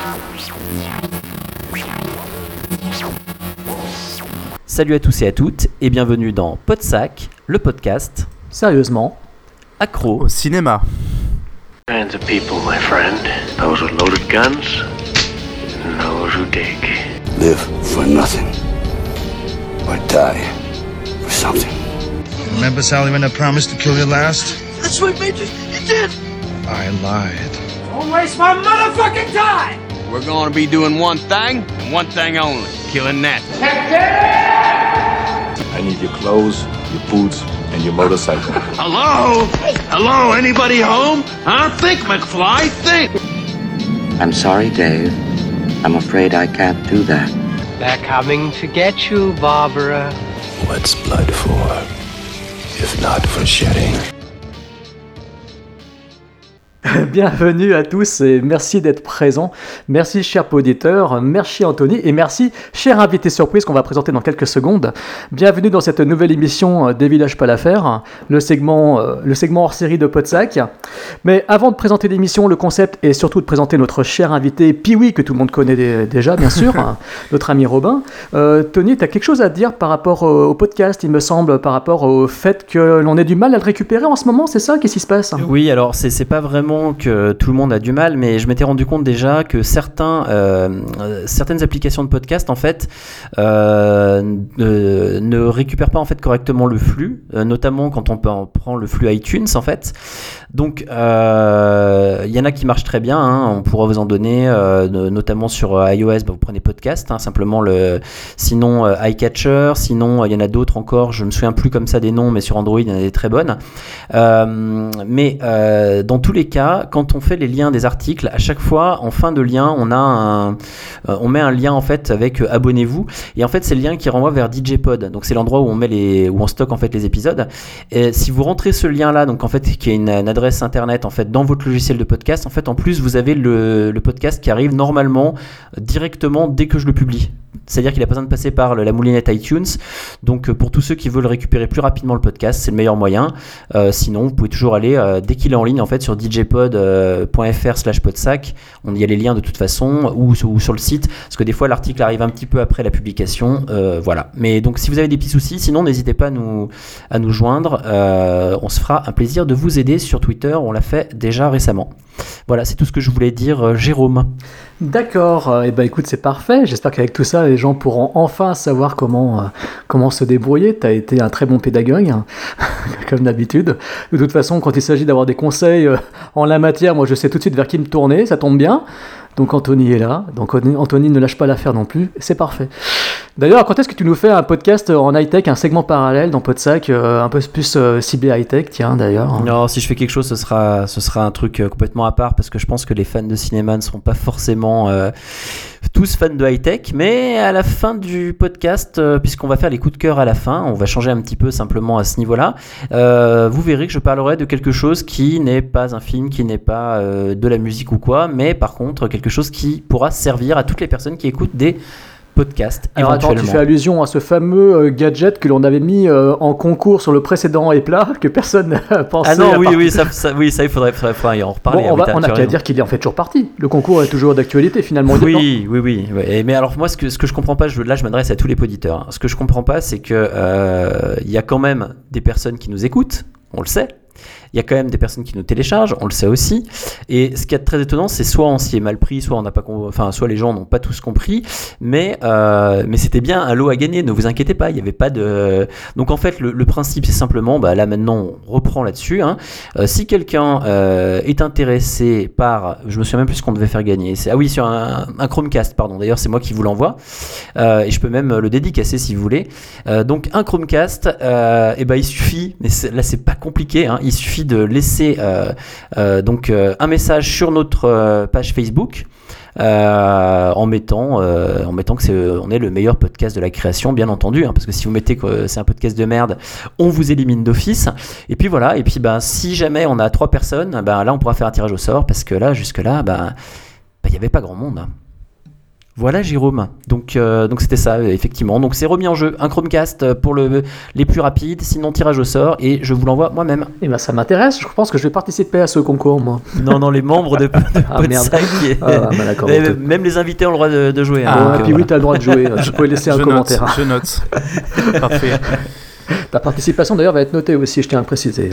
Salut à tous et à toutes et bienvenue dans Podsac, le podcast sérieusement accro au cinéma. Kinds of people, my friend. Those with loaded guns, and those who dig. Live for nothing, or die for something. Remember, Sally, when I promised to kill you last? That's what made you did. I lied. Don't waste my motherfucking time! We're gonna be doing one thing, and one thing only. Killing that. I need your clothes, your boots, and your motorcycle. Hello? Hello? Anybody home? Huh? Think, McFly, think! I'm sorry, Dave. I'm afraid I can't do that. They're coming to get you, Barbara. What's blood for, if not for shedding? Bienvenue à tous et merci d'être présents. Merci cher auditeur, merci Anthony et merci cher invité surprise qu'on va présenter dans quelques secondes. Bienvenue dans cette nouvelle émission des Villages pas l'affaire, le segment hors série de Podsac. Mais avant de présenter l'émission, le concept est surtout de présenter notre cher invité Pee-wee que tout le monde connaît déjà bien sûr, notre ami Robin. Tony, tu as quelque chose à dire par rapport au podcast, il me semble, par rapport au fait que l'on ait du mal à le récupérer en ce moment, c'est ça? Qu'est-ce qui se passe? Oui, alors c'est pas vraiment que tout le monde a du mal, mais je m'étais rendu compte déjà que certaines applications de podcast en fait ne récupèrent pas en fait correctement le flux, notamment quand on prend le flux iTunes en fait. Donc il y en a qui marchent très bien, hein, on pourra vous en donner, notamment sur iOS, vous prenez podcast, hein, simplement sinon iCatcher, sinon il y en a d'autres encore, je me souviens plus comme ça des noms, mais sur Android il y en a des très bonnes. Mais dans tous les cas, quand on fait les liens des articles, à chaque fois en fin de lien on met un lien en fait avec abonnez-vous, et en fait c'est le lien qui renvoie vers DJpod, donc c'est l'endroit où on stocke en fait les épisodes. Et si vous rentrez ce lien là, donc en fait qui est une adresse internet en fait dans votre logiciel de podcast, en fait en plus vous avez le podcast qui arrive normalement directement dès que je le publie. C'est-à-dire qu'il n'a pas besoin de passer par la moulinette iTunes. Donc pour tous ceux qui veulent récupérer plus rapidement le podcast, c'est le meilleur moyen. Sinon, vous pouvez toujours aller dès qu'il est en ligne en fait sur djpod.fr/podsac. On y a les liens de toute façon, ou sur le site, parce que des fois l'article arrive un petit peu après la publication. Voilà. Mais donc si vous avez des petits soucis, sinon n'hésitez pas à nous joindre. On se fera un plaisir de vous aider sur Twitter. On l'a fait déjà récemment. Voilà, c'est tout ce que je voulais dire, Jérôme. D'accord, et écoute, c'est parfait. J'espère qu'avec tout ça, les gens pourront enfin savoir comment se débrouiller. Tu as été un très bon pédagogue, hein, comme d'habitude. De toute façon, quand il s'agit d'avoir des conseils en la matière, moi je sais tout de suite vers qui me tourner, ça tombe bien. Donc Anthony est là, donc Anthony ne lâche pas l'affaire non plus, c'est parfait. D'ailleurs, quand est-ce que tu nous fais un podcast en high-tech, un segment parallèle dans Podsac, un peu plus ciblé high-tech, tiens d'ailleurs? Non, si je fais quelque chose, ce sera un truc complètement à part, parce que je pense que les fans de cinéma ne seront pas forcément tous fans de high-tech, mais à la fin du podcast, puisqu'on va faire les coups de cœur à la fin, on va changer un petit peu simplement à ce niveau-là, vous verrez que je parlerai de quelque chose qui n'est pas un film, qui n'est pas de la musique ou quoi, mais par contre quelque chose qui pourra servir à toutes les personnes qui écoutent des podcasts. Alors attends, tu fais allusion à ce fameux gadget que l'on avait mis en concours sur le précédent Epla, que personne n'a pensé. Ah non, oui, ça il faudrait y en reparler. Bon, on n'a qu'à dire qu'il est en fait toujours parti. Le concours est toujours d'actualité finalement. Oui. Mais alors moi, ce que je comprends pas, là je m'adresse à tous les auditeurs. Ce que je comprends pas, c'est que il y a quand même des personnes qui nous écoutent, on le sait. Il y a quand même des personnes qui nous téléchargent, on le sait aussi. Et ce qui est très étonnant, c'est soit on s'y est mal pris, soit on n'a pas, soit les gens n'ont pas tous compris. Mais c'était bien un lot à gagner. Ne vous inquiétez pas, il y avait pas de. Donc en fait, le principe, c'est simplement, là maintenant, on reprend là-dessus. Hein. Si quelqu'un est intéressé par, je me souviens même plus ce qu'on devait faire gagner. Sur un Chromecast, pardon. D'ailleurs, c'est moi qui vous l'envoie. Et je peux même le dédicacer si vous voulez. Donc un Chromecast, il suffit, mais là c'est pas compliqué. Hein, il suffit de laisser un message sur notre page Facebook en mettant que on est le meilleur podcast de la création, bien entendu, hein, parce que si vous mettez que c'est un podcast de merde, on vous élimine d'office. Et puis voilà, et puis si jamais on a 3 personnes, là on pourra faire un tirage au sort, parce que là jusque là il n'y avait pas grand monde. Voilà Jérôme, donc c'était ça effectivement, donc c'est remis en jeu, un Chromecast pour les plus rapides, sinon tirage au sort et je vous l'envoie moi-même. Et ben ça m'intéresse, je pense que je vais participer à ce concours moi. Non, les membres de Podsac, d'accord, même les invités ont le droit de jouer. Puis oui, t'as le droit de jouer, tu peux laisser un commentaire. Je note, parfait. Ta participation d'ailleurs va être notée aussi, je tiens à le préciser.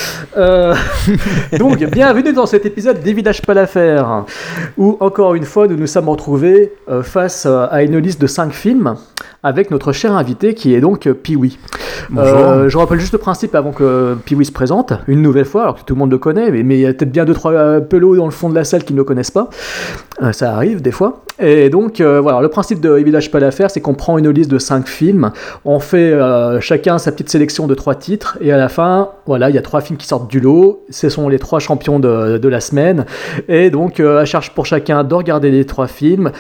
Donc, bienvenue dans cet épisode d'Évidage pas l'affaire, où encore une fois nous nous sommes retrouvés face à une liste de 5 films avec notre cher invité qui est donc Pee-wee. Je rappelle juste le principe avant que Pee-wee se présente, une nouvelle fois, alors que tout le monde le connaît, mais il y a peut-être bien 2-3 pelots dans le fond de la salle qui ne le connaissent pas. Ça arrive des fois. Et donc, voilà, le principe de Évidage pas l'affaire, c'est qu'on prend une liste de 5 films, on fait chacun sa petite sélection de 3 titres, et à la fin, voilà, il y a 3 films qui sortent du lot, ce sont les 3 champions de la semaine, et donc, à charge pour chacun de regarder les 3 films,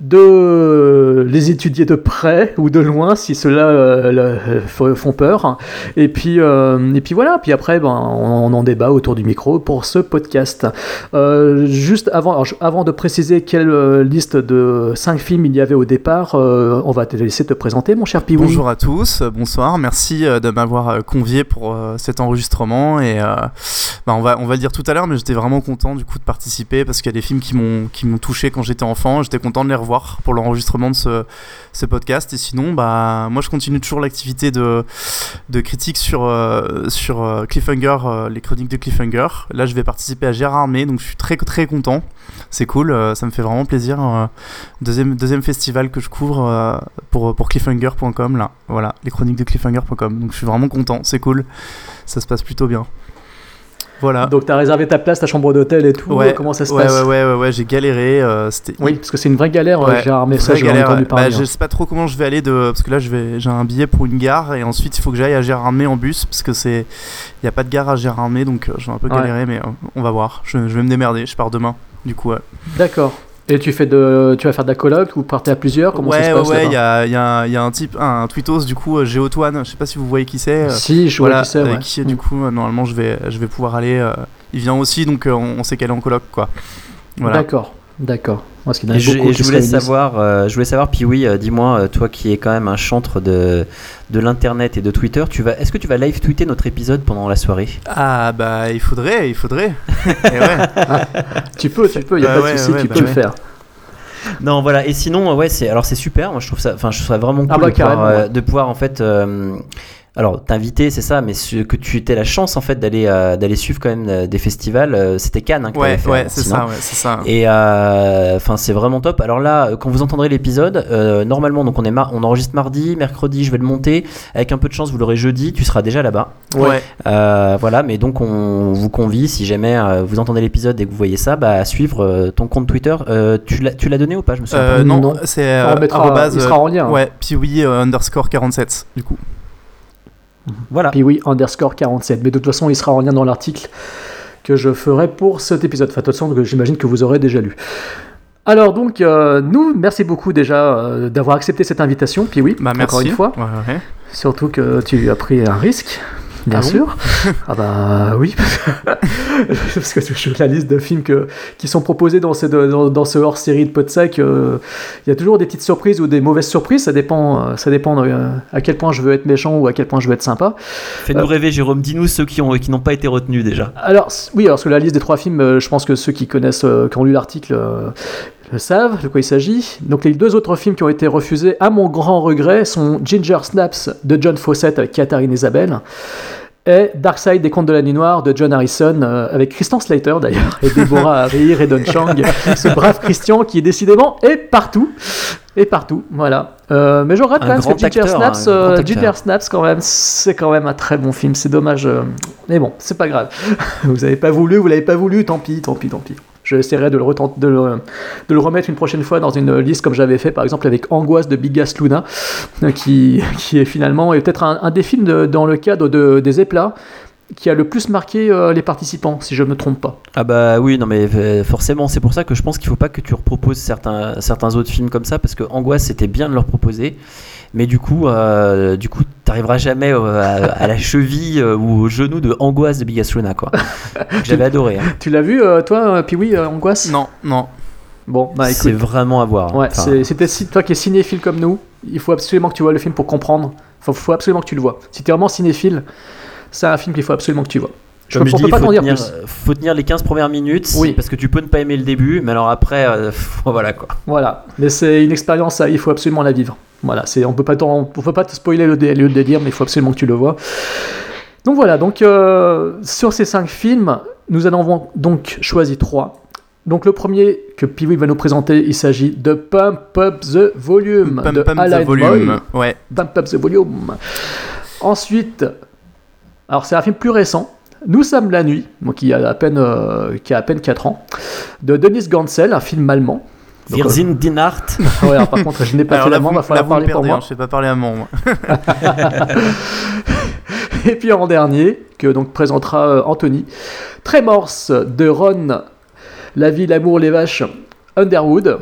de les étudier de près ou de loin, si ceux-là font peur, et puis voilà, puis après, on en débat autour du micro pour ce podcast. Juste avant de préciser quelle liste de 5 films il y avait au départ, on va te laisser te présenter, mon cher Pee-wee. Bonjour à tous, bonsoir, merci de m'avoir convié pour cet enregistrement et on va le dire tout à l'heure, mais j'étais vraiment content du coup de participer parce qu'il y a des films qui m'ont touché quand j'étais enfant, j'étais content de les revoir pour l'enregistrement de ce podcast. Et sinon moi je continue toujours l'activité de critique sur Cliffhanger, les chroniques de Cliffhanger. Là je vais participer à Gérard Armé, donc je suis très très content, c'est cool, ça me fait vraiment plaisir. Deuxième festival que je couvre pour cliffhanger.com là, voilà, les chroniques de cliffhanger.com, donc je suis vraiment content, c'est cool, ça se passe plutôt bien. Voilà. Donc t'as réservé ta place, ta chambre d'hôtel et tout, comment ça se passe? Ouais, j'ai galéré. Oui, parce que c'est une vraie galère, Gérard, mais ça, j'ai entendu parler. Je sais pas trop comment je vais aller parce que là j'ai un billet pour une gare et ensuite il faut que j'aille à Gérardmer en bus parce que il y a pas de gare à Gérardmer, donc je vais un peu galérer, mais on va voir. Je vais me démerder. Je pars demain, du coup. Ouais. D'accord. Et tu vas faire de la coloc ou partez à plusieurs? Comment ça se passe? Ouais, il y a un type, un tweetos du coup, Géotoine, je sais pas si vous voyez qui c'est. Si, je vois qui c'est. Avec qui du coup normalement je vais pouvoir aller. Il vient aussi, donc on sait qu'elle est en coloc, quoi. Voilà. D'accord. Parce qu'il y en a beaucoup je voulais savoir, Pee-wee, dis-moi, toi qui es quand même un chantre de l'internet et de Twitter, est-ce que tu vas live tweeter notre épisode pendant la soirée? Ah bah il faudrait. Et ouais. Tu peux, il y a pas de souci, tu peux le faire. Non, voilà. Et sinon, c'est super. Moi, je trouve vraiment cool de pouvoir en fait. Alors, t'inviter, c'est ça, mais que tu aies la chance en fait d'aller suivre quand même des festivals. C'était Cannes que t'avais fait. C'est ça. Et c'est vraiment top. Alors là, quand vous entendrez l'épisode, normalement, donc on enregistre mardi, mercredi, je vais le monter. Avec un peu de chance, vous l'aurez jeudi. Tu seras déjà là-bas. Ouais. Voilà, mais donc on vous convie, si jamais vous entendez l'épisode et que vous voyez ça, à suivre ton compte Twitter. Tu l'as donné ou pas? Je me souviens pas. Non, c'est il sera en lien. Ouais, Pee-wee _47 du coup. Voilà. Pee-wee _47. Mais de toute façon, il sera en lien dans l'article que je ferai pour cet épisode. Enfin, de toute façon, j'imagine que vous aurez déjà lu. Alors donc, merci beaucoup déjà d'avoir accepté cette invitation, Pee-wee, encore une fois. Ouais. Surtout que tu as pris un risque. Bien sûr. Ah bah oui, parce que la liste de films qui sont proposés dans ce hors-série de Podsac, il y a toujours des petites surprises ou des mauvaises surprises, ça dépend à quel point je veux être méchant ou à quel point je veux être sympa. Fais-nous rêver, Jérôme, dis-nous ceux qui n'ont pas été retenus déjà. Alors sur la liste des 3 films, je pense que ceux qui connaissent, qui ont lu l'article, le savent de quoi il s'agit. Donc les 2 autres films qui ont été refusés, à mon grand regret, sont Ginger Snaps de John Fawcett avec Katharine Isabelle et Dark Side des Contes de la Nuit Noire de John Harrison, avec Christian Slater d'ailleurs, et Deborah Harry et Don Chang, ce brave Christian qui décidément est partout, voilà. Mais je regrette quand même que Ginger Snaps quand même, c'est quand même un très bon film, c'est dommage, mais bon, c'est pas grave. Vous l'avez pas voulu, tant pis. J'essaierai de le remettre une prochaine fois dans une liste comme j'avais fait par exemple avec Angoisse de Bigas Luna, qui est finalement peut-être un des films dans le cadre des éplats qui a le plus marqué les participants, si je ne me trompe pas. Ah bah oui, non mais forcément, c'est pour ça que je pense qu'il ne faut pas que tu reproposes certains autres films comme ça, parce que Angoisse, c'était bien de leur proposer, mais du coup t'arriveras jamais à la cheville ou au genou de Angoisse de Bigas Luna, quoi. J'avais adoré. Hein. Tu l'as vu, toi, Pee-wee, Angoisse ? Non. Bon, bah écoute. C'est vraiment à voir. Ouais, c'était toi qui es cinéphile comme nous, il faut absolument que tu vois le film pour comprendre. Faut absolument que tu le vois. Si tu es vraiment cinéphile, c'est un film qu'il faut absolument que tu vois. On peut pas t'en dire plus. Faut tenir les 15 premières minutes, parce que tu peux ne pas aimer le début, mais alors après, voilà quoi. Voilà, mais c'est une expérience, il faut absolument la vivre. Voilà, on peut pas te spoiler le délire, mais il faut absolument que tu le vois. Donc voilà, sur ces 5 films, nous en avons donc choisi 3. Donc le premier que Pee-wee va nous présenter, il s'agit de Pump Up the Volume de Alan Boyle. Ouais. Pump Up the Volume. Ensuite, alors c'est un film plus récent, Nous sommes la nuit, qui a à peine 4 ans, de Dennis Gansel, un film allemand. Wir sind die Nacht. Ouais, alors, par contre, je n'ai pas fait l'allemand, il va falloir parler pour moi. Je ne sais pas parler allemand, moi. Et puis en dernier, que donc présentera Anthony, Tremors de Ron, La vie, l'amour, les vaches, Underwood,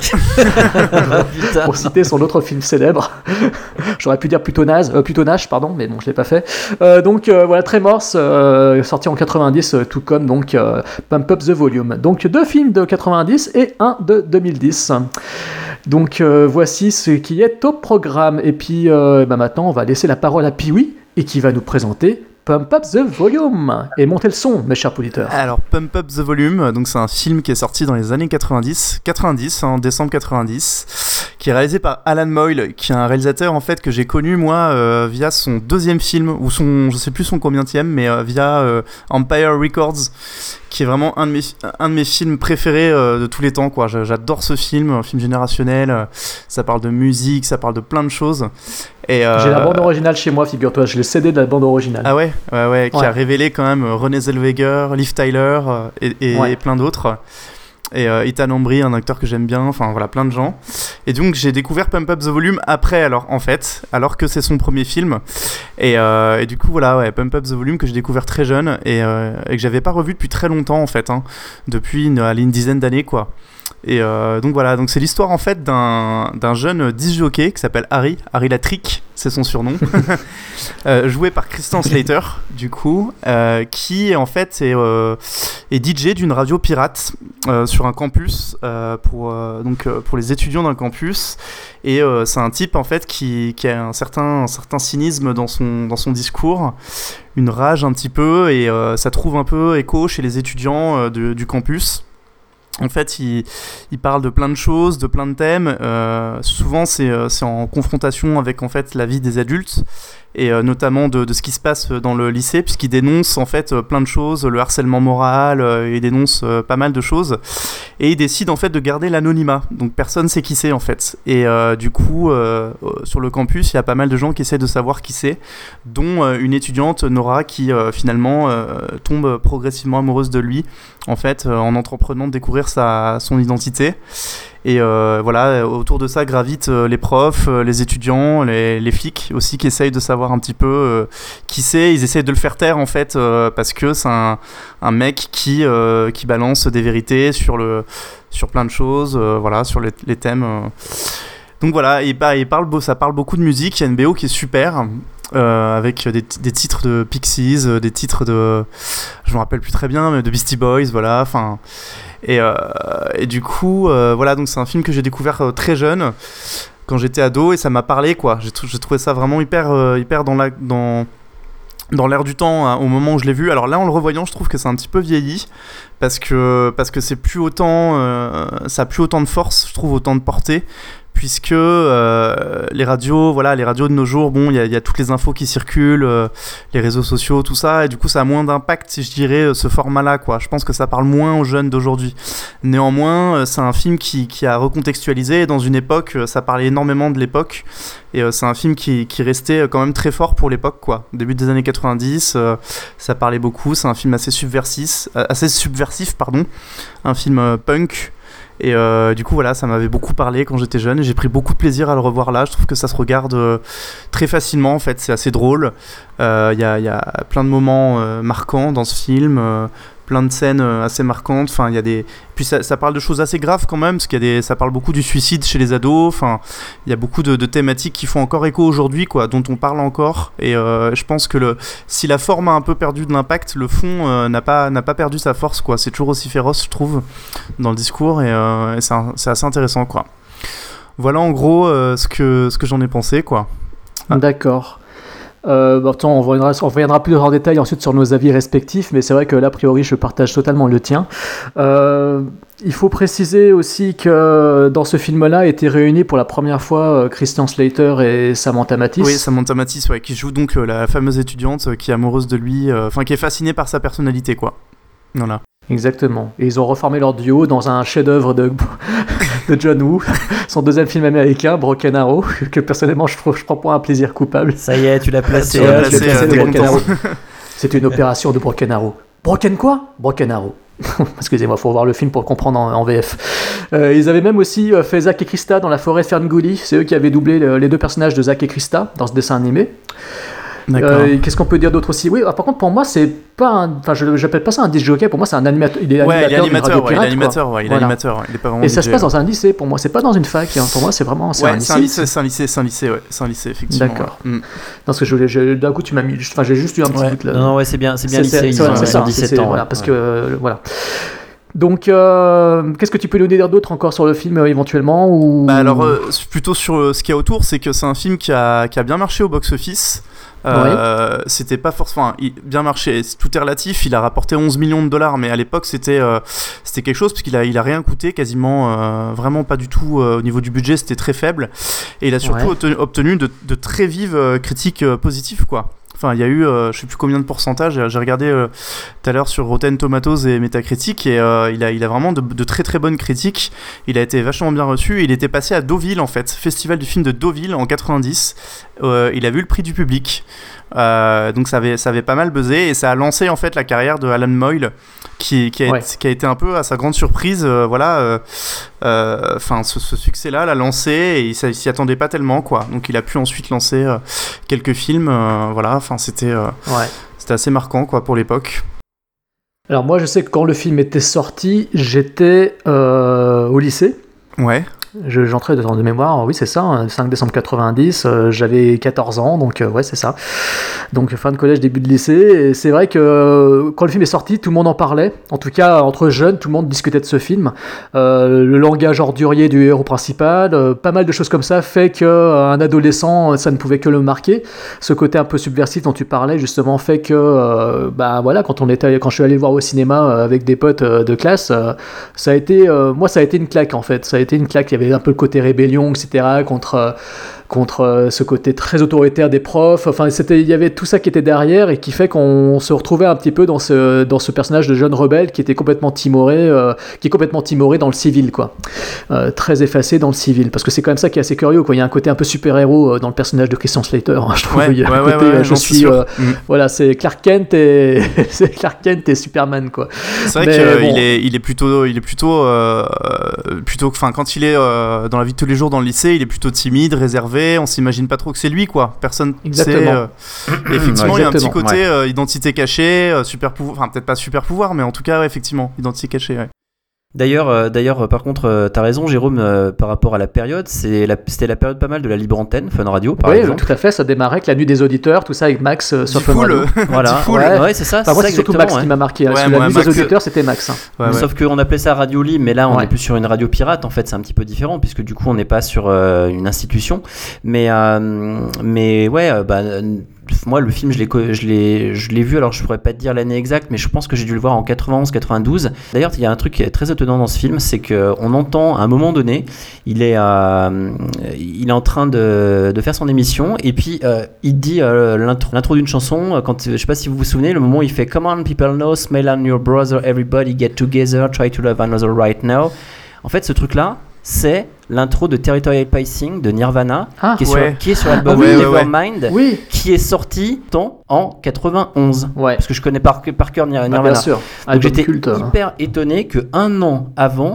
pour citer son autre film célèbre. J'aurais pu dire plutôt Nash, pardon, mais bon, je l'ai pas fait. Voilà, Tremors, sorti en 90, tout comme donc Pump Up the Volume. Donc 2 films de 90 et un de 2010. Donc voici ce qui est au programme. Et puis maintenant, on va laisser la parole à Pee-wee et qui va nous présenter Pump Up the Volume. Et montez le son, mes chers auditeurs. Alors, Pump Up the Volume, donc c'est un film qui est sorti dans les années 90, en décembre 90, qui est réalisé par Alan Boyle, qui est un réalisateur en fait que j'ai connu moi via son 2e film, ou je sais plus son combienième, mais via Empire Records, qui est vraiment un de mes films préférés de tous les temps, quoi. J'adore ce film, un film générationnel, ça parle de musique, ça parle de plein de choses. Et j'ai la bande originale chez moi, figure-toi, j'ai le CD de la bande originale. Ah ouais, qui a révélé quand même Renée Zellweger, Liv Tyler et plein d'autres. Et Ethan Embry, un acteur que j'aime bien, enfin voilà, plein de gens. Et donc j'ai découvert Pump Up the Volume après, alors que c'est son premier film. Et du coup voilà, ouais, Pump Up the Volume que j'ai découvert très jeune et que j'avais pas revu depuis très longtemps en fait, depuis une dizaine d'années quoi. Et donc voilà, donc c'est l'histoire en fait d'un jeune disc jockey qui s'appelle Harry Latrick, c'est son surnom, joué par Christian Slater du coup, qui en fait est DJ d'une radio pirate sur un campus pour les étudiants d'un campus. Et c'est un type en fait qui a un certain cynisme dans son discours, une rage un petit peu, et ça trouve un peu écho chez les étudiants du campus. En fait, il parle de plein de choses, de plein de thèmes. Souvent, c'est en confrontation avec en fait la vie des adultes et notamment de ce qui se passe dans le lycée, puisqu'il dénonce en fait plein de choses, le harcèlement moral, il dénonce pas mal de choses, et il décide en fait de garder l'anonymat. Donc personne sait qui c'est en fait. Et du coup, sur le campus, il y a pas mal de gens qui essaient de savoir qui c'est, dont une étudiante, Nora, qui finalement tombe progressivement amoureuse de lui, en fait, en entreprenant de découvrir son identité. Et voilà, autour de ça gravitent les profs, les étudiants, les flics aussi qui essayent de savoir un petit peu qui c'est. Ils essayent de le faire taire en fait parce que c'est un mec qui balance des vérités sur plein de choses, voilà, sur les thèmes. Donc voilà, ça parle beaucoup de musique. Il y a une BO qui est super. Avec des titres de Pixies, des titres de, je me rappelle plus très bien, mais de Beastie Boys, voilà, enfin, et du coup, voilà, donc c'est un film que j'ai découvert très jeune, quand j'étais ado, et ça m'a parlé, quoi. J'ai trouvé ça vraiment hyper dans l'air du temps hein, au moment où je l'ai vu. Alors là, en le revoyant, je trouve que c'est un petit peu vieilli parce que c'est plus autant, ça a plus autant de force, je trouve, autant de portée. Puisque les radios de nos jours, bon, il y a toutes les infos qui circulent, les réseaux sociaux, tout ça, et du coup ça a moins d'impact, si je dirais, ce format-là, quoi. Je pense que ça parle moins aux jeunes d'aujourd'hui. Néanmoins, c'est un film qui a recontextualisé, et dans une époque, ça parlait énormément de l'époque, et c'est un film qui restait quand même très fort pour l'époque, quoi. Au début des années 90, ça parlait beaucoup, c'est un film assez subversif, un film punk. Et du coup voilà, ça m'avait beaucoup parlé quand j'étais jeune et j'ai pris beaucoup de plaisir à le revoir là. Je trouve que ça se regarde très facilement en fait, c'est assez drôle. Y a plein de moments marquants dans ce film, plein de scènes assez marquantes. Enfin, il y a des... Puis ça parle de choses assez graves quand même, parce ça parle beaucoup du suicide chez les ados. Enfin, il y a beaucoup de thématiques qui font encore écho aujourd'hui, quoi, dont on parle encore. Et je pense que si la forme a un peu perdu de l'impact, le fond n'a pas perdu sa force, quoi. C'est toujours aussi féroce, je trouve, dans le discours, et c'est assez intéressant, quoi. Voilà en gros ce que j'en ai pensé, quoi. D'accord. On reviendra plus en détail ensuite sur nos avis respectifs, mais c'est vrai que là, a priori, je partage totalement le tien. Il faut préciser aussi que dans ce film-là étaient réunis pour la première fois Christian Slater et Samantha Mathis. Oui, Samantha Mathis, ouais, qui joue donc la fameuse étudiante qui est amoureuse de lui, qui est fascinée par sa personnalité, quoi. Voilà. Exactement. Et ils ont reformé leur duo dans un chef-d'œuvre de John Woo, son deuxième film américain, Broken Arrow, que personnellement je prends pour un plaisir coupable. Ça y est, tu l'as placé. Broken Arrow. C'est une opération de Broken Arrow. Broken quoi ? Broken Arrow. Excusez-moi, il faut voir le film pour comprendre en VF. Ils avaient même aussi fait Zack et Krista dans La forêt Ferngully. C'est eux qui avaient doublé les deux personnages de Zack et Krista dans ce dessin animé. Qu'est-ce qu'on peut dire d'autre aussi ? Oui, par contre, pour moi, c'est pas j'appelle pas ça un disc jockey. Pour moi, c'est un animateur. Il est animateur. Il est animateur. Il est pas vraiment. Et ça se passe dans un lycée. Pour moi, c'est pas dans une fac. Hein. Pour moi, c'est vraiment un lycée. C'est un lycée, effectivement. D'accord. Ouais. Parce que d'un coup, tu m'as mis. Enfin, j'ai juste eu un petit doute là. Non, ouais, c'est bien lycée. Ils ont 17 ans. Voilà, parce que voilà. Donc, qu'est-ce que tu peux nous dire d'autre encore sur le film éventuellement ou... Alors, plutôt sur ce qu'il y a autour, c'est que c'est un film qui a bien marché au box-office. C'était pas forcément bien marché, tout est relatif. Il a rapporté 11 millions de dollars, mais à l'époque c'était quelque chose parce qu'il a rien coûté quasiment, vraiment pas du tout au niveau du budget, c'était très faible, et il a surtout obtenu de très vives critiques positives, quoi. Enfin, il y a eu, je sais plus combien de pourcentage, j'ai regardé tout à l'heure sur Rotten Tomatoes et Metacritic, et il a vraiment de très très bonnes critiques. Il a été vachement bien reçu. Il était passé à Deauville, en fait, festival du film de Deauville en 90. Il a vu le prix du public. Donc ça avait pas mal buzzé, et ça a lancé en fait la carrière de Alan Moyle, qui a été un peu à sa grande surprise, ce succès-là l'a lancé, et il s'y attendait pas tellement, quoi. Donc il a pu ensuite lancer quelques films, c'était assez marquant, quoi, pour l'époque. Alors moi, je sais que quand le film était sorti, j'étais au lycée. Ouais. J'entrais de mémoire, oui c'est ça, 5 décembre 90, j'avais 14 ans, donc ouais c'est ça. Donc fin de collège, début de lycée, et c'est vrai que quand le film est sorti, tout le monde en parlait, en tout cas entre jeunes, tout le monde discutait de ce film. Le langage ordurier du héros principal, pas mal de choses comme ça fait qu'un adolescent, ça ne pouvait que le marquer. Ce côté un peu subversif dont tu parlais justement fait que, quand je suis allé le voir au cinéma avec des potes de classe, ça a été une claque en fait, ça a été une claque. Il y avait un peu le côté rébellion, etc., contre ce côté très autoritaire des profs. Enfin, il y avait tout ça qui était derrière et qui fait qu'on se retrouvait un petit peu dans ce personnage de jeune rebelle qui était complètement timoré, dans le civil, quoi. Très effacé dans le civil. Parce que c'est quand même ça qui est assez curieux, quoi. Il y a un côté un peu super-héros dans le personnage de Christian Slater, hein, je trouve. Il y a un côté, voilà, c'est Clark Kent et Superman, quoi. C'est vrai qu'il est plutôt, enfin, quand il est dans la vie de tous les jours dans le lycée, il est plutôt timide, réservé. On s'imagine pas trop que c'est lui, quoi. Personne sait. Effectivement, il y a un petit côté identité cachée, super pouvoir, enfin peut-être pas super pouvoir, mais en tout cas, effectivement, identité cachée. Ouais. D'ailleurs, par contre, t'as raison, Jérôme, par rapport à la période, c'était la période pas mal de la libre antenne, Fun Radio, par exemple. Oui, tout à fait, ça démarrait avec la nuit des auditeurs, tout ça avec Max sur Fun Radio. Voilà, ouais, c'est ça. Enfin, moi, c'est surtout Max qui m'a marqué. Parce que la nuit des auditeurs, c'était Max. Sauf qu'on appelait ça Radio Libre, mais là, on est plus sur une radio pirate. En fait, c'est un petit peu différent, puisque du coup, on n'est pas sur une institution. Mais moi, le film, je l'ai vu, alors je pourrais pas te dire l'année exacte, mais je pense que j'ai dû le voir en 91-92. D'ailleurs, il y a un truc qui est très étonnant dans ce film, c'est qu'on entend, à un moment donné, il est en train de faire son émission, et puis il dit l'intro d'une chanson, je sais pas si vous vous souvenez, le moment où il fait « Come on, people know, smell on your brother, everybody get together, try to love another right now ». En fait, ce truc-là, c'est l'intro de Territorial Pacing de Nirvana, qui est sur l'album Nevermind, qui est sorti en 91. Parce que je connais par cœur Nirvana. Bien sûr. Donc j'étais hyper étonné qu'un an avant,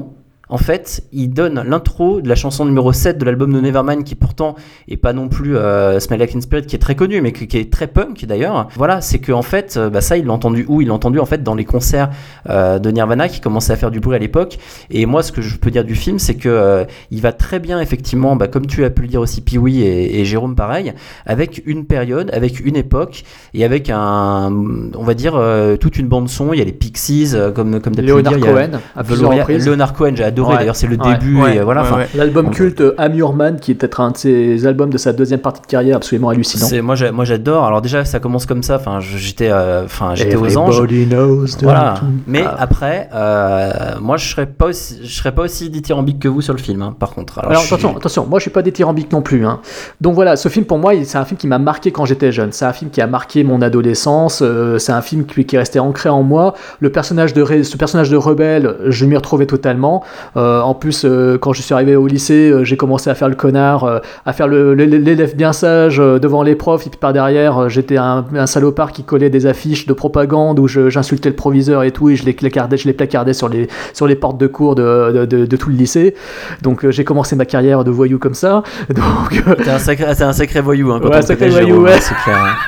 en fait, il donne l'intro de la chanson numéro 7 de l'album de Nevermind, qui pourtant est pas non plus Smell Like Teen Spirit, qui est très connu, mais qui est très punk d'ailleurs. Voilà, c'est que en fait, ça, il l'a entendu où ? Il l'a entendu en fait dans les concerts de Nirvana, qui commençaient à faire du bruit à l'époque. Et moi, ce que je peux dire du film, c'est que il va très bien, effectivement, comme tu as pu le dire aussi, Pee-wee et Jérôme, pareil, avec une période, avec une époque, et avec on va dire, toute une bande son. Il y a les Pixies, comme tu as pu le dire. Cohen, à plusieurs reprises. Leonard Cohen, j'ai adoré, d'ailleurs, c'est le début. Et voilà, l'album culte I'm Your Man, qui est peut-être un de ses albums de sa deuxième partie de carrière absolument hallucinant. Moi j'adore. Alors déjà, ça commence comme ça. J'étais aux anges. Voilà. Mais après, moi je serais pas aussi dithyrambique que vous sur le film, hein, par contre. Alors attention, moi je suis pas dithyrambique non plus, hein. Donc voilà, ce film pour moi, c'est un film qui m'a marqué quand j'étais jeune. C'est un film qui a marqué mon adolescence. C'est un film qui est resté ancré en moi. Ce personnage de rebelle, je m'y retrouvais totalement. En plus, quand je suis arrivé au lycée, j'ai commencé à faire le connard, à faire l'élève bien sage devant les profs, et puis par derrière, j'étais un salopard qui collait des affiches de propagande où j'insultais le proviseur et tout, et je les placardais sur les portes de cours de tout le lycée. Donc j'ai commencé ma carrière de voyou comme ça. Donc t'es un sacré voyou, hein, quand ouais, on sacré voyou, ouais. C'est clair.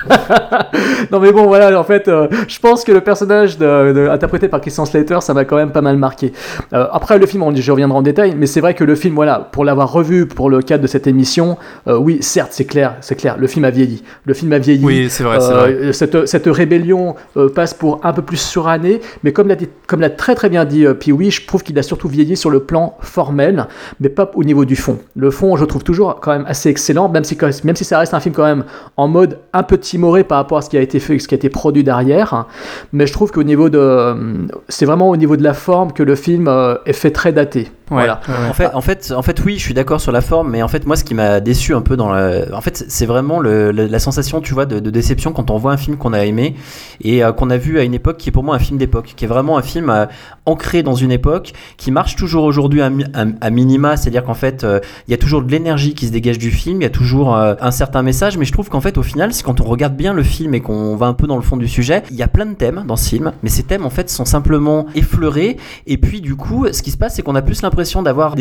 Non mais bon, voilà, en fait, je pense que le personnage interprété par Christian Slater, ça m'a quand même pas mal marqué. Après le film, je reviendrai en détail, mais c'est vrai que le film, voilà, pour l'avoir revu pour le cadre de cette émission, oui, certes, c'est clair, le film a vieilli. Oui, c'est vrai. Cette rébellion passe pour un peu plus suranné, mais comme l'a très très bien dit Pee-wee, je trouve qu'il a surtout vieilli sur le plan formel, mais pas au niveau du fond. Le fond, je trouve toujours quand même assez excellent, même si ça reste un film quand même en mode un peu timoré par rapport à ce qui a été fait, ce qui a été produit derrière. Hein. Mais je trouve c'est vraiment au niveau de la forme que le film est fait très daté. Ouais, voilà. Ouais. En fait, oui, je suis d'accord sur la forme, mais en fait, moi, ce qui m'a déçu un peu en fait, c'est vraiment la sensation, tu vois, de déception quand on voit un film qu'on a aimé et qu'on a vu à une époque qui est pour moi un film d'époque, qui est vraiment un film ancré dans une époque, qui marche toujours aujourd'hui à minima, c'est-à-dire qu'en fait, il y a toujours de l'énergie qui se dégage du film, il y a toujours un certain message, mais je trouve qu'en fait, au final, c'est quand on regarde bien le film et qu'on va un peu dans le fond du sujet, il y a plein de thèmes dans ce film, mais ces thèmes, en fait, sont simplement effleurés, et puis, du coup, ce qui se passe, c'est qu'on a plus l'impression d'avoir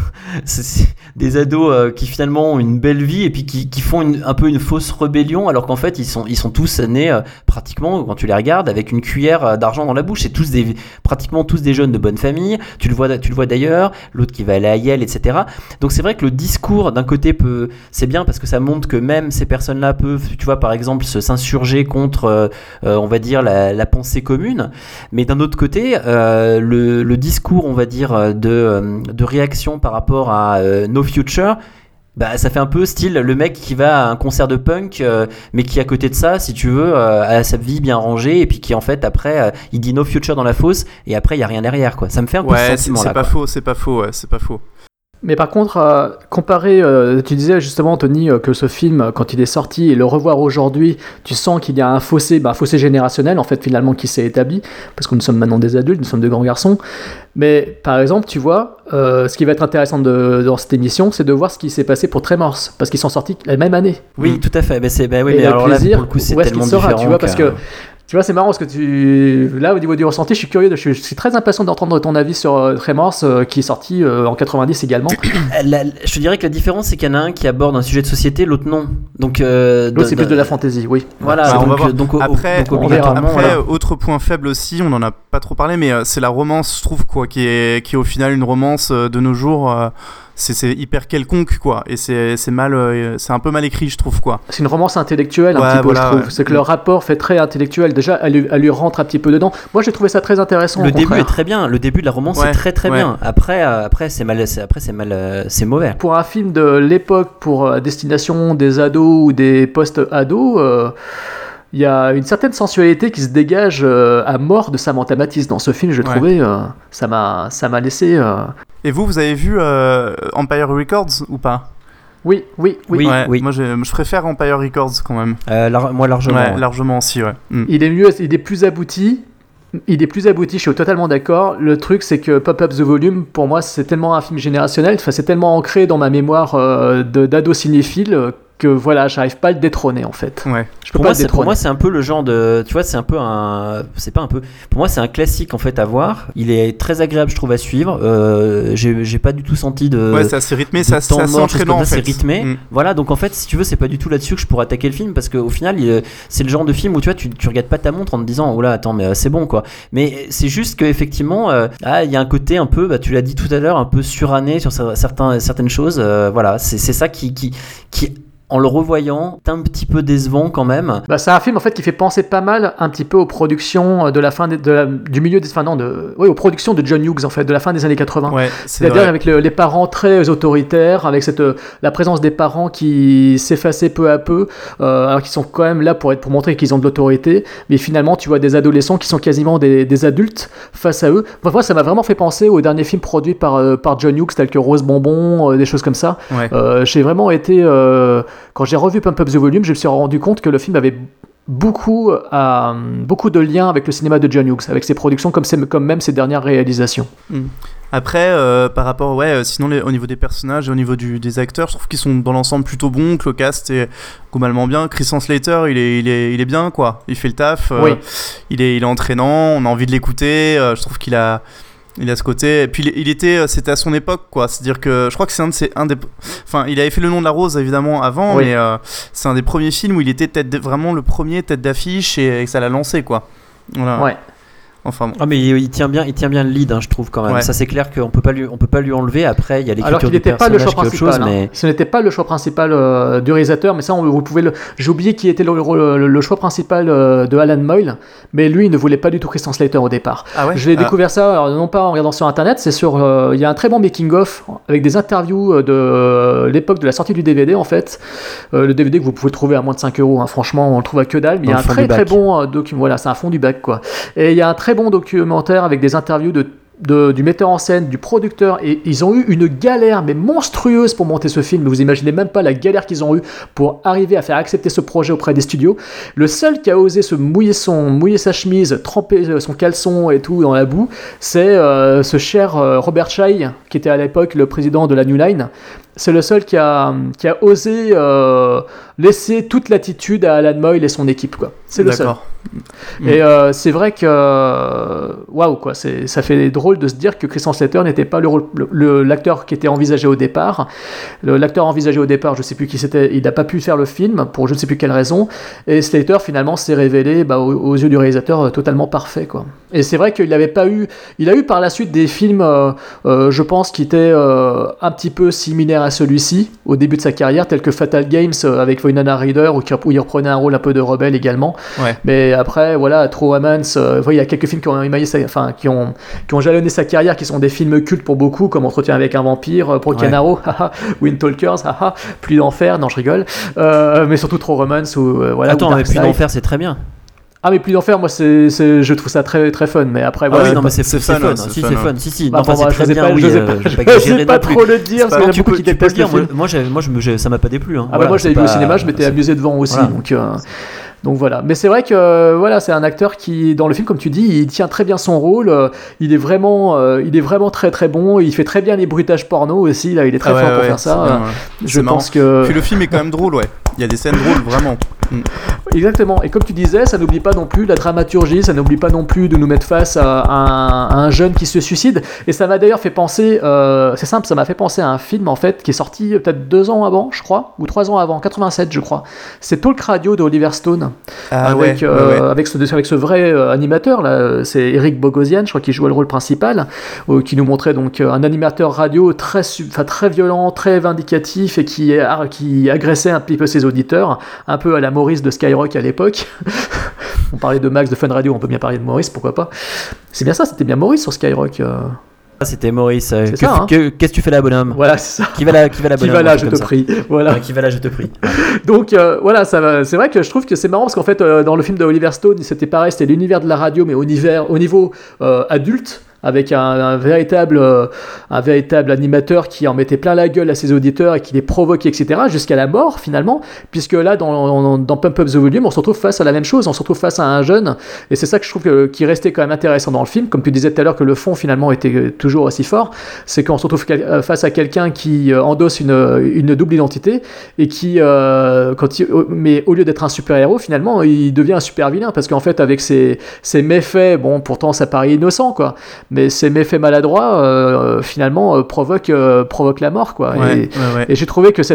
des ados qui finalement ont une belle vie et puis qui font un peu une fausse rébellion, alors qu'en fait ils sont tous nés pratiquement, quand tu les regardes, avec une cuillère d'argent dans la bouche. C'est pratiquement tous des jeunes de bonne famille. Tu le vois d'ailleurs, l'autre qui va aller à Yale, etc. Donc c'est vrai que le discours d'un côté c'est bien parce que ça montre que même ces personnes-là peuvent, tu vois, par exemple, s'insurger contre on va dire la pensée commune, mais d'un autre côté le discours, on va dire, de réaction par rapport à No Future, ça fait un peu style le mec qui va à un concert de punk mais qui à côté de ça, si tu veux, a sa vie bien rangée et puis qui en fait après il dit No Future dans la fosse et après il y a rien derrière, quoi. Ça me fait un peu ce sentiment là. C'est pas faux. Mais par contre, comparé, tu disais justement, Anthony, que ce film, quand il est sorti et le revoir aujourd'hui, tu sens qu'il y a un fossé générationnel, en fait, finalement, qui s'est établi, parce que nous sommes maintenant des adultes, nous sommes de grands garçons. Mais par exemple, tu vois, ce qui va être intéressant dans cette émission, c'est de voir ce qui s'est passé pour Tremors, parce qu'ils sont sortis la même année. Oui, tout à fait. Mais alors plaisir, là, pour le coup, c'est tellement différent. Tu vois, parce que tu vois, c'est marrant parce que là, au niveau du ressenti, je suis curieux, je suis très impatient d'entendre ton avis sur Tremors, qui est sorti en 90 également. Je dirais que la différence, c'est qu'il y en a un qui aborde un sujet de société, l'autre non. Donc, l'autre, c'est plus de la fantasy, oui. Voilà, on va voir. Après, voilà. Autre point faible aussi, on en a pas trop parlé, mais c'est la romance, je trouve, quoi, qui est au final une romance de nos jours. C'est hyper quelconque, quoi, et c'est un peu mal écrit, je trouve, quoi. C'est une romance intellectuelle, un petit peu, je trouve. C'est que le rapport fait très intellectuel. Déjà, elle lui rentre un petit peu dedans. Moi, j'ai trouvé ça très intéressant. Le début est très bien. Le début de la romance est très très bien. Après, c'est mauvais. Pour un film de l'époque, pour destination des ados ou des post-ados, il y a une certaine sensualité qui se dégage à mort de Samantha Mathis dans ce film, j'ai trouvé. Ça m'a laissé. Et vous avez vu Empire Records ou pas ? Oui. Moi, je préfère Empire Records quand même. Moi, largement. Ouais, largement aussi, ouais. Il est mieux, il est plus abouti. Je suis totalement d'accord. Le truc, c'est que Pop Up the Volume, pour moi, c'est tellement un film générationnel, c'est tellement ancré dans ma mémoire d'ado cinéphile que voilà, j'arrive pas à le détrôner en fait. Ouais. Je peux pas le détrôner. Pour moi, c'est un peu le genre de, tu vois, c'est pas un peu. Pour moi, c'est un classique en fait à voir. Il est très agréable, je trouve, à suivre. J'ai pas du tout senti de. Ouais, c'est assez rythmé, c'est assez entraînant en fait. C'est rythmé. Voilà, donc en fait, si tu veux, c'est pas du tout là-dessus que je pourrais attaquer le film parce qu'au final, c'est le genre de film où tu vois, tu regardes pas ta montre en te disant, oh là, attends, mais c'est bon quoi. Mais c'est juste qu'effectivement, il y a un côté un peu, tu l'as dit tout à l'heure, un peu suranné sur certaines choses. Voilà, c'est ça qui en le revoyant, c'est un petit peu décevant quand même. C'est un film en fait qui fait penser pas mal un petit peu aux productions de la fin du milieu des aux productions de John Hughes en fait de la fin des années 80. Ouais, c'est-à-dire avec les parents très autoritaires, avec la présence des parents qui s'effaçaient peu à peu, alors qu'ils sont quand même là pour montrer qu'ils ont de l'autorité, mais finalement tu vois des adolescents qui sont quasiment des adultes face à eux. Enfin, moi ça m'a vraiment fait penser aux derniers films produits par John Hughes tels que Rose Bonbon, des choses comme ça. Ouais. J'ai vraiment été quand j'ai revu Pump Up the Volume, je me suis rendu compte que le film avait beaucoup de liens avec le cinéma de John Hughes, avec ses productions comme même ses dernières réalisations. Après, par rapport, sinon au niveau des personnages et au niveau des acteurs, je trouve qu'ils sont dans l'ensemble plutôt bons, que le cast est globalement bien. Christian Slater, il est bien quoi, il fait le taf, oui. Il est entraînant, on a envie de l'écouter, je trouve qu'il a ce côté, et puis c'était à son époque quoi, c'est-à-dire que je crois que c'est enfin il avait fait Le Nom de la Rose évidemment avant, oui. Mais c'est un des premiers films où il était vraiment le premier tête d'affiche et ça l'a lancé quoi. Voilà. Ouais. Enfin, bon. Ah mais il tient bien le lead, je trouve quand même. Ouais. Ça c'est clair qu'on peut pas lui enlever. Après il y a l'écriture du personnage qui est autre chose, mais ce n'était pas le choix principal du réalisateur, mais ça vous pouvez j'ai oublié qui était le choix principal de Alan Moyle, mais lui il ne voulait pas du tout Christian Slater au départ. Ah ouais. Je l'ai découvert ça, alors, non pas en regardant sur internet, c'est sur il y a un très bon making of avec des interviews de l'époque de la sortie du DVD en fait. Le DVD que vous pouvez trouver à moins de 5€, franchement on le trouve à que dalle, mais il y a un très bon document, voilà, c'est un fond du bac quoi. Et il y a un très bon documentaire avec des interviews du metteur en scène, du producteur, et ils ont eu une galère mais monstrueuse pour monter ce film. Vous imaginez même pas la galère qu'ils ont eu pour arriver à faire accepter ce projet auprès des studios. Le seul qui a osé se mouiller sa chemise, tremper son caleçon et tout dans la boue, c'est ce cher Robert Chaille, qui était à l'époque le président de la New Line. C'est le seul qui a osé laisser toute l'attitude à Alan Moyle et son équipe quoi. C'est le D'accord. seul. Et c'est vrai que waouh quoi, ça fait drôle de se dire que Christian Slater n'était pas l'acteur qui était envisagé au départ. L'acteur envisagé au départ, je sais plus qui c'était, il n'a pas pu faire le film pour je ne sais plus quelle raison. Et Slater finalement s'est révélé aux yeux du réalisateur totalement parfait quoi. Et c'est vrai qu'il a eu par la suite des films, je pense, qui étaient un petit peu similaires à celui-ci au début de sa carrière, tels que Fatal Games avec Winona Ryder où il reprenait un rôle un peu de rebelle également. Ouais. Mais après voilà, True Romance, il y a quelques films qui ont émaillé qui ont jalonné sa carrière, qui sont des films cultes pour beaucoup, comme Entretien avec un vampire, Broken Arrow, Wind Talkers, Pluie d'enfer, non je rigole, mais surtout True Romance ou voilà. Attends, mais Pluie d'enfer c'est très bien. Ah mais Pluie d'enfer, moi je trouve ça très très fun, mais après oui, non mais c'est fun, fun. Si c'est fun, si. Bah, c'est très bien, oui. Je sais pas trop le dire, parce qu'il y a beaucoup qui détestent le film. Moi ça m'a pas déplu. Ah bah moi je l'avais vu au cinéma, je m'étais amusé devant aussi, donc voilà. Mais c'est vrai que voilà, c'est un acteur qui, dans le film, comme tu dis, il tient très bien son rôle. Il est vraiment très très bon. Il fait très bien les bruitages porno aussi. Là, il est très fort pour faire ça. Bien, je pense que. Puis le film est quand même drôle, ouais. Il y a des scènes drôles, vraiment. Exactement. Et comme tu disais, ça n'oublie pas non plus la dramaturgie. Ça n'oublie pas non plus de nous mettre face à un jeune qui se suicide. Et ça m'a d'ailleurs fait penser. C'est simple, ça m'a fait penser à un film en fait qui est sorti peut-être 2 ans avant, je crois, ou 3 ans avant, 87, je crois. C'est Talk Radio de Oliver Stone. Avec ce vrai animateur là, c'est Eric Bogosian, je crois qu'il jouait le rôle principal, qui nous montrait donc un animateur radio très violent, très vindicatif et qui agressait un petit peu ses auditeurs, un peu à la Maurice de Skyrock à l'époque. On parlait de Max de Fun Radio, on peut bien parler de Maurice, pourquoi pas. C'est bien ça, c'était bien Maurice sur Skyrock. C'était Maurice. Qu'est-ce que tu fais là, bonhomme? Voilà, c'est ça. Qui va là, bonhomme? Qui va là, je te prie. Voilà. Qui va là, je te prie. Donc voilà, c'est vrai que je trouve que c'est marrant parce qu'en fait, dans le film de Oliver Stone, c'était pareil, c'était l'univers de la radio, mais au niveau adulte. avec un véritable animateur qui en mettait plein la gueule à ses auditeurs et qui les provoquait, etc., jusqu'à la mort finalement, puisque là dans Pump Up the Volume, on se retrouve face à la même chose, on se retrouve face à un jeune, et c'est ça que je trouve qui restait quand même intéressant dans le film, comme tu disais tout à l'heure que le fond finalement était toujours aussi fort, c'est qu'on se retrouve face à quelqu'un qui endosse une double identité, et qui, mais au lieu d'être un super-héros, finalement, il devient un super-vilain, parce qu'en fait, avec ses méfaits, bon, pourtant ça paraît innocent, quoi, mais ces méfaits maladroits finalement provoquent la mort, quoi. Et j'ai trouvé que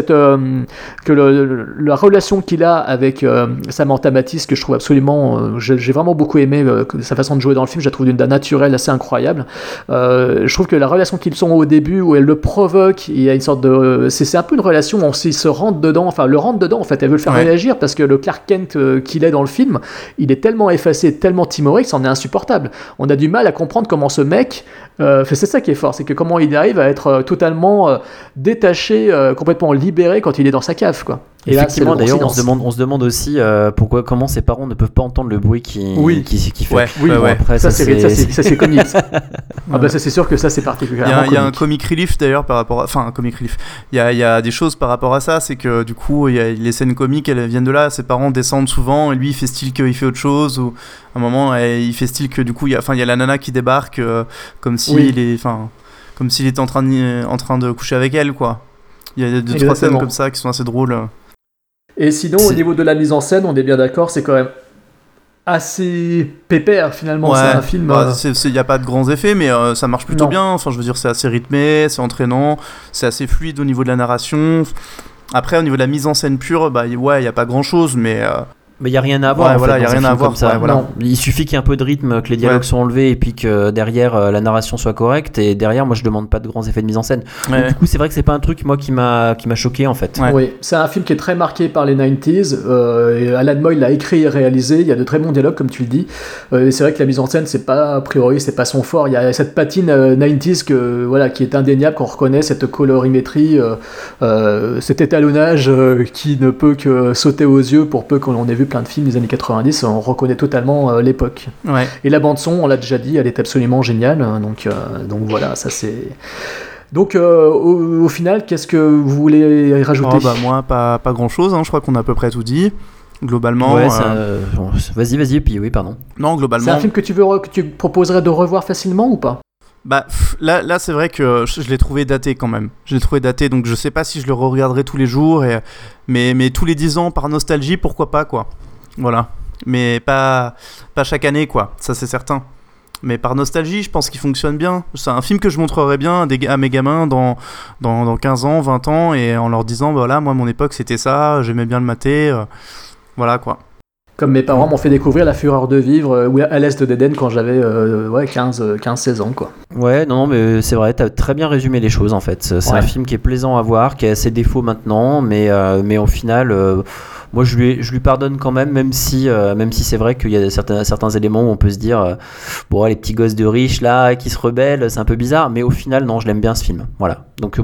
la relation qu'il a avec Samantha Mathis, que je trouve absolument j'ai vraiment beaucoup aimé sa façon de jouer dans le film, je la trouve d'une naturelle assez incroyable. Je trouve que la relation qu'ils ont au début, où elle le provoque, il y a une sorte de c'est un peu une relation où on se rentre dedans, enfin le rentre dedans en fait, elle veut le faire réagir, parce que le Clark Kent qu'il est dans le film, il est tellement effacé, tellement timoré que c'en est insupportable. On a du mal à comprendre comment ce mec, c'est ça qui est fort, c'est que comment il arrive à être totalement détaché, complètement libéré quand il est dans sa cave, quoi. Et effectivement, là, d'ailleurs, on se demande aussi comment ses parents ne peuvent pas entendre le bruit qui fait. Après, ça c'est comique. Bah ça c'est sûr que ça c'est particulièrement. Il y a un comic relief d'ailleurs par rapport à... Enfin, un comic relief. Il y a des choses par rapport à ça, c'est que du coup, les scènes comiques, elles viennent de là. Ses parents descendent souvent et lui, il fait style qu'il fait autre chose, ou à un moment, il fait style que du coup, il y a la nana qui débarque comme s'il était en train de coucher avec elle, quoi. Il y a 2-3 scènes comme ça qui sont assez drôles. Et sinon, au niveau de la mise en scène, on est bien d'accord, c'est quand même assez pépère finalement. C'est un film. Il n'y a pas de grands effets, mais ça marche plutôt bien. Enfin, je veux dire, c'est assez rythmé, c'est entraînant, c'est assez fluide au niveau de la narration. Après, au niveau de la mise en scène pure, il n'y a pas grand chose, mais il n'y a rien à voir. Il n'y a rien à voir. Il suffit qu'il y ait un peu de rythme, que les dialogues soient enlevés, et puis que derrière la narration soit correcte. Et derrière, moi, je demande pas de grands effets de mise en scène. Donc, du coup, c'est vrai que c'est pas un truc moi qui m'a choqué en fait. Oui, c'est un film qui est très marqué par les 90s. Et Alan Moyle l'a écrit et réalisé. Il y a de très bons dialogues, comme tu le dis. Et c'est vrai que la mise en scène, c'est pas a priori, c'est pas son fort. Il y a cette patine 90s qui est indéniable, qu'on reconnaît, cette colorimétrie, cet étalonnage qui ne peut que sauter aux yeux pour peu qu'on ait vu plein de films des années 90, on reconnaît totalement l'époque. Et la bande son, on l'a déjà dit, elle est absolument géniale, donc voilà, ça c'est... Donc au final, qu'est-ce que vous voulez rajouter ? Moi, pas grand chose, je crois qu'on a à peu près tout dit. Globalement... Vas-y, puis oui, pardon. Non, globalement... C'est un film que tu proposerais de revoir facilement ou pas ? Là c'est vrai que je l'ai trouvé daté quand même. Je l'ai trouvé daté, donc je sais pas si je le re-regarderai tous les jours, mais tous les 10 ans par nostalgie, pourquoi pas, quoi. Voilà. Mais pas chaque année, quoi. Ça c'est certain. Mais par nostalgie, je pense qu'il fonctionne bien. C'est un film que je montrerai bien à mes gamins dans 15 ans, 20 ans, et en leur disant, voilà, moi mon époque c'était ça, j'aimais bien le mater. Voilà, quoi. Comme mes parents m'ont fait découvrir La Fureur de Vivre à l'Est d'Éden quand j'avais 15-16 ans, quoi. Ouais, non, mais c'est vrai, t'as très bien résumé les choses, en fait. C'est un film qui est plaisant à voir, qui a ses défauts maintenant, mais au final... moi, je lui pardonne quand même si c'est vrai qu'il y a certains éléments où on peut se dire les petits gosses de riches là qui se rebellent, c'est un peu bizarre, mais au final non, je l'aime bien ce film. Voilà. Donc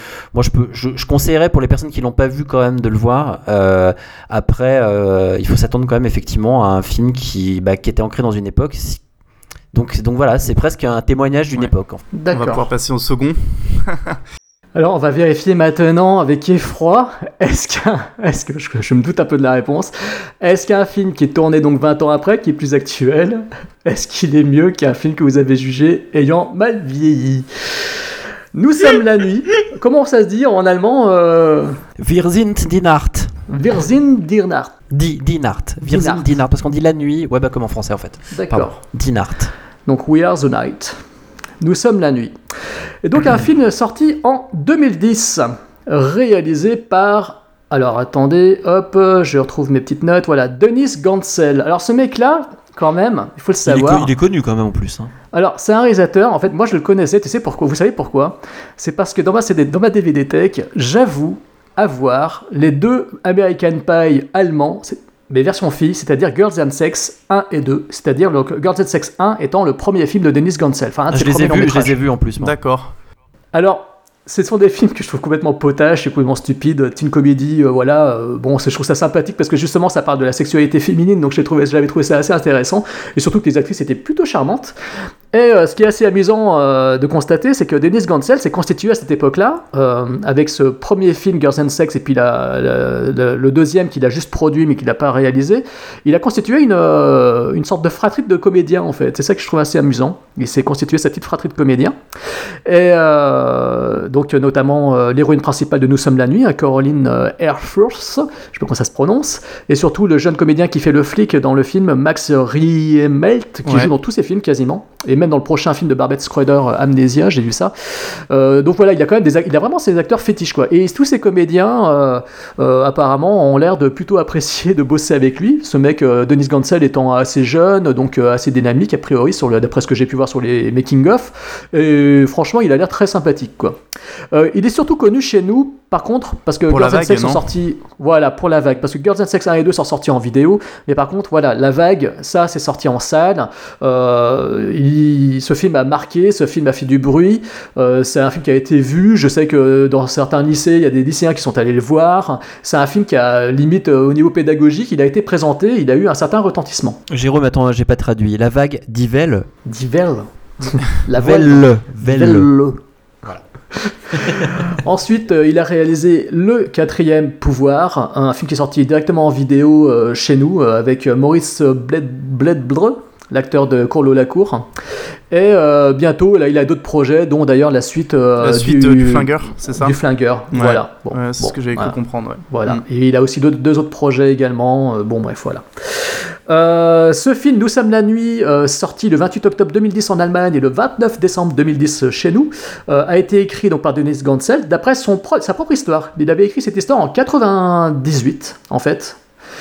je conseillerais pour les personnes qui l'ont pas vu quand même de le voir. Après, il faut s'attendre quand même effectivement à un film qui était ancré dans une époque. Donc voilà, c'est presque un témoignage d'une époque. D'accord. On va pouvoir passer au second. Alors, on va vérifier maintenant avec effroi. Est-ce que je me doute un peu de la réponse. Est-ce qu'un film qui est tourné donc 20 ans après, qui est plus actuel, est-ce qu'il est mieux qu'un film que vous avez jugé ayant mal vieilli ? Nous sommes la nuit. Comment ça se dit en allemand Wir sind die Nacht. Wir sind die Nacht. Die Nacht. Wir sind die Nacht, parce qu'on dit la nuit. Ouais, comme en français en fait. D'accord. Pardon. Die Nacht. Donc, We are the night. Nous sommes la nuit. Et donc un film sorti en 2010, réalisé par... Alors attendez, hop, je retrouve mes petites notes. Voilà, Denis Gansel. Alors ce mec-là, quand même, il faut le savoir. Il est connu quand même en plus. Alors c'est un réalisateur, en fait, moi je le connaissais, tu sais pourquoi ? Vous savez pourquoi ? C'est parce que dans ma DVD Tech, j'avoue avoir les 2 American Pie allemands, mais version fille, c'est-à-dire Girls and Sex 1 et 2, c'est-à-dire Girls and Sex 1 étant le premier film de Denis Gansel. Enfin, je les ai vus en plus. Moi. D'accord. Alors, ce sont des films que je trouve complètement potaches et complètement stupides, teen comédie, je trouve ça sympathique parce que justement ça parle de la sexualité féminine, donc j'avais trouvé ça assez intéressant, et surtout que les actrices étaient plutôt charmantes. Et ce qui est assez amusant de constater, c'est que Dennis Gansel s'est constitué à cette époque-là, avec ce premier film Girls and Sex et puis le deuxième qu'il a juste produit mais qu'il n'a pas réalisé. Il a constitué une sorte de fratrie de comédiens en fait. C'est ça que je trouve assez amusant. Il s'est constitué sa petite fratrie de comédiens. Et donc notamment l'héroïne principale de Nous sommes la nuit, Caroline Earhurst, je sais pas comment ça se prononce, et surtout le jeune comédien qui fait le flic dans le film, Max Riemelt, qui joue dans tous ses films quasiment. Et même dans le prochain film de Barbet Schroeder, Amnesia, j'ai vu ça. Donc voilà, il a quand même il a vraiment ses acteurs fétiches, quoi. Et tous ces comédiens, apparemment, ont l'air de plutôt apprécier de bosser avec lui. Ce mec, Dennis Gansel, étant assez jeune, donc assez dynamique, a priori, d'après ce que j'ai pu voir sur les making-of. Et franchement, il a l'air très sympathique, quoi. Il est surtout connu chez nous, par contre, parce que Girls and Sex sont sortis... Voilà, pour la vague. Parce que Girls and Sex 1 et 2 sont sortis en vidéo. Mais par contre, voilà, la vague, ça, c'est sorti en salle. Ce film a marqué, ce film a fait du bruit. C'est un film qui a été vu. Je sais que dans certains lycées, il y a des lycéens qui sont allés le voir. C'est un film qui a, limite, au niveau pédagogique, il a été présenté. Il a eu un certain retentissement. Jérôme, attends, j'ai pas traduit. La vague d'Yvel. La Velle. Voilà. Ensuite, il a réalisé Le Quatrième Pouvoir, un film qui est sorti directement en vidéo chez nous, avec Maurice Bledbreux, l'acteur de Courlo Lacour. Et bientôt, là, il a d'autres projets, dont d'ailleurs la suite du Flingueur, c'est ça ? Du Flingueur, ouais. Voilà. Bon, ouais, c'est ce que j'avais cru comprendre. Ouais. Voilà. Et il a aussi deux autres projets également. Bon, bref, voilà. Ce film, Nous sommes la nuit, sorti le 28 octobre 2010 en Allemagne et le 29 décembre 2010 chez nous, a été écrit donc par Dennis Gansel d'après sa propre histoire. Il avait écrit cette histoire en 98, en fait.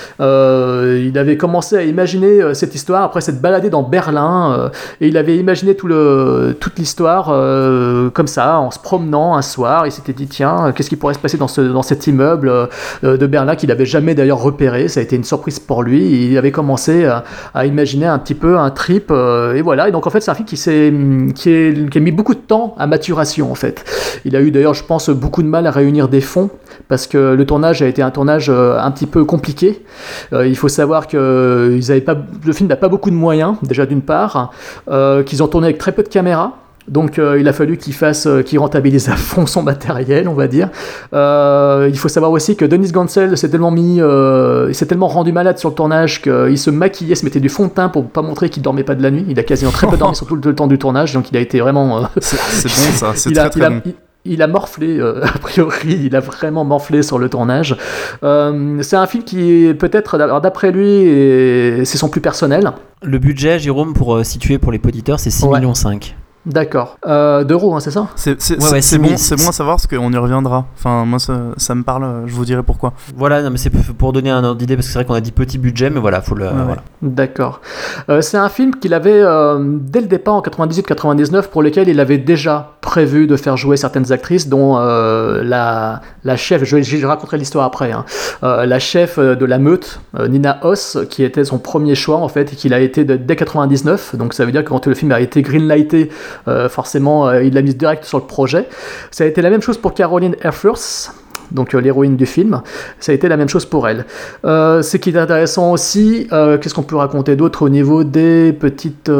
Il avait commencé à imaginer cette histoire après s'être baladé dans Berlin et il avait imaginé toute l'histoire comme ça, en se promenant un soir. Il s'était dit tiens, qu'est-ce qui pourrait se passer dans cet immeuble de Berlin qu'il n'avait jamais d'ailleurs repéré. Ça a été une surprise pour lui. Il avait commencé à imaginer un petit peu un trip et voilà. Et donc en fait c'est un film qui a mis beaucoup de temps à maturation en fait. Il a eu d'ailleurs je pense beaucoup de mal à réunir des fonds parce que le tournage a été un tournage un petit peu compliqué. Il faut savoir que le film n'a pas beaucoup de moyens, déjà d'une part, qu'ils ont tourné avec très peu de caméras. Donc il a fallu qu'il rentabilise à fond son matériel, on va dire. Il faut savoir aussi que Dennis Gansel s'est tellement rendu malade sur le tournage qu'il se maquillait, se mettait du fond de teint pour pas montrer qu'il dormait pas de la nuit. Il a quasiment très peu dormi sur tout le temps du tournage, donc il a été vraiment... C'est bon ça, c'est très bon. Il a morflé, a priori, il a vraiment morflé sur le tournage. C'est un film qui, peut-être, d'après lui, c'est son plus personnel. Le budget, Jérôme, pour situer pour les auditeurs, c'est 6,5 millions. D'accord. D'euros, hein, c'est ça ? C'est bon à savoir parce qu'on y reviendra. Enfin, moi, ça me parle, je vous dirai pourquoi. Voilà, non, mais c'est pour donner un ordre d'idée parce que c'est vrai qu'on a dit petit budget, mais voilà, faut le. Voilà. D'accord. C'est un film qu'il avait, dès le départ, en 98-99, pour lequel il avait déjà prévu de faire jouer certaines actrices, dont la chef, je raconterai l'histoire après, hein, la chef de la meute, Nina Hoss, qui était son premier choix, en fait, et qu'il a été dès 99. Donc ça veut dire que quand le film a été greenlighté, forcément, il l'a mise direct sur le projet. Ça a été la même chose pour Caroline Earhurst, donc l'héroïne du film. Ça a été la même chose pour elle. Ce qui est intéressant aussi, qu'est-ce qu'on peut raconter d'autre au niveau des petites...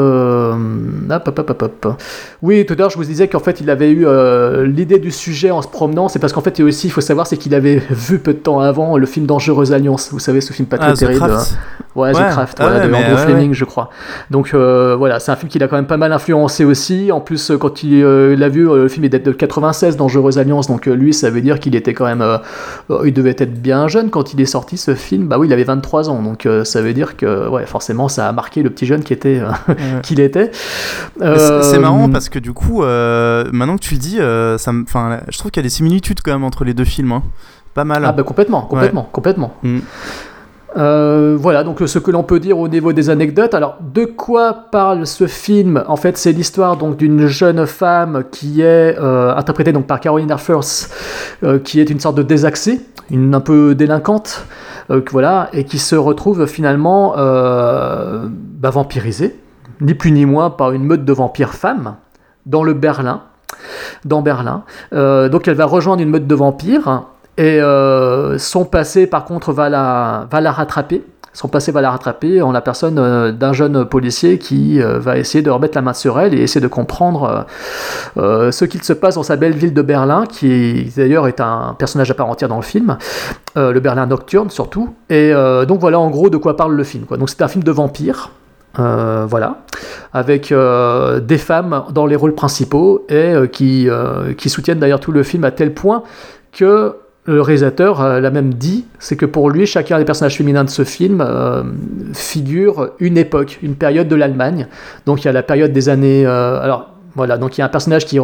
Oui, tout à l'heure, je vous disais qu'en fait, il avait eu l'idée du sujet en se promenant. C'est parce qu'en fait, aussi, il faut savoir, c'est qu'il avait vu peu de temps avant le film Dangereuse Alliance. Vous savez, ce film pas très terrible. The Craft, de Andrew Fleming, je crois. Donc voilà, c'est un film qui l'a quand même pas mal influencé aussi. En plus, quand il l'a vu, le film est de 96, Dangereuse Alliance. Donc lui, ça veut dire qu'il était quand même... il devait être bien jeune quand il est sorti, ce film. Bah oui, il avait 23 ans. Donc ça veut dire que, ouais, forcément, ça a marqué le petit jeune qu'il était. C'est marrant parce que du coup, maintenant que tu le dis, je trouve qu'il y a des similitudes quand même entre les deux films. Hein. Pas mal. Ah bah complètement. Voilà, donc ce que l'on peut dire au niveau des anecdotes. Alors, de quoi parle ce film ? En fait, c'est l'histoire donc d'une jeune femme qui est interprétée donc par Caroline Earhurst, qui est une sorte de désaxée, un peu délinquante, voilà, et qui se retrouve finalement vampirisée, ni plus ni moins par une meute de vampires femmes dans Berlin. Donc, elle va rejoindre une meute de vampires. Et son passé, par contre, va la rattraper. son passé va la rattraper en la personne d'un jeune policier qui va essayer de remettre la main sur elle et essayer de comprendre ce qu'il se passe dans sa belle ville de Berlin, qui d'ailleurs est un personnage à part entière dans le film, le Berlin nocturne surtout. Et donc voilà en gros de quoi parle le film, quoi. Donc c'est un film de vampire. Voilà, avec des femmes dans les rôles principaux et qui soutiennent d'ailleurs tout le film à tel point que le réalisateur l'a même dit, c'est que pour lui, chacun des personnages féminins de ce film figure une époque, une période de l'Allemagne. Donc il y a la période des années... alors voilà, donc il y a un personnage qui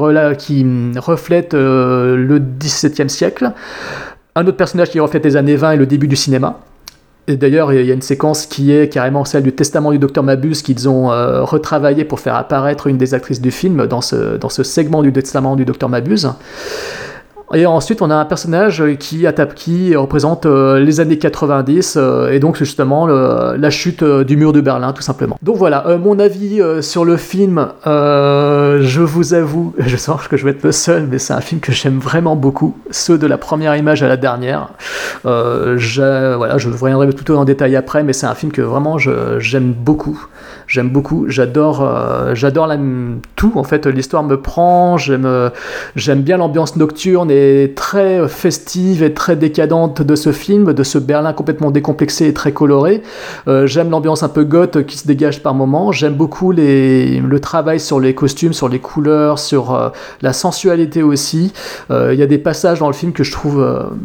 reflète le XVIIe siècle, un autre personnage qui reflète les années 20 et le début du cinéma. Et d'ailleurs, il y a une séquence qui est carrément celle du testament du docteur Mabuse qu'ils ont retravaillé pour faire apparaître une des actrices du film dans ce segment du testament du docteur Mabuse. Et ensuite, on a un personnage qui représente les années 90, et donc justement la chute du mur de Berlin, tout simplement. Donc voilà, mon avis sur le film, je vous avoue, je sens que je vais être le seul, mais c'est un film que j'aime vraiment beaucoup, ceux de la première image à la dernière. Je reviendrai plutôt en détail après, mais c'est un film que vraiment j'aime beaucoup. J'adore tout, en fait, l'histoire me prend, j'aime bien l'ambiance nocturne et très festive et très décadente de ce film, de ce Berlin complètement décomplexé et très coloré. J'aime l'ambiance un peu goth qui se dégage par moments. J'aime beaucoup le travail sur les costumes, sur les couleurs, sur la sensualité aussi. Il y a des passages dans le film que je trouve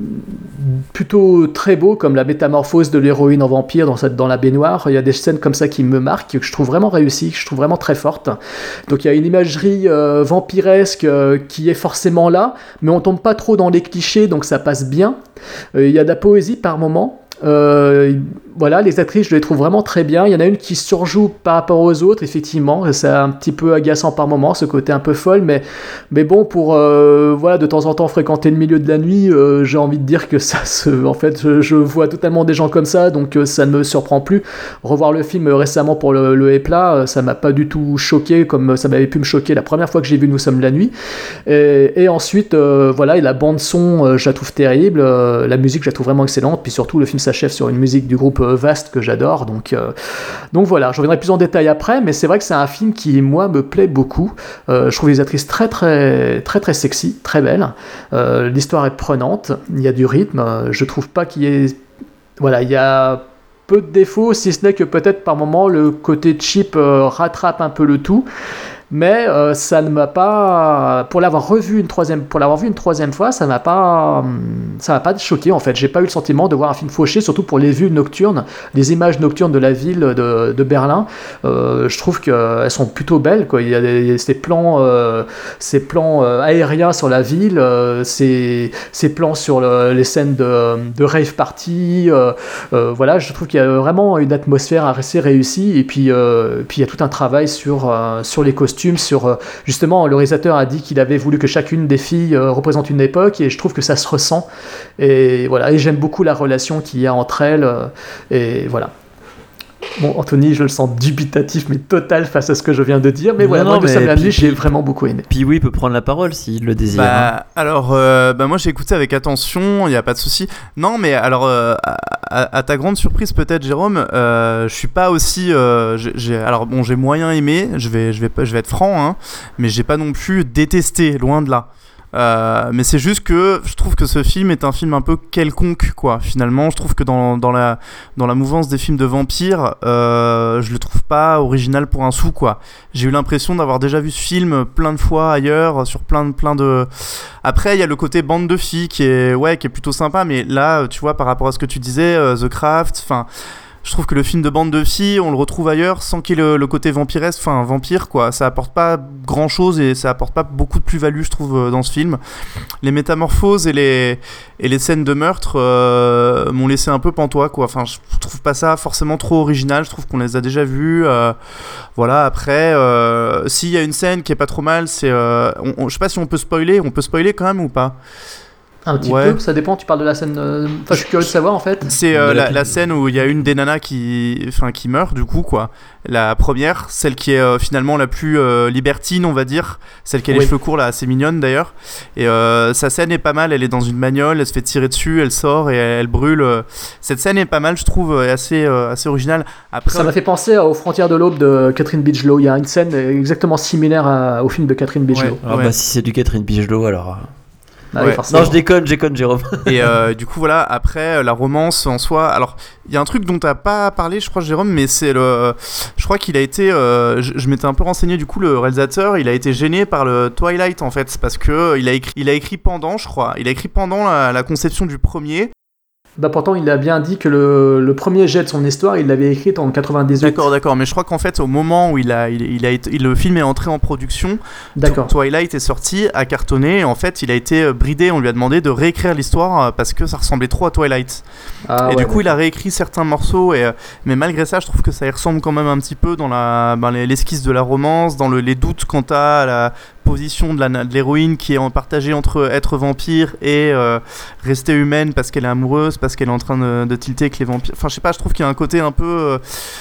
plutôt très beaux, comme la métamorphose de l'héroïne en vampire dans la baignoire. Il y a des scènes comme ça qui me marquent, que je trouve vraiment réussies, que je trouve vraiment très fortes. Donc il y a une imagerie vampiresque qui est forcément là, mais on tombe pas trop dans les clichés, donc ça passe bien. Il y a de la poésie par moments. Voilà, les actrices, je les trouve vraiment très bien. Il y en a une qui surjoue par rapport aux autres, effectivement. C'est un petit peu agaçant par moments, ce côté un peu folle, mais bon, pour voilà, de temps en temps fréquenter le milieu de la nuit, j'ai envie de dire que en fait, je vois totalement des gens comme ça, donc ça ne me surprend plus. Revoir le film récemment pour le Epla, ça m'a pas du tout choqué comme ça m'avait pu me choquer la première fois que j'ai vu Nous sommes la nuit. Et ensuite, voilà, et la bande son, je la trouve terrible, la musique, je la trouve vraiment excellente, puis surtout le film s'achève sur une musique du groupe Vast que j'adore, donc voilà, je reviendrai plus en détail après, mais c'est vrai que c'est un film qui, moi, me plaît beaucoup. Je trouve les actrices très très très très sexy, très belles. L'histoire est prenante, il y a du rythme, je trouve pas qu'il y ait... Voilà, il y a peu de défauts, si ce n'est que peut-être par moment le côté cheap rattrape un peu le tout. Mais ça ne m'a pas, pour l'avoir vu une troisième fois, ça m'a pas choqué en fait. J'ai pas eu le sentiment de voir un film fauché, surtout pour les vues nocturnes, les images nocturnes de la ville de Berlin. Je trouve qu'elles sont plutôt belles, quoi. Il y a ces plans aériens sur la ville, ces plans sur les scènes de rave party. Voilà, je trouve qu'il y a vraiment une atmosphère assez réussie. Et puis il y a tout un travail sur les costumes. Justement, le réalisateur a dit qu'il avait voulu que chacune des filles représente une époque, et je trouve que ça se ressent, et voilà, et j'aime beaucoup la relation qu'il y a entre elles, et voilà. Bon, Anthony, je le sens dubitatif, mais total face à ce que je viens de dire. Mais voilà, moi, ça m'a plu, j'ai vraiment beaucoup aimé. Puis oui, il peut prendre la parole s'il le désire. Alors, moi, j'ai écouté avec attention, il n'y a pas de souci. Non, mais alors, à ta grande surprise, peut-être, Jérôme, je suis pas aussi... alors, bon, j'ai moyen aimé, je vais être franc, hein, mais j'ai pas non plus détesté, loin de là. Mais c'est juste que je trouve que ce film est un film un peu quelconque, quoi. Finalement, je trouve que dans la mouvance des films de vampires, je le trouve pas original pour un sou, quoi. J'ai eu l'impression d'avoir déjà vu ce film plein de fois ailleurs, sur plein de... Après, il y a le côté bande de filles qui est plutôt sympa, mais là, tu vois, par rapport à ce que tu disais, The Craft, enfin... Je trouve que le film de bande de filles, on le retrouve ailleurs sans qu'il y ait le côté vampiresque, enfin vampire quoi. Ça apporte pas grand chose et ça apporte pas beaucoup de plus-value, je trouve, dans ce film. Les métamorphoses et les scènes de meurtre m'ont laissé un peu pantois quoi. Enfin, je trouve pas ça forcément trop original. Je trouve qu'on les a déjà vus. Voilà. Après, s'il y a une scène qui est pas trop mal, c'est, je sais pas si on peut spoiler. On peut spoiler quand même ou pas? Un petit peu, ça dépend, tu parles de la scène... Enfin, je suis curieux de savoir, en fait. C'est la scène où il y a une des nanas qui meurt, du coup, quoi. La première, celle qui est finalement la plus libertine, on va dire. Celle qui a les cheveux courts, là, assez mignonne, d'ailleurs. Et sa scène est pas mal, elle est dans une bagnole, elle se fait tirer dessus, elle sort et elle brûle. Cette scène est pas mal, je trouve, assez originale. Après, ça m'a fait penser aux Frontières de l'aube de Catherine Bigelow. Il y a une scène exactement similaire au film de Catherine Bigelow. Ouais. Bah, si c'est du Catherine Bigelow, alors... Ouais. Non, je déconne, Jérôme. Et du coup, voilà, après, la romance en soi. Alors, il y a un truc dont t'as pas parlé, je crois, Jérôme, mais c'est le. Je crois qu'il a été. Je m'étais un peu renseigné, du coup, le réalisateur, il a été gêné par le Twilight, en fait, parce que il a écrit pendant, je crois. Il a écrit pendant la conception du premier. Bah pourtant, il a bien dit que le premier jet de son histoire, il l'avait écrit en 98. D'accord, mais je crois qu'en fait, au moment où le film est entré en production, Twilight est sorti, a cartonné, et en fait, il a été bridé, on lui a demandé de réécrire l'histoire parce que ça ressemblait trop à Twilight. Du coup, il a réécrit certains morceaux, mais malgré ça, je trouve que ça y ressemble quand même un petit peu dans l'esquisse de la romance, dans les doutes quant à la position de l'héroïne qui est partagée entre être vampire et rester humaine parce qu'elle est amoureuse, parce qu'elle est en train de tilter avec les vampires. Enfin, je sais pas, je trouve qu'il y a un côté un peu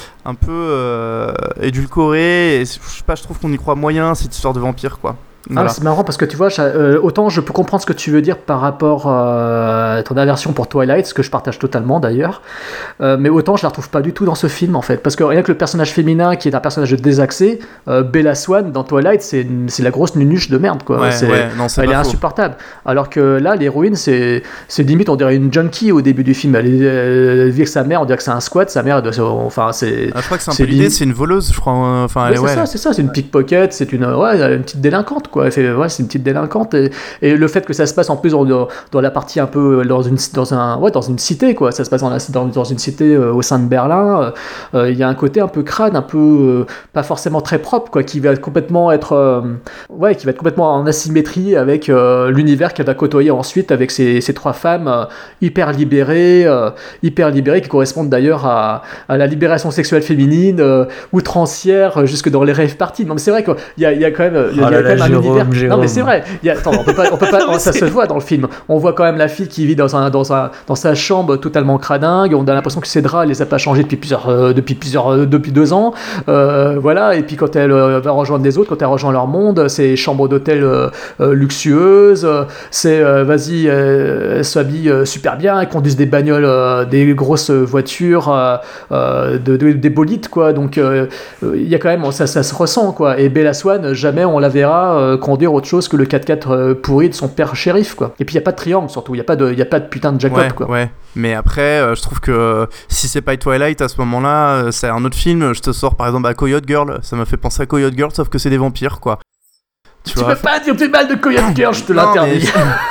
édulcoré, et je sais pas, je trouve qu'on y croit moyen, cette histoire de vampire, quoi. Voilà. C'est marrant parce que tu vois, autant je peux comprendre ce que tu veux dire par rapport à ton aversion pour Twilight, ce que je partage totalement d'ailleurs, mais autant je la retrouve pas du tout dans ce film en fait, parce que rien que le personnage féminin qui est un personnage désaxé, Bella Swan dans Twilight, c'est la grosse nunuche de merde quoi. Elle est insupportable. Alors que là, l'héroïne, c'est limite on dirait une junkie au début du film. Elle vit avec sa mère, on dirait que c'est un squat, sa mère, c'est. Je crois que c'est un peu l'idée, c'est une voleuse, je crois. C'est ça, c'est une pickpocket, c'est une petite délinquante. C'est une petite délinquante et le fait que ça se passe en plus dans la partie un peu dans une cité quoi, ça se passe dans une cité au sein de Berlin, il y a un côté un peu crade, un peu pas forcément très propre quoi, qui va complètement être en asymétrie avec l'univers qu'elle va côtoyer ensuite avec ces trois femmes hyper libérées qui correspondent d'ailleurs à la libération sexuelle féminine outrancière jusque dans les rave parties. Non mais c'est vrai qu'il y a quand même un univers. Non mais c'est vrai. On peut pas ça se voit dans le film. On voit quand même la fille qui vit dans sa chambre totalement cradingue. On a l'impression que ses draps elle les a pas changés depuis 2 ans. Voilà. Et puis quand elle va rejoindre les autres, quand elle rejoint leur monde, c'est chambres d'hôtel luxueuses. C'est elles s'habillent super bien. Elles conduisent des bagnoles, des grosses voitures, des bolides quoi. Donc il y a quand même ça se ressent quoi. Et Bella Swan, jamais on la verra conduire autre chose que le 4x4 pourri de son père shérif quoi. Et puis il y a pas de triangle surtout, il y a pas de putain de jackpot quoi. Ouais. Mais après je trouve que si c'est pas Twilight à ce moment-là, c'est un autre film, je te sors par exemple à Coyote Girl, ça m'a fait penser à Coyote Girl sauf que c'est des vampires quoi. Tu peux pas dire du mal de Coyote Girl, je te l'interdis.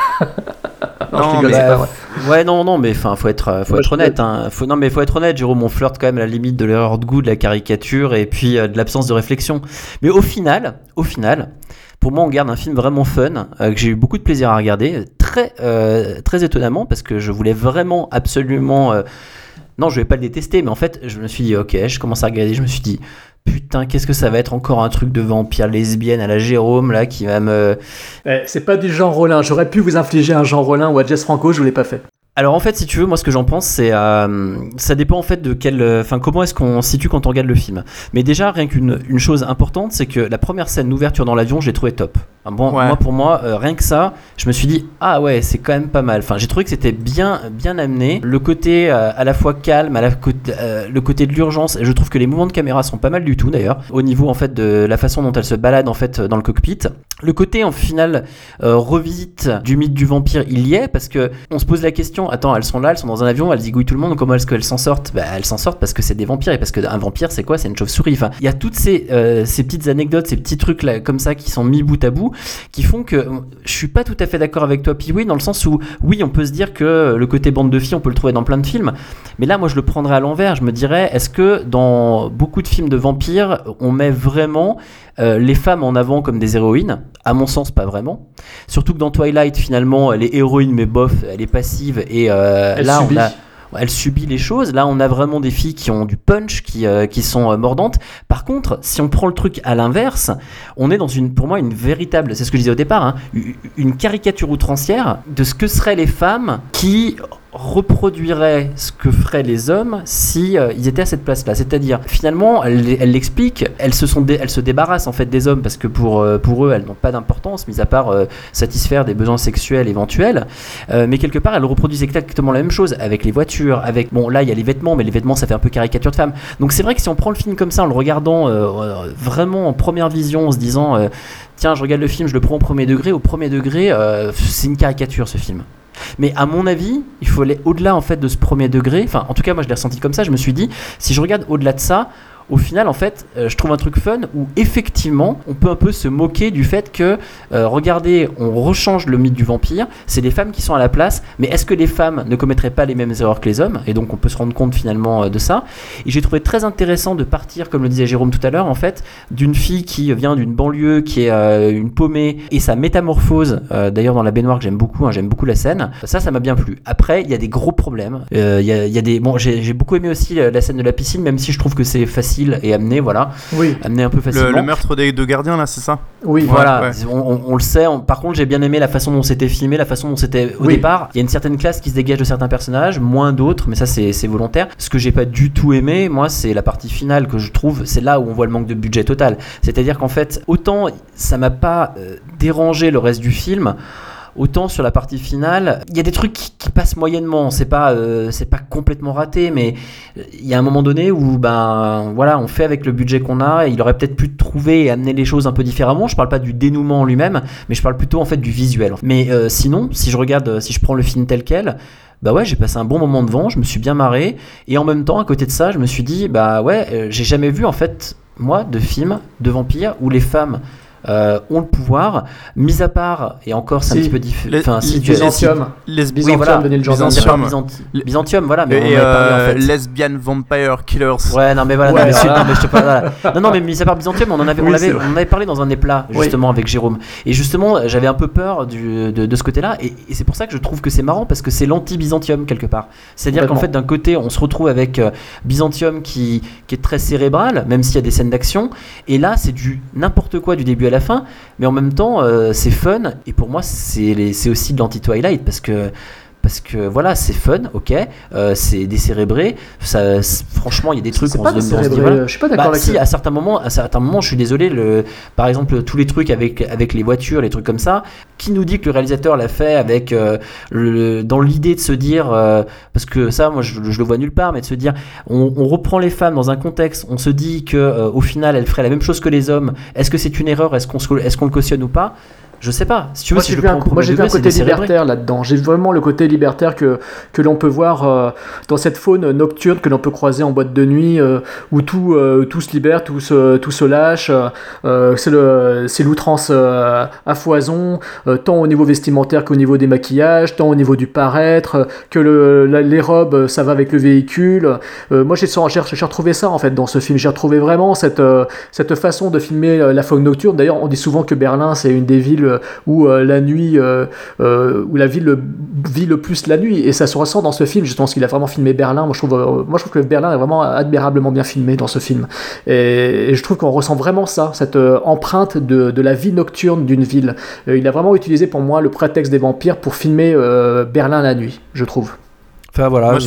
Mais faut être honnête. Faut être honnête. Jérôme, on flirte quand même à la limite de l'erreur de goût, de la caricature et puis de l'absence de réflexion. Mais au final, pour moi, on garde un film vraiment fun que j'ai eu beaucoup de plaisir à regarder, très étonnamment parce que je voulais vraiment absolument. Non, je vais pas le détester, mais en fait, je me suis dit ok, je commence à regarder, je me suis dit. Putain, qu'est-ce que ça va être encore un truc de vampire lesbienne à la Jérôme là qui va me. C'est pas du Jean Rollin. J'aurais pu vous infliger un Jean Rollin ou à Jess Franco, je l'ai pas fait. Alors en fait, si tu veux, moi ce que j'en pense, c'est ça dépend en fait de comment est-ce qu'on se situe quand on regarde le film. Mais déjà, rien qu'une chose importante, c'est que la première scène d'ouverture dans l'avion, j'ai trouvé top. Pour moi, rien que ça, je me suis dit ah ouais, c'est quand même pas mal. Enfin, j'ai trouvé que c'était bien amené. Le côté à la fois calme, le côté de l'urgence. Je trouve que les mouvements de caméra sont pas mal du tout d'ailleurs. Au niveau en fait de la façon dont elle se balade en fait dans le cockpit. Le côté en final revisite du mythe du vampire, il y est parce que on se pose la question. Attends, elles sont dans un avion, elles zigouillent tout le monde, comment est-ce qu'elles s'en sortent ? Elles s'en sortent parce que c'est des vampires et parce qu'un vampire c'est quoi ? C'est une chauve-souris. Enfin, il y a toutes ces petites anecdotes, ces petits trucs là comme ça qui sont mis bout à bout, qui font que je suis pas tout à fait d'accord avec toi, Pee-wee, dans le sens où oui, on peut se dire que le côté bande de filles, on peut le trouver dans plein de films, mais là moi je le prendrais à l'envers. Je me dirais, est-ce que dans beaucoup de films de vampires, on met vraiment les femmes en avant comme des héroïnes ? À mon sens, pas vraiment. Surtout que dans Twilight, finalement, elle est héroïne, mais bof, elle est passive. Et là, elle subit les choses. Là, on a vraiment des filles qui ont du punch, qui sont mordantes. Par contre, si on prend le truc à l'inverse, on est dans pour moi, une véritable, c'est ce que je disais au départ, hein, une caricature outrancière de ce que seraient les femmes qui reproduirait ce que feraient les hommes si ils étaient à cette place-là. C'est-à-dire, finalement, elle l'explique, elles se débarrassent en fait des hommes parce que pour eux, elles n'ont pas d'importance, mis à part satisfaire des besoins sexuels éventuels. Mais quelque part, elles reproduisent exactement la même chose avec les voitures, avec bon, là, il y a les vêtements, mais les vêtements, ça fait un peu caricature de femme. Donc c'est vrai que si on prend le film comme ça, en le regardant vraiment en première vision, en se disant, tiens, je regarde le film, je le prends au premier degré, c'est une caricature ce film. Mais à mon avis, il faut aller au-delà en fait de ce premier degré. Enfin, en tout cas, moi je l'ai ressenti comme ça. Je me suis dit, si je regarde au-delà de ça, au final, en fait, je trouve un truc fun où effectivement, on peut un peu se moquer du fait que, regardez, on rechange le mythe du vampire, c'est les femmes qui sont à la place, mais est-ce que les femmes ne commettraient pas les mêmes erreurs que les hommes ? Et donc, on peut se rendre compte finalement de ça. Et j'ai trouvé très intéressant de partir, comme le disait Jérôme tout à l'heure, en fait, d'une fille qui vient d'une banlieue, qui est une paumée, et sa métamorphose, d'ailleurs dans la baignoire que j'aime beaucoup la scène, ça m'a bien plu. Après, il y a des gros problèmes. Il y a des... Bon, j'ai beaucoup aimé aussi la scène de la piscine, même si je trouve que c'est facile et amené, voilà. Oui. Amené un peu facilement. Le meurtre des deux gardiens, là, c'est ça ? Oui, voilà. Ouais. On le sait. Par contre, j'ai bien aimé la façon dont c'était filmé, la façon dont c'était au départ. Il y a une certaine classe qui se dégage de certains personnages, moins d'autres, mais ça, c'est volontaire. Ce que j'ai pas du tout aimé, moi, c'est la partie finale que je trouve, c'est là où on voit le manque de budget total. C'est-à-dire qu'en fait, autant ça m'a pas dérangé le reste du film, autant sur la partie finale, il y a des trucs qui passent moyennement. C'est pas complètement raté, mais il y a un moment donné où voilà, on fait avec le budget qu'on a. Et il aurait peut-être pu trouver et amener les choses un peu différemment. Je parle pas du dénouement en lui-même, mais je parle plutôt en fait du visuel. Mais sinon, si je prends le film tel quel, bah ouais, j'ai passé un bon moment devant, je me suis bien marré, et en même temps, à côté de ça, je me suis dit, j'ai jamais vu en fait moi de film de vampires où les femmes ont le pouvoir, mis à part, et encore c'est un petit peu différent. Byzantium. Byzantium de Neil Jordan. Byzantium, voilà. Mais et on parlé, en fait. Lesbian Vampire Killers. Ouais, non, mais voilà. Ouais, mais je te parle, voilà. Non, mais mis à part Byzantium, on avait parlé dans un des plats, justement, avec Jérôme. Et justement, j'avais un peu peur de ce côté-là, et c'est pour ça que je trouve que c'est marrant, parce que c'est l'anti-Byzantium, quelque part. C'est-à-dire qu'en fait, d'un côté, on se retrouve avec Byzantium qui est très cérébral, même s'il y a des scènes d'action, et là, c'est du n'importe quoi du début à la fin, mais en même temps c'est fun, et pour moi c'est aussi de l'anti-Twilight parce que voilà, c'est fun, ok, c'est décérébré, ça, franchement il y a des trucs c'est on se dit voilà. Je suis pas d'accord avec si, à certains moments je suis désolé, par exemple tous les trucs avec les voitures, les trucs comme ça, qui nous dit que le réalisateur l'a fait avec dans l'idée de se dire parce que ça moi je le vois nulle part, mais de se dire on reprend les femmes dans un contexte, on se dit que au final elles feraient la même chose que les hommes, est-ce que c'est une erreur, est-ce qu'on le cautionne ou pas? Je sais pas. Si tu veux, moi j'ai vu un côté libertaire là-dedans. J'ai vraiment le côté libertaire que l'on peut voir dans cette faune nocturne que l'on peut croiser en boîte de nuit, où tout se libère, tout se lâche. C'est l'outrance à foison, tant au niveau vestimentaire qu'au niveau des maquillages, tant au niveau du paraître, que les robes, ça va avec le véhicule. Moi j'ai retrouvé ça en fait dans ce film. J'ai retrouvé vraiment cette façon de filmer la faune nocturne. D'ailleurs, on dit souvent que Berlin c'est une des villes où la nuit, où la ville vit le plus la nuit, et ça se ressent dans ce film. Je pense qu'il a vraiment filmé Berlin. Moi je trouve que Berlin est vraiment admirablement bien filmé dans ce film, et je trouve qu'on ressent vraiment ça, cette empreinte de la vie nocturne d'une ville. Il a vraiment utilisé pour moi le prétexte des vampires pour filmer Berlin la nuit, je trouve. Enfin, voilà, moi je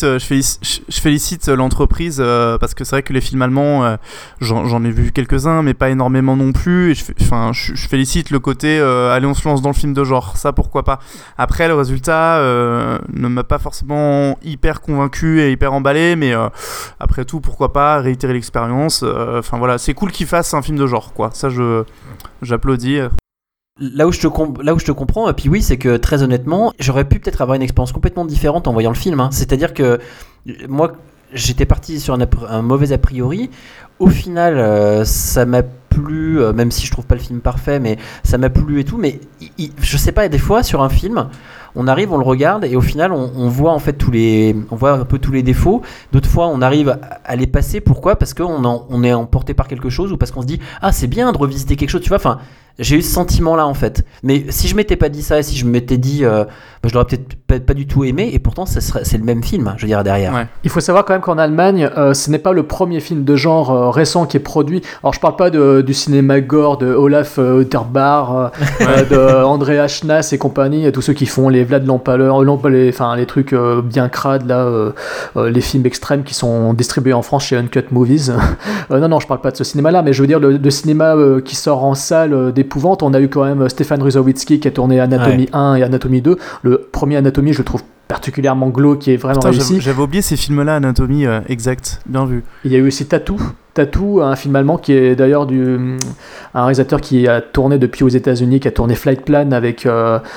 félicite l'entreprise parce que c'est vrai que les films allemands j'en ai vu quelques-uns mais pas énormément non plus, et je félicite le côté allez on se lance dans le film de genre, ça pourquoi pas. Après le résultat ne m'a pas forcément hyper convaincu et hyper emballé, mais après tout pourquoi pas réitérer l'expérience. Enfin voilà, c'est cool qu'ils fassent un film de genre quoi, ça j'applaudis. Là où je te comprends, et puis oui, c'est que très honnêtement, j'aurais pu peut-être avoir une expérience complètement différente en voyant le film. C'est-à-dire que moi, j'étais parti sur un mauvais a priori. Au final, ça m'a plu, même si je trouve pas le film parfait, mais ça m'a plu et tout. Mais je sais pas, des fois sur un film, on arrive, on le regarde et au final on voit en fait on voit un peu tous les défauts. D'autres fois on arrive à les passer. Pourquoi ? Parce qu'on est emporté par quelque chose ou parce qu'on se dit ah c'est bien de revisiter quelque chose, tu vois. Enfin, j'ai eu ce sentiment-là en fait. Mais si je m'étais pas dit ça, et si je m'étais dit, je l'aurais peut-être pas du tout aimé. Et pourtant, c'est le même film, je dirais derrière. Ouais. Il faut savoir quand même qu'en Allemagne, ce n'est pas le premier film de genre récent qui est produit. Alors, je parle pas du cinéma gore de Olaf Utterbar, de Andreas Schnaas et compagnie, tous ceux qui font les Vlad l'Empaleur, les trucs bien crades là, les films extrêmes qui sont distribués en France chez Uncut Movies. Non, je parle pas de ce cinéma-là, mais je veux dire le cinéma qui sort en salle d'épouvante. On a eu quand même Stefan Ruzowitzki qui a tourné Anatomie 1 et Anatomie 2. Le premier Anatomie, je le trouve particulièrement glauque, qui est vraiment réussi. J'avais oublié ces films-là, Anatomie, exact, bien vu. Il y a eu aussi Tattoo, un film allemand qui est d'ailleurs un réalisateur qui a tourné depuis aux États-Unis, qui a tourné Flight Plan avec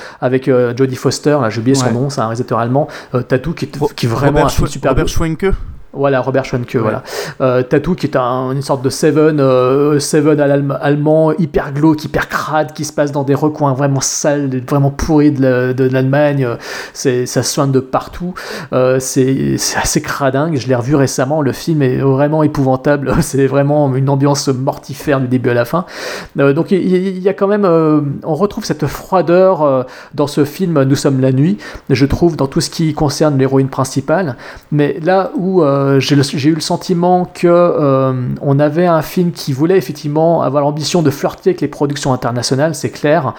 Jodie Foster, là j'ai oublié son nom, c'est un réalisateur allemand. Tattoo qui est vraiment un film super. Robert Schwenke. Voilà, Robert Schwenke, voilà. Tattoo qui est une sorte de Seven allemand, hyper glauque, hyper crade, qui se passe dans des recoins vraiment sales, vraiment pourris de l'Allemagne. Ça soigne de partout. C'est assez cradingue. Je l'ai revu récemment. Le film est vraiment épouvantable. C'est vraiment une ambiance mortifère du début à la fin. Donc il y a quand même... on retrouve cette froideur dans ce film Nous sommes la nuit, je trouve, dans tout ce qui concerne l'héroïne principale. Mais là où... j'ai eu le sentiment que on avait un film qui voulait effectivement avoir l'ambition de flirter avec les productions internationales, c'est clair.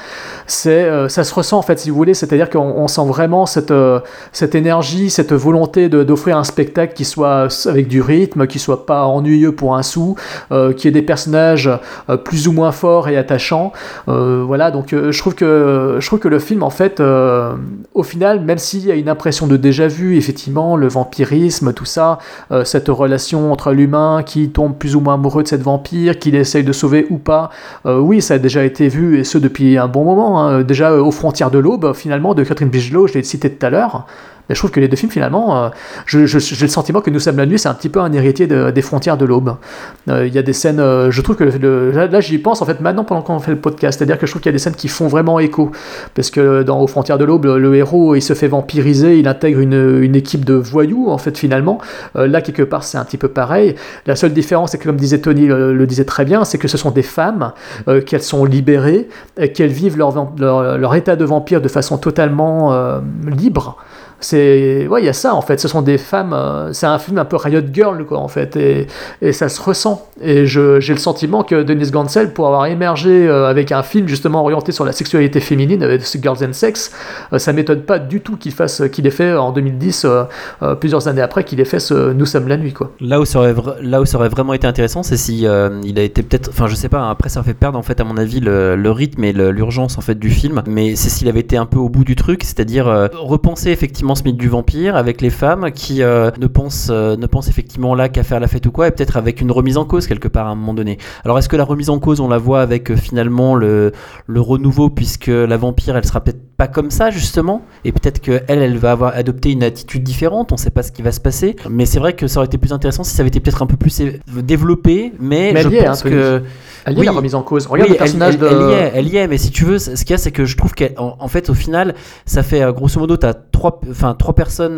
Ça se ressent en fait, si vous voulez, c'est-à-dire qu'on sent vraiment cette énergie, cette volonté d'offrir un spectacle qui soit avec du rythme, qui soit pas ennuyeux pour un sou, qui ait des personnages plus ou moins forts et attachants. Voilà, donc je trouve que le film en fait, au final, même s'il y a une impression de déjà-vu, effectivement, le vampirisme, tout ça. Cette relation entre l'humain qui tombe plus ou moins amoureux de cette vampire, qu'il essaye de sauver ou pas, oui, ça a déjà été vu, et ce depuis un bon moment, hein. Déjà aux frontières de l'aube, finalement, de Catherine Bigelow, je l'ai cité tout à l'heure. Mais je trouve que les deux films, finalement, j'ai le sentiment que Nous sommes la nuit, c'est un petit peu un héritier des frontières de l'aube. Il y a des scènes, je trouve que là j'y pense en fait maintenant pendant qu'on fait le podcast, c'est-à-dire que je trouve qu'il y a des scènes qui font vraiment écho, parce que dans Aux frontières de l'aube, le héros il se fait vampiriser, il intègre une équipe de voyous en fait finalement. Là quelque part c'est un petit peu pareil. La seule différence, c'est que comme disait Tony, le disait très bien, c'est que ce sont des femmes, qu'elles sont libérées, et qu'elles vivent leur état de vampire de façon totalement libre. Il y a ça en fait, ce sont des femmes, c'est un film un peu Riot Girl quoi en fait, et ça se ressent, et j'ai le sentiment que Denis Gansel, pour avoir émergé avec un film justement orienté sur la sexualité féminine avec Girls and Sex, ça m'étonne pas du tout qu'il ait fait en 2010, plusieurs années après, qu'il ait fait ce Nous sommes la nuit quoi. Là où ça aurait vraiment été intéressant, c'est si il a été peut-être, enfin je sais pas, après ça fait perdre en fait à mon avis le rythme et l'urgence en fait du film, mais c'est s'il avait été un peu au bout du truc, c'est-à-dire repenser effectivement ce mythe du vampire avec les femmes qui ne pensent effectivement là qu'à faire la fête ou quoi, et peut-être avec une remise en cause quelque part à un moment donné. Alors est-ce que la remise en cause on la voit avec finalement le renouveau, puisque la vampire elle sera peut-être pas comme ça justement, et peut-être qu'elle va avoir adopté une attitude différente, on sait pas ce qui va se passer, mais c'est vrai que ça aurait été plus intéressant si ça avait été peut-être un peu plus développé, mais je pense que elle y est, la remise en cause. Regarde le personnage elle y est, mais si tu veux, ce qu'il y a, c'est que je trouve qu'en fait, au final, ça fait grosso modo, t'as trois personnes.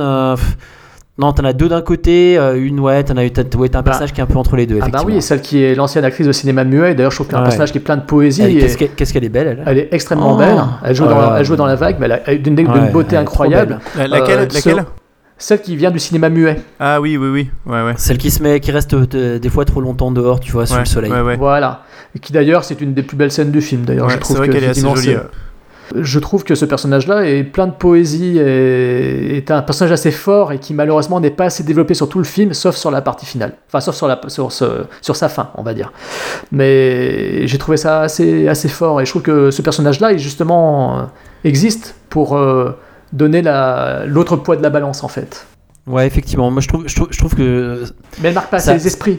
Non, t'en as deux d'un côté, t'as un personnage qui est un peu entre les deux. Ah bah oui, celle qui est l'ancienne actrice de cinéma muet. D'ailleurs, je trouve qu'un personnage qui est plein de poésie. Qu'est-ce qu'elle est belle, elle est extrêmement belle. Elle joue dans la vague, mais elle a d'une beauté incroyable. Laquelle Celle qui vient du cinéma muet. Ah oui. Ouais. Celle qui reste des fois trop longtemps dehors, tu vois, sous le soleil. Ouais. Voilà. Et qui d'ailleurs, c'est une des plus belles scènes du film. D'ailleurs, je trouve qu'elle est assez jolie. Je trouve que ce personnage-là est plein de poésie et est un personnage assez fort et qui malheureusement n'est pas assez développé sur tout le film, sauf sur la partie finale. Enfin, sauf sur sa fin, on va dire. Mais j'ai trouvé ça assez fort, et je trouve que ce personnage-là, il justement existe pour donner l'autre poids de la balance en fait. Ouais, effectivement. Moi, je trouve que. Mais elle marque pas assez les esprits.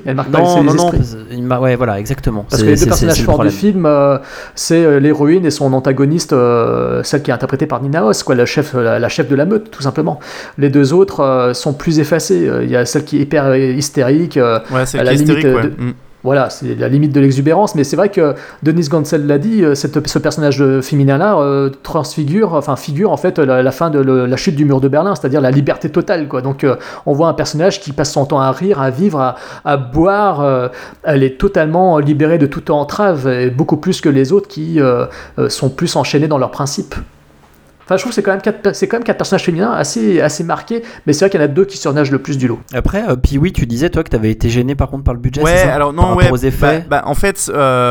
Non. Ouais, voilà, exactement. Parce que les deux personnages forts du film, c'est l'héroïne et son antagoniste, celle qui est interprétée par Nina Hoss, quoi, la chef de la meute, tout simplement. Les deux autres sont plus effacés. Il y a celle qui est hyper hystérique. Ouais, celle qui est hystérique, ouais. Voilà, c'est la limite de l'exubérance, mais c'est vrai que Denise Gansel l'a dit, ce personnage féminin-là figure en fait la fin de la chute du mur de Berlin, c'est-à-dire la liberté totale, quoi. Donc on voit un personnage qui passe son temps à rire, à vivre, à boire, elle est totalement libérée de toute entrave, et beaucoup plus que les autres qui sont plus enchaînés dans leurs principes. Enfin, je trouve que c'est quand même quatre personnages féminins assez marqués, mais c'est vrai qu'il y en a 2 qui surnagent le plus du lot. Après, puis oui, tu disais toi que t'avais été gêné par contre par le budget, ouais, c'est ça alors non, par rapport aux effets. En fait,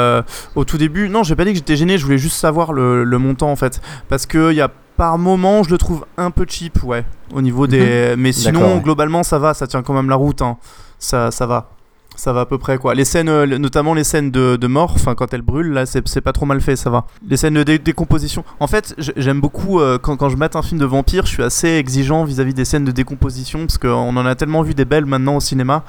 au tout début, non, j'ai pas dit que j'étais gêné, je voulais juste savoir le montant en fait, parce que il y a par moment, je le trouve un peu cheap, ouais, au niveau des. Mais sinon, globalement, ça va, ça tient quand même la route, hein. Ça va. Ça va à peu près, quoi. Les scènes, notamment les scènes de mort, enfin quand elle brûle, là c'est pas trop mal fait, ça va. Les scènes de décomposition. En fait, j'aime beaucoup quand je mate un film de vampire, je suis assez exigeant vis-à-vis des scènes de décomposition, parce qu'on en a tellement vu des belles maintenant au cinéma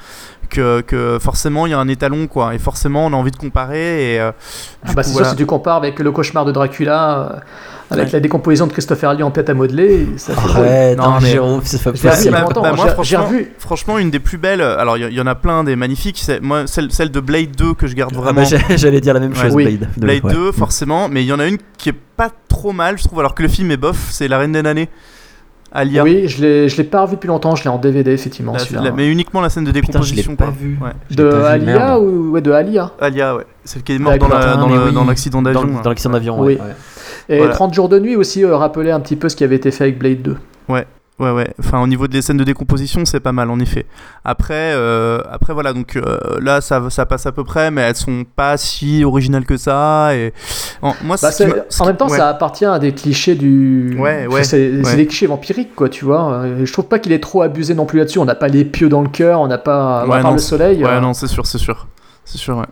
que forcément il y a un étalon, quoi. Et forcément on a envie de comparer. Et, c'est sûr, si tu compares avec le cauchemar de Dracula. Avec la décomposition de Christopher Lee en pâte à modeler, ça fait ouais, non, Jérôme, c'est pas possible. Franchement, une des plus belles. Alors, il y en a plein des magnifiques. Moi, celle de Blade 2 que je garde vraiment. J'allais dire la même chose. Oui. Blade 2, forcément. Mais il y en a une qui est pas trop mal, je trouve, alors que le film est bof. C'est La Reine des Damnés. Alia. Oui, je l'ai pas revu depuis longtemps. Je l'ai en DVD, effectivement. Mais uniquement la scène de décomposition. Putain, je l'ai pas vu. Ouais. De Alia ou de Alia. Alia, ouais. Celle qui est morte dans l'accident d'avion. Dans l'accident d'avion, oui. Et voilà. 30 jours de nuit aussi rappelait un petit peu ce qui avait été fait avec Blade 2. Ouais. Enfin, au niveau des scènes de décomposition, c'est pas mal en effet. Après voilà, donc là, ça passe à peu près, mais elles sont pas si originales que ça. Et en même temps, ça appartient à des clichés du. C'est des clichés vampiriques, quoi, tu vois. Je trouve pas qu'il est trop abusé non plus là-dessus. On n'a pas les pieux dans le cœur, on n'a pas le soleil. Ouais, non, c'est sûr, ouais.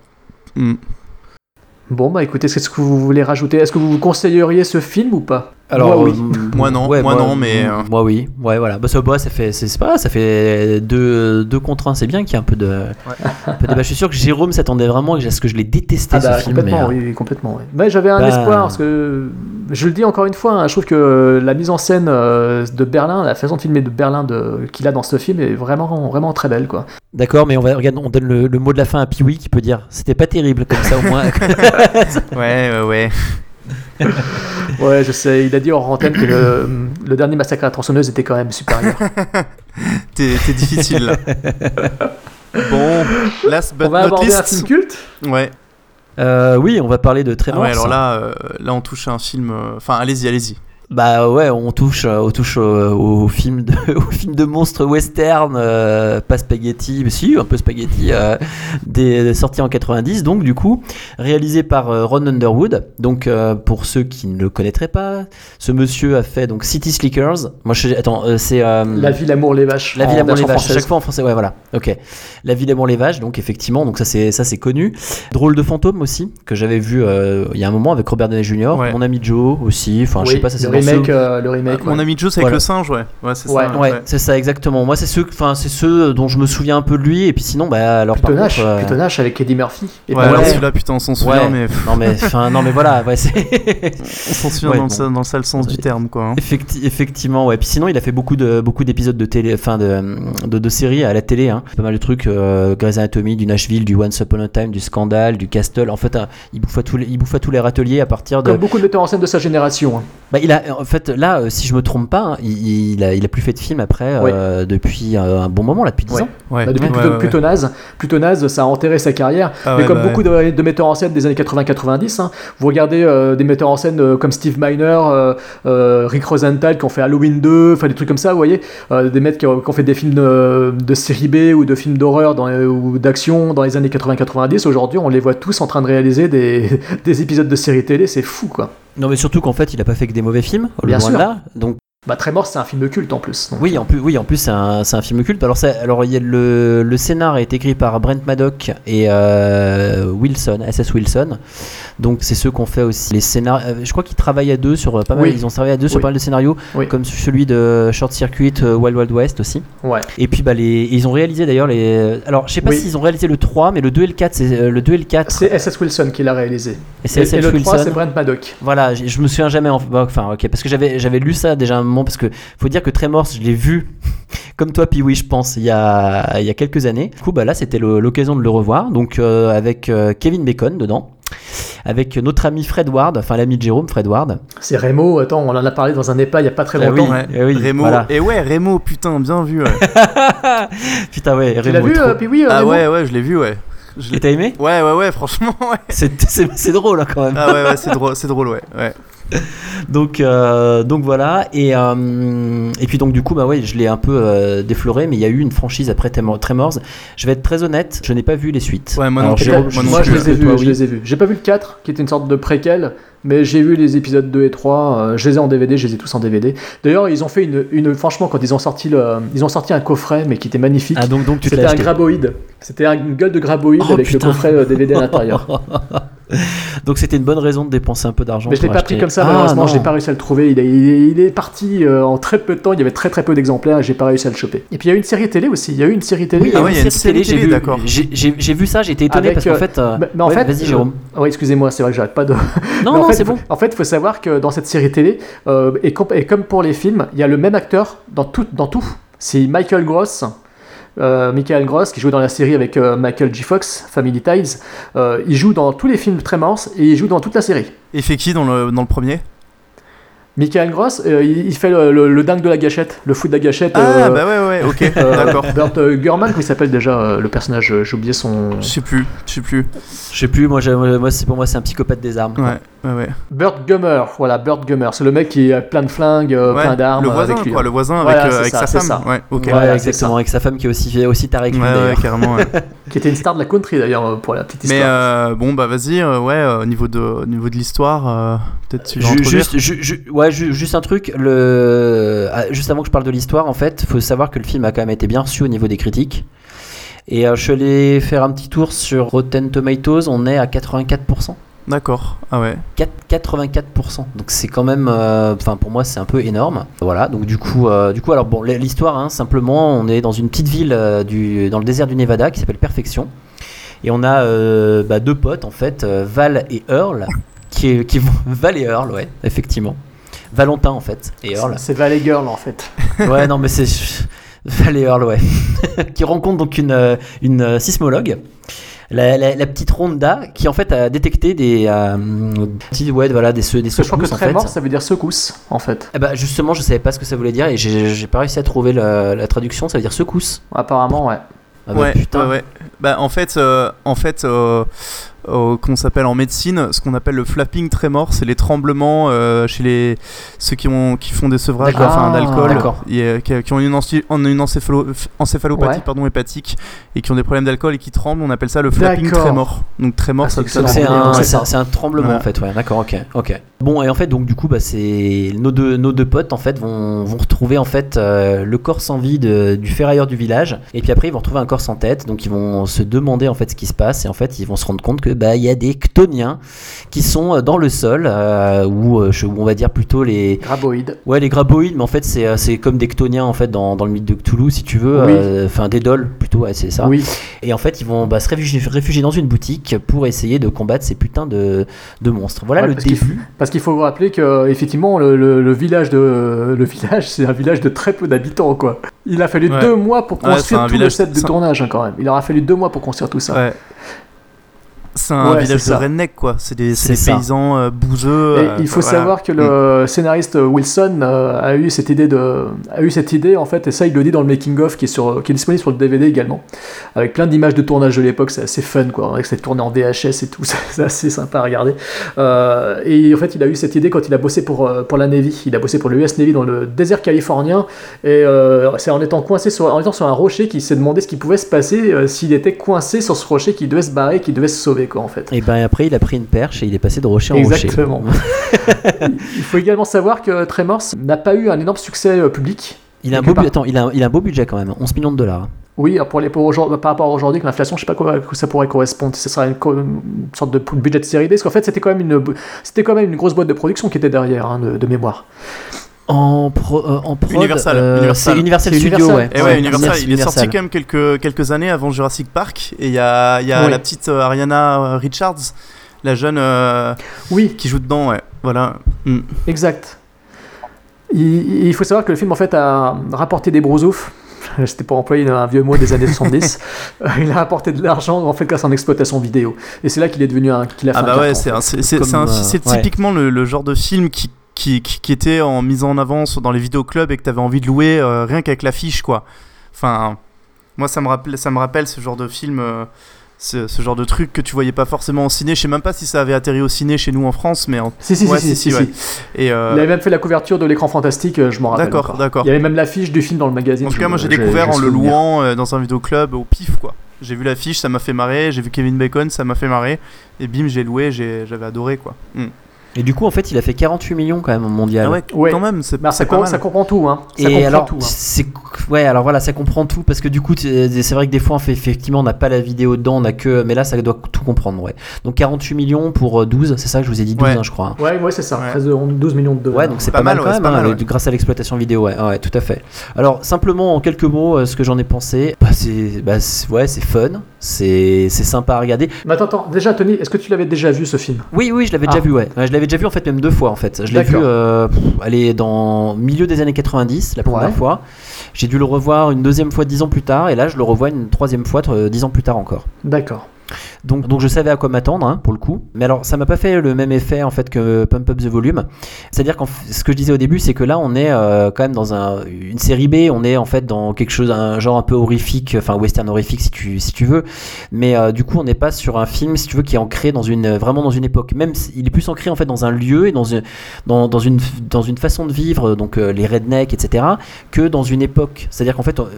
Bon, bah écoutez, est-ce que vous voulez rajouter ? Est-ce que vous conseilleriez ce film ou pas ? Alors, moi, oui. Moi non, mais moi oui, ouais, voilà. Ça fait 2 contre 1, c'est bien qu'il y ait un peu de débat. Je suis sûr que Jérôme s'attendait vraiment à ce que je l'ai détesté ce film. Complètement. Mais j'avais un espoir parce que je le dis encore une fois, je trouve que la mise en scène de Berlin, la façon de filmer de Berlin qu'il a dans ce film est vraiment très belle, quoi. D'accord, mais on donne le mot de la fin à Pee-wee qui peut dire c'était pas terrible, comme ça au moins. Ouais. Ouais, je sais, il a dit hors antenne que le dernier massacre à la tronçonneuse était quand même supérieur. T'es difficile là. Bon, last but on va aborder un film culte. Ouais. Oui, on va parler de Tremors. Ouais, alors là on touche à un film. Enfin, allez-y. Bah ouais, on touche au film de monstres western, pas spaghetti, mais si un peu spaghetti, sorti en 90, donc du coup réalisé par Ron Underwood. Donc pour ceux qui ne le connaîtraient pas, ce monsieur a fait donc City Slickers. C'est La vie, l'amour, les vaches. La vie, l'amour, les vaches. À chaque fois en français, ouais, voilà. Ok. La vie, l'amour, les vaches. Donc effectivement, donc ça c'est connu. Drôle de fantôme aussi que j'avais vu il y a un moment avec Robert Downey Jr. Ouais. Mon ami Joe aussi. Enfin, je sais pas, ça c'est le remake. Mon ami Joe, c'est avec le singe, ouais. Ouais, c'est ça. Ouais, c'est ça exactement. Moi, c'est ceux dont je me souviens un peu de lui. Et puis sinon, alors Plutonache avec Eddie Murphy. Alors celui-là, putain, on s'en souvient, mais. Non mais voilà, ouais, c'est. On s'en souvient dans le sale sens du terme, quoi. Hein. Effectivement, ouais. Puis sinon, il a fait beaucoup d'épisodes de télé, de séries à la télé. Hein. Pas mal de trucs, Grey's Anatomy, du Nashville, du Once Upon a Time, du Scandale, du Castle. En fait, il bouffe à tous les râteliers à partir de. Comme beaucoup de metteurs en scène de sa génération. Hein. Bah, en fait, là, si je me trompe pas, il a plus fait de film après depuis un bon moment, là, depuis 10 ans. Ouais. Bah, depuis Plutonase, ça a enterré sa carrière. Mais comme beaucoup de metteurs en scène des années 80-90, hein, vous regardez des metteurs en scène comme Steve Miner, Rick Rosenthal qui ont fait Halloween 2, enfin des trucs comme ça, vous voyez, des mecs qui ont fait des films de série B ou de films d'horreur ou d'action dans les années 80-90. Aujourd'hui, on les voit tous en train de réaliser des épisodes de séries télé, c'est fou, quoi. Non, mais surtout qu'en fait, il a pas fait que des mauvais films. Bien sûr. Là, donc. Tremors, c'est un film culte en plus. Donc. Oui, en plus c'est un film culte. Alors il y a le scénar est écrit par Brent Maddock et SS Wilson. Donc c'est ceux qui ont fait aussi les scénarios. Je crois qu'ils travaillent à deux sur pas mal. Ils ont travaillé à deux sur pas mal de scénarios, comme celui de Short Circuit, Wild Wild West aussi. Ouais. Et puis ils ont réalisé d'ailleurs alors je sais pas s'ils ont réalisé le 3, mais le 2 et le 4 c'est SS Wilson qui l'a réalisé. Et le 3 c'est Brent Maddock. Voilà, je me souviens jamais parce que j'avais lu ça déjà un moment, parce que faut dire que Tremors, je l'ai vu comme toi, puis oui, je pense, il y a quelques années. Du coup, là, c'était l'occasion de le revoir. Donc, avec Kevin Bacon dedans. Avec notre ami Fred Ward, enfin l'ami de Jérôme, Fred Ward. C'est Remo, attends, on en a parlé dans un EHPAD il n'y a pas très longtemps. Oui, Remo, voilà. et ouais, Remo, putain, bien vu. Ouais. Putain, ouais, Tu Remo. l'as vu, puis oui, Ah Remo ouais, je l'ai vu, ouais. Et t'as aimé ? Ouais, franchement, ouais. C'est drôle, hein, quand même. Ah ouais, c'est drôle, ouais. Donc voilà, et puis donc du coup, je l'ai un peu défloré, mais il y a eu une franchise après Tremors. Je vais être très honnête, je n'ai pas vu les suites. Ouais, moi Alors, non plus. Jérôme, Moi, je les ai vus. J'ai pas vu le 4, qui était une sorte de préquel, mais j'ai vu les épisodes 2 et 3. Je les ai en DVD, je les ai tous en DVD. D'ailleurs, ils ont fait une franchement, quand ils ont sorti un coffret, mais qui était magnifique. Ah, donc tu c'était l'as un acheté. Graboïde. C'était une gueule de Graboïde avec putain. le coffret DVD à l'intérieur. Donc c'était une bonne raison de dépenser un peu d'argent. Mais je l'ai pour pas acheter. pris comme ça, malheureusement, j'ai pas réussi à le trouver. Il est parti en très peu de temps, il y avait très peu d'exemplaires et j'ai pas réussi à le choper. Et puis il y a eu une série télé aussi, Oui, il y a une série télé, d'accord. J'ai vu ça, j'ai été étonné Avec, parce qu'en fait. mais en fait, vas-y, Jérôme. Oui, excusez-moi, c'est vrai que j'arrête pas de. Non, en fait, c'est bon. En fait, il faut savoir que dans cette série télé, et comme pour les films, il y a le même acteur dans tout. C'est Michael Gross. Michael Gross qui joue dans la série avec Michael J. Fox, Family Ties. Il joue dans tous les films de Tremors et il joue dans toute la série. Et fait qui dans le premier? Michael Gross, il fait le dingue de la gâchette, le fou de la gâchette. Ouais, ok, d'accord. Burt Gurman, comment il s'appelle déjà le personnage, j'ai oublié son. Je sais plus. Je sais plus, pour moi c'est un psychopathe des armes. Ouais. Burt Gummer, voilà, Burt Gummer, c'est le mec qui a plein de flingues, plein d'armes. Le voisin, avec lui. quoi, le voisin Voilà, avec ça, sa femme. ça. Ouais, ok. Ouais, exactement, avec sa femme qui est aussi tarée que lui, d'ailleurs. Ouais, carrément. Ouais. Qui était une star de la country d'ailleurs, pour la petite histoire. Mais bon, vas-y, au niveau de l'histoire, peut-être tu veux introduire. Juste un truc, juste avant que je parle de l'histoire, en fait, faut savoir que le film a quand même été bien reçu au niveau des critiques. Et je suis allé faire un petit tour sur Rotten Tomatoes, on est à 84%. D'accord, ah ouais. 84%, donc c'est quand même, pour moi c'est un peu énorme. Voilà, donc du coup alors bon, l'histoire, simplement, on est dans une petite ville dans le désert du Nevada qui s'appelle Perfection, et on a deux potes en fait, Val et Earl, qui vont Val et Earl, ouais, effectivement. Valentin en fait et Earl. C'est Val et Girl en fait. Ouais, non mais c'est Val et Earl, ouais, qui rencontrent donc une sismologue. La petite Rhonda qui en fait a détecté des secousses. Je crois que très en mort, fait. ça veut dire secousse en fait. Justement, je savais pas ce que ça voulait dire et j'ai pas réussi à trouver la traduction. Ça veut dire secousse. Apparemment, ouais. Putain. Ouais. En fait, qu'on s'appelle en médecine, ce qu'on appelle le flapping tremor, c'est les tremblements chez ceux qui font des sevrages d'alcool, qui ont une encéphalopathie hépatique et qui ont des problèmes d'alcool et qui tremblent, on appelle ça le flapping tremor. Donc tremor, c'est un tremblement en fait, ouais, d'accord, ok. Bon, et en fait, donc du coup, c'est nos deux potes en fait vont retrouver en fait le corps sans vie du ferrailleur du village, et puis après ils vont retrouver un corps sans tête, donc ils vont se demander en fait ce qui se passe, et en fait ils vont se rendre compte que il y a des ctoniens qui sont dans le sol, ou on va dire plutôt les graboïdes. Ouais, les graboïdes, mais en fait c'est comme des ctoniens en fait dans le mythe de Cthulhu, si tu veux, des dolls plutôt, ouais, c'est ça. Oui. Et en fait ils vont se réfugier dans une boutique pour essayer de combattre ces putains de monstres. Voilà, le début. Parce qu'il faut vous rappeler que effectivement le village c'est un village de très peu d'habitants, quoi. Il a fallu 2 mois pour construire tout le set de tournage, quand même. Il aura fallu 2 mois pour construire tout ça. Ouais. C'est un village de redneck, quoi. C'est des paysans bouseux. Et il faut savoir que le scénariste Wilson a eu cette idée en fait, et ça il le dit dans le making of qui est disponible sur le DVD également, avec plein d'images de tournage de l'époque. C'est assez fun, quoi, avec cette tournée en VHS et tout. C'est assez sympa à regarder. Et en fait il a eu cette idée quand il a bossé pour la Navy. Il a bossé pour le US Navy dans le désert californien, et c'est en étant sur un rocher qu'il s'est demandé ce qui pouvait se passer s'il était coincé sur ce rocher, qu'il devait se barrer, qu'il devait se sauver, quoi, en fait. Et après il a pris une perche et il est passé de rocher en rocher. Exactement. Il faut également savoir que Tremors n'a pas eu un énorme succès public. Il a un beau budget quand même, 11 millions de $. Oui, par rapport à aujourd'hui, avec l'inflation, je sais pas quoi ça pourrait correspondre. Ce sera une sorte de budget de série B, parce qu'en fait c'était quand même une grosse boîte de production qui était derrière, de mémoire. En prod, Universal. C'est Universal Studios, ouais. Et ouais, Universal, il est sorti quand même quelques années avant Jurassic Park, et il y a la petite Ariana Richards, la jeune qui joue dedans, ouais. Voilà. Exact. Il faut savoir que le film en fait a rapporté des brousoufs c'était pour employer un vieux mot des années 70, il a apporté de l'argent en fait grâce à son exploitation vidéo. Et c'est là qu'il est devenu qu'il a fait un carton, c'est typiquement le genre de film qui était en mise en avant dans les vidéoclubs et que t'avais envie de louer rien qu'avec l'affiche, quoi. Enfin, moi ça me rappelle ce genre de film, ce genre de truc que tu voyais pas forcément en ciné. Je sais même pas si ça avait atterri au ciné chez nous en France, mais Si. Et il avait même fait la couverture de l'écran fantastique, je m'en rappelle. D'accord. Il y avait même l'affiche du film dans le magazine. En tout cas, moi j'ai découvert en le louant dans un vidéoclub au pif, quoi. J'ai vu l'affiche, ça m'a fait marrer. J'ai vu Kevin Bacon, ça m'a fait marrer. Et bim, j'ai loué, j'avais adoré, quoi. Et du coup, en fait, il a fait 48 millions quand même en mondial. Ah ouais, quand même, c'est ça comprend tout, hein. Alors voilà, ça comprend tout parce que du coup, c'est vrai que des fois, effectivement, on n'a pas la vidéo dedans, mais là, ça doit tout comprendre, ouais. Donc 48 millions pour 12, c'est ça que je vous ai dit, 12, hein, je crois. Ouais, c'est ça, 12 millions de dollars. Ouais, donc c'est pas mal quand même, grâce à l'exploitation vidéo, ouais, tout à fait. Alors, simplement, en quelques mots, ce que j'en ai pensé, c'est fun, c'est sympa à regarder. Mais attends, déjà, Tony, est-ce que tu l'avais déjà vu ce film ? Oui, je l'avais déjà vu, ouais. Je l'avais déjà vu en fait même 2 fois en fait. Je l'ai vu dans milieu des années 90 la première fois. J'ai dû le revoir une deuxième fois 10 ans plus tard et là je le revois une troisième fois 10 ans plus tard encore. D'accord. Donc je savais à quoi m'attendre, hein, pour le coup. Mais alors ça m'a pas fait le même effet en fait que Pump Up the Volume. C'est-à-dire que ce que je disais au début, c'est que là on est quand même dans une série B, on est en fait dans quelque chose, un genre un peu horrifique, enfin western horrifique si tu veux. Mais du coup on n'est pas sur un film, si tu veux, qui est ancré vraiment dans une époque. Même il est plus ancré en fait dans un lieu et dans une façon de vivre, donc les rednecks, etc., que dans une époque. C'est-à-dire qu'en fait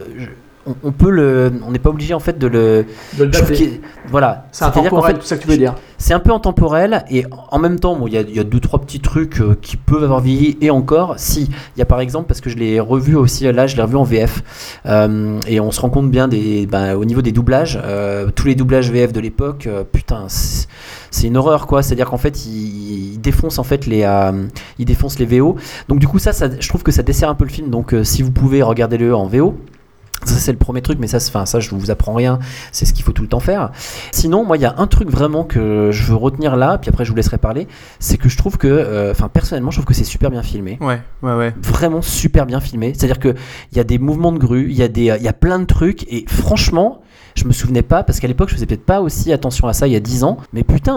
on n'est pas obligé en fait de le dater. Voilà, c'est intemporel, c'est ça que tu veux dire. C'est un peu intemporel et en même temps il y a 2-3 petits trucs qui peuvent avoir vieilli et encore il y a par exemple, parce que je l'ai revu aussi là, je l'ai revu en VF et on se rend compte bien au niveau des doublages, tous les doublages VF de l'époque, putain, c'est une horreur, quoi. C'est-à-dire qu'en fait il défonce en fait les VO. Donc du coup ça je trouve que ça dessert un peu le film. Donc si vous pouvez, regardez-le en VO. Ça c'est le premier truc, mais ça je vous apprends rien, c'est ce qu'il faut tout le temps faire. Sinon, moi il y a un truc vraiment que je veux retenir là, puis après je vous laisserai parler, c'est que je trouve que, personnellement je trouve que c'est super bien filmé. Ouais. Vraiment super bien filmé, c'est-à-dire qu'il y a des mouvements de grue, il y a plein de trucs, et franchement, je me souvenais pas, parce qu'à l'époque je faisais peut-être pas aussi attention à ça il y a 10 ans, mais putain,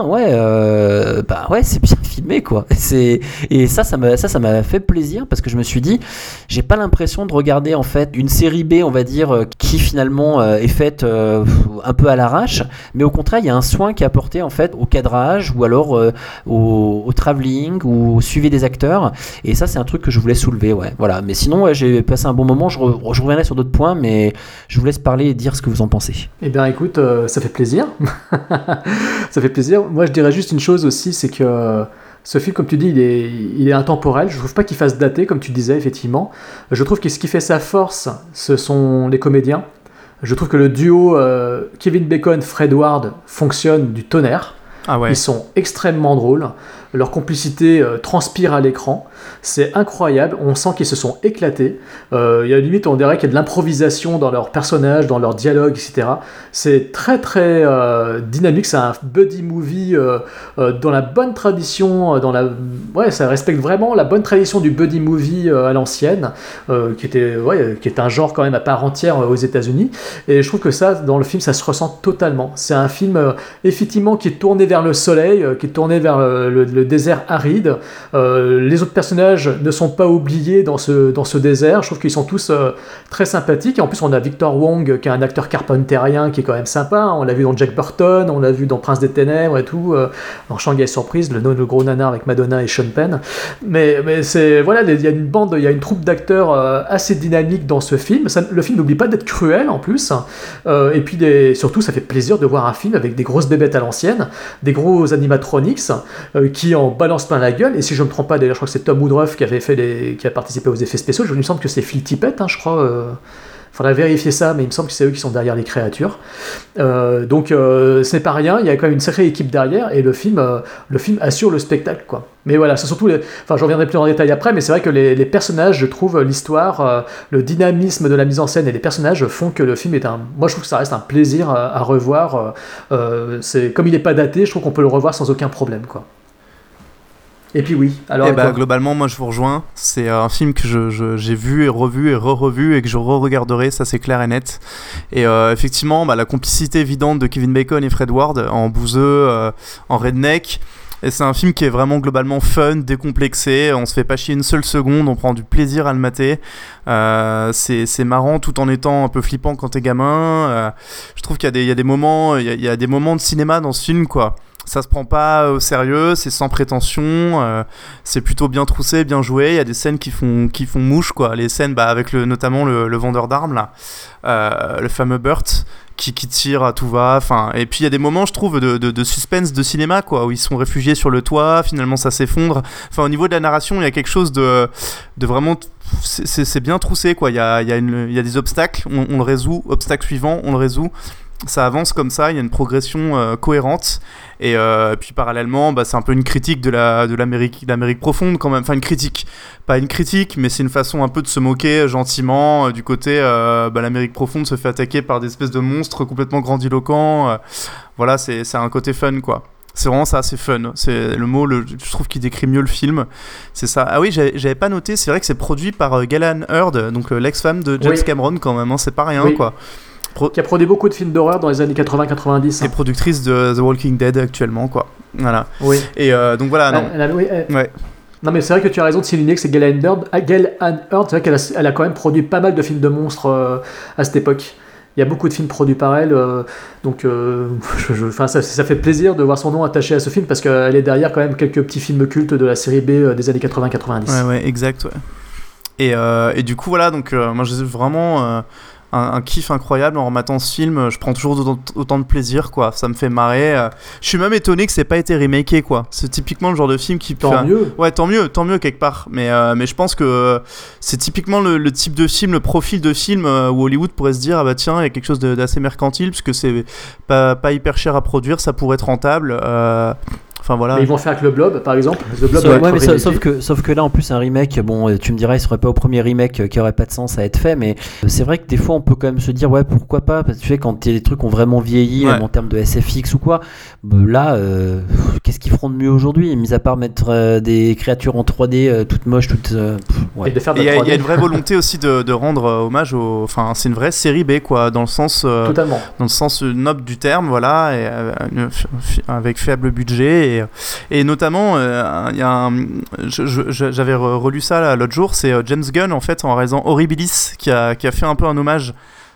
c'est bien filmé, quoi. Et ça m'a fait plaisir, parce que je me suis dit, j'ai pas l'impression de regarder en fait une série B, on va dire, qui finalement est faite un peu à l'arrache, mais au contraire il y a un soin qui est apporté en fait au cadrage, ou alors au travelling, ou au suivi des acteurs, et ça c'est un truc que je voulais soulever, ouais. Voilà. Mais sinon j'ai passé un bon moment, je reviendrai sur d'autres points, mais je vous laisse parler et dire ce que vous en pensez. Eh bien écoute, ça fait plaisir. Ça fait plaisir. Moi je dirais juste une chose aussi, c'est que ce film, comme tu dis, il est intemporel. Je trouve pas qu'il fasse dater, comme tu disais, effectivement. Je trouve que ce qui fait sa force, ce sont les comédiens. Je trouve que le duo Kevin Bacon-Fred Ward fonctionne du tonnerre. Ah ouais. Ils sont extrêmement drôles. Leur complicité transpire à l'écran. C'est incroyable. On sent qu'ils se sont éclatés. Il y a limite, on dirait qu'il y a de l'improvisation dans leurs personnages, dans leurs dialogues, etc. C'est très très dynamique. C'est un buddy movie dans la bonne tradition. Ça respecte vraiment la bonne tradition du buddy movie à l'ancienne, qui est un genre quand même à part entière aux États-Unis. Et je trouve que ça, dans le film, ça se ressent totalement. C'est un film effectivement qui est tourné vers le soleil, qui est tourné vers le désert aride. Les autres personnages ne sont pas oubliés dans ce désert. Je trouve qu'ils sont tous très sympathiques. Et en plus, on a Victor Wong, qui est un acteur carpenterien, qui est quand même sympa. On l'a vu dans Jack Burton, on l'a vu dans Prince des Ténèbres et tout, dans Shanghai Surprise, le gros nanar avec Madonna et Sean Penn. Mais c'est, voilà, il y a une troupe d'acteurs assez dynamique dans ce film. Le film n'oublie pas d'être cruel en plus. Et puis surtout, ça fait plaisir de voir un film avec des grosses bébêtes à l'ancienne, des gros animatronics qui en balancent plein la gueule. Et si je ne me trompe pas, d'ailleurs, je crois que c'est Tom Woodruff qui a participé aux effets spéciaux. Il me semble que c'est Phil Tippett, je crois. Faudrait vérifier ça, mais il me semble que c'est eux qui sont derrière les créatures. Donc c'est pas rien, il y a quand même une sacrée équipe derrière, et le film assure le spectacle, quoi. Mais voilà, c'est surtout je reviendrai plus en détail après, mais c'est vrai que les personnages, je trouve, l'histoire, le dynamisme de la mise en scène et les personnages font que le film moi je trouve que ça reste un plaisir à revoir. Comme il n'est pas daté, je trouve qu'on peut le revoir sans aucun problème, quoi. Et puis oui, alors globalement, moi je vous rejoins. C'est un film que j'ai vu et revu et re-revu et que je re-regarderai, ça c'est clair et net. Et effectivement, la complicité évidente de Kevin Bacon et Fred Ward en bouseux, en redneck. Et c'est un film qui est vraiment globalement fun, décomplexé, on se fait pas chier une seule seconde, on prend du plaisir à le mater. C'est marrant tout en étant un peu flippant quand t'es gamin. Je trouve qu'il y a des moments, il y a des moments de cinéma dans ce film, quoi. Ça se prend pas au sérieux, c'est sans prétention, c'est plutôt bien troussé, bien joué. Il y a des scènes qui font mouche, quoi. Les scènes avec notamment le vendeur d'armes là, le fameux Burt qui tire à tout va. Enfin, et puis il y a des moments, je trouve, de suspense de cinéma, quoi, où ils sont réfugiés sur le toit. Finalement, ça s'effondre. Enfin, au niveau de la narration, il y a quelque chose de vraiment. C'est bien troussé, quoi. Il y a des obstacles, on le résout. Obstacle suivant, on le résout. Ça avance comme ça, il y a une progression cohérente et puis parallèlement c'est un peu une critique de l'Amérique profonde quand même, enfin pas une critique mais c'est une façon un peu de se moquer gentiment du côté l'Amérique profonde se fait attaquer par des espèces de monstres complètement grandiloquents, voilà, c'est un côté fun, quoi. C'est vraiment ça, c'est fun. C'est le mot, je trouve qu'il décrit mieux le film. C'est ça. Ah oui, j'avais pas noté, c'est vrai que c'est produit par Gillian Hurd, donc l'ex-femme de James Cameron quand même, hein, c'est pas rien, quoi. Qui a produit beaucoup de films d'horreur dans les années 80-90. Et productrice de The Walking Dead actuellement, quoi. Voilà. Oui. Et donc voilà, non. Ouais. Non mais c'est vrai que tu as raison de souligner que c'est Gillian Hurd. C'est vrai qu'elle a quand même produit pas mal de films de monstres à cette époque. Il y a beaucoup de films produits par elle, donc ça fait plaisir de voir son nom attaché à ce film parce qu'elle est derrière quand même quelques petits films cultes de la série B des années 80-90. Ouais, exact, ouais. Et du coup, voilà, donc moi j'ai vraiment un kiff incroyable en rematant ce film. Je prends toujours autant de plaisir, quoi. Ça me fait marrer. Je suis même étonné que ça n'ait pas été remaké, quoi. C'est typiquement le genre de film qui tant mieux. Ouais, tant mieux quelque part. Mais je pense que c'est typiquement le type de film, le profil de film où Hollywood pourrait se dire, ah bah tiens, il y a quelque chose d'assez mercantile parce que c'est pas hyper cher à produire, ça pourrait être rentable. Enfin, voilà. Mais ils vont faire avec le Blob, par exemple. The Blob sauf que là, en plus, un remake, bon, tu me dirais, il serait pas au premier remake qui aurait pas de sens à être fait, mais c'est vrai que des fois, on peut quand même se dire, ouais, pourquoi pas, parce que tu sais, quand les trucs ont vraiment vieilli, même en termes de SFX ou quoi, là, qu'est-ce qu'ils feront de mieux aujourd'hui, mis à part mettre des créatures en 3D toutes moches, toutes. Et de faire de la 3D. Il y a une vraie volonté aussi de rendre hommage Enfin, c'est une vraie série B, quoi, dans le sens. Totalement. Dans le sens noble du terme, voilà, et, avec faible budget. Et notamment, j'avais relu ça là, l'autre jour, c'est James Gunn en fait en réalisant Horribilis qui a fait un peu un hommage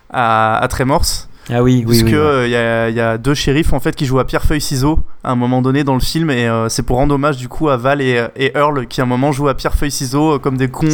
à Tremors. Ah oui, parce que il y a deux shérifs en fait qui jouent à pierre-feuille-ciseaux à un moment donné dans le film et c'est pour rendre hommage du coup à Val et Earl qui à un moment jouent à pierre-feuille-ciseaux comme des cons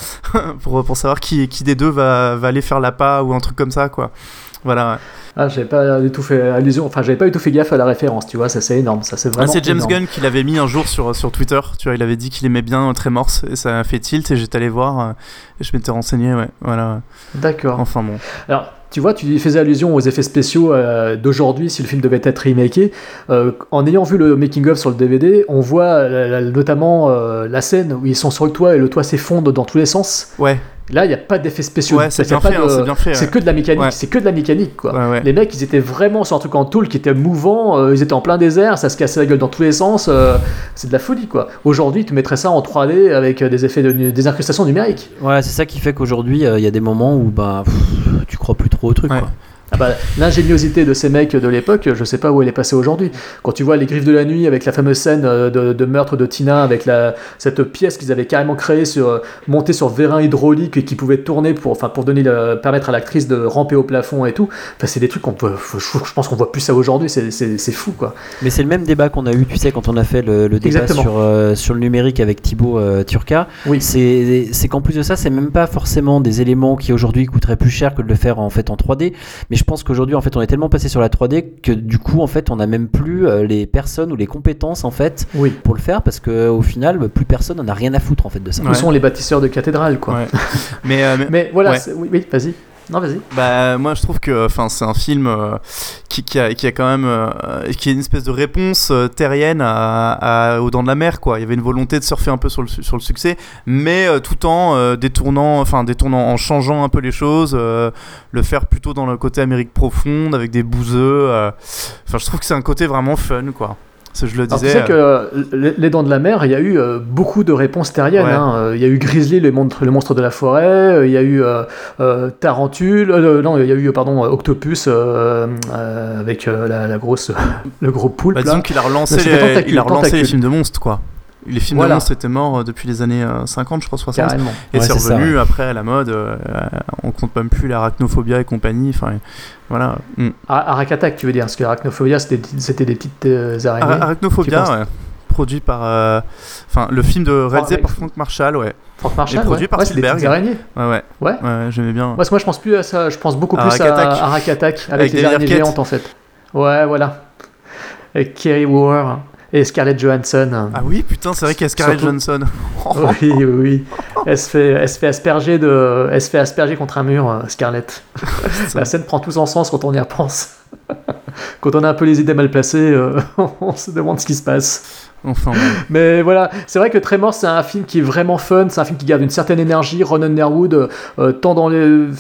pour savoir qui des deux va aller faire l'appât ou un truc comme ça, quoi. Voilà. Ouais. Ah, j'avais pas du tout fait allusion, enfin j'avais pas du tout fait gaffe à la référence, tu vois, ça c'est énorme, ça c'est vraiment c'est James énorme. Gunn qui l'avait mis un jour sur Twitter, tu vois, il avait dit qu'il aimait bien Tremors et ça a fait tilt et j'étais allé voir et je m'étais renseigné, ouais, voilà. D'accord. Enfin bon. Alors, tu vois, tu faisais allusion aux effets spéciaux d'aujourd'hui si le film devait être remaké. En ayant vu le making-of sur le DVD, on voit notamment la scène où ils sont sur le toit et le toit s'effondre dans tous les sens. Ouais. Là, il n'y a pas d'effets spéciaux. Ouais, c'est bien fait, c'est bien fait. C'est que de la mécanique, c'est que de la mécanique, quoi. Ouais. Les mecs, ils étaient vraiment sur un truc en tôle qui était mouvant, ils étaient en plein désert, ça se cassait la gueule dans tous les sens, c'est de la folie, quoi. Aujourd'hui, tu mettrais ça en 3D avec des effets des incrustations numériques. Ouais, c'est ça qui fait qu'aujourd'hui, il y a des moments où tu crois plus trop au truc, quoi. L'ingéniosité de ces mecs de l'époque, je sais pas où elle est passée aujourd'hui. Quand tu vois Les Griffes de la Nuit avec la fameuse scène de meurtre de Tina avec cette pièce qu'ils avaient carrément créée montée sur vérin hydraulique et qui pouvait tourner pour permettre à l'actrice de ramper au plafond et tout. Enfin, c'est des trucs je pense qu'on voit plus ça aujourd'hui. C'est fou, quoi. Mais c'est le même débat qu'on a eu, tu sais, quand on a fait le débat sur le numérique avec Thibaut Turca. Oui. C'est qu'en plus de ça, c'est même pas forcément des éléments qui aujourd'hui coûteraient plus cher que de le faire en fait en 3D. Mais je pense qu'aujourd'hui, en fait, on est tellement passé sur la 3D que du coup, en fait, on n'a même plus les personnes ou les compétences en fait pour le faire parce que au final, plus personne n'en a rien à foutre en fait de ça. Ils sont les bâtisseurs de cathédrales, quoi. Ouais. mais voilà, oui, vas-y. Non, vas-y. Bah, moi, je trouve que c'est un film qui a quand même qui est une espèce de réponse terrienne aux Dents de la Mer, quoi. Il y avait une volonté de surfer un peu sur le succès, mais tout en détournant, en changeant un peu les choses, le faire plutôt dans le côté Amérique profonde avec des bouseux. Enfin, je trouve que c'est un côté vraiment fun, quoi. je le Alors, disais. tu sais que les Dents de la Mer, il y a eu beaucoup de réponses terriennes. Ouais. Hein. Il y a eu Grizzly, le monstre de la forêt. Il y a eu Tarentule. Non, il y a eu Octopus avec la grosse, le gros poulpe. Disons qu'il a relancé, les films de monstres, quoi. Les films de monstres étaient morts depuis les années 50, je crois, 60. Carrément. Et c'est revenu après à la mode. On compte même plus l'arachnophobia et compagnie. Enfin, voilà. Arach Attack, tu veux dire? Parce que l'arachnophobia, c'était des petites araignées. Arachnophobia, ouais. Produit par. le film réalisé par Frank Marshall, ouais. Frank Marshall, et produit par Spielberg. C'est des araignées. Ouais, j'aimais bien. Moi, je pense plus à ça. Je pense beaucoup plus à Arach Attack avec les araignées géantes, en fait. Ouais, voilà. Avec Kerry Weaver. Et Scarlett Johansson. Ah oui, putain, c'est vrai qu'il y a Scarlett Johansson. Oui. Elle se fait asperger contre un mur, Scarlett. La scène prend tout son sens quand on y repense. Quand on a un peu les idées mal placées, on se demande ce qui se passe. Enfin, mais voilà, c'est vrai que Tremors, c'est un film qui est vraiment fun, c'est un film qui garde une certaine énergie. Ron Underwood, tant dans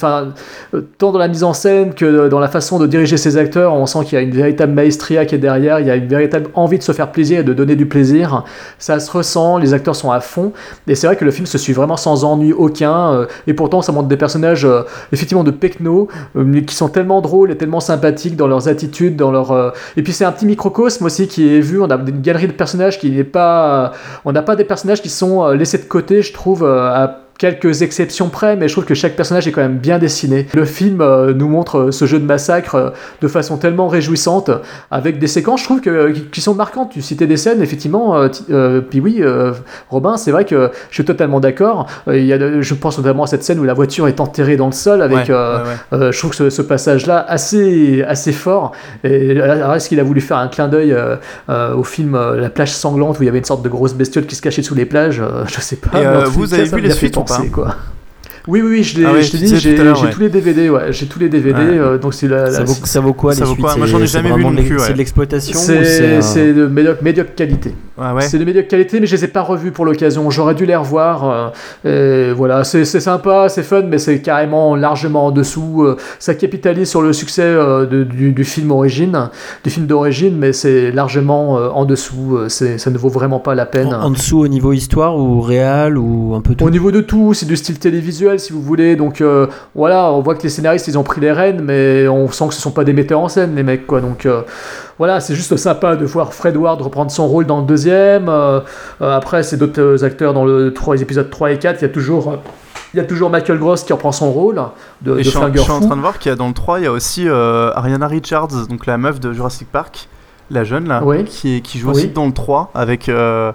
la mise en scène que dans la façon de diriger ses acteurs, on sent qu'il y a une véritable maestria qui est derrière, il y a une véritable envie de se faire plaisir et de donner du plaisir. Ça se ressent, les acteurs sont à fond, et c'est vrai que le film se suit vraiment sans ennui aucun, et pourtant ça montre des personnages effectivement de pecno, qui sont tellement drôles et tellement sympathiques dans leurs attitudes, dans leur... Et puis c'est un petit microcosme aussi qui est vu, on a une galerie de personnages qui n'est pas... On n'a pas des personnages qui sont laissés de côté, je trouve, à quelques exceptions près, mais je trouve que chaque personnage est quand même bien dessiné. Le film nous montre ce jeu de massacre de façon tellement réjouissante, avec des séquences, je trouve, qui sont marquantes. Tu citais des scènes, effectivement, puis oui, Robin, c'est vrai que je suis totalement d'accord. Je pense notamment à cette scène où la voiture est enterrée dans le sol, avec, je trouve que ce passage-là assez fort. Et alors, est-ce qu'il a voulu faire un clin d'œil au film La plage sanglante, où il y avait une sorte de grosse bestiole qui se cachait sous les plages? Je sais pas. Et vous avez vu les suites ou pas? Quoi. Oui, je t'ai dit, j'ai tous les DVD, j'ai tous les DVD, donc c'est ça vaut quoi les suites? Moi j'en ai jamais vu non plus. C'est de l'exploitation? C'est de médiocre qualité. Ouais. C'est de médiocre qualité, mais je les ai pas revus pour l'occasion. J'aurais dû les revoir. Voilà, c'est sympa, c'est fun, mais c'est carrément largement en dessous. Ça capitalise sur le succès du film d'origine, mais c'est largement en dessous. Ça ne vaut vraiment pas la peine. En dessous au niveau histoire ou réal ou un peu tout? Au niveau de tout, c'est du style télévisuel si vous voulez. Donc voilà, on voit que les scénaristes ils ont pris les rênes, mais on sent que ce sont pas des metteurs en scène les mecs quoi. Donc voilà, c'est juste sympa de voir Fred Ward reprendre son rôle dans le deuxième. Après, c'est d'autres acteurs dans les épisodes 3 et 4. Il y a toujours Michael Gross qui reprend son rôle de flingueur fou. Je suis en train de voir qu'il y a dans le 3, il y a aussi Ariana Richards, donc la meuf de Jurassic Park, la jeune là, qui joue aussi dans le 3 avec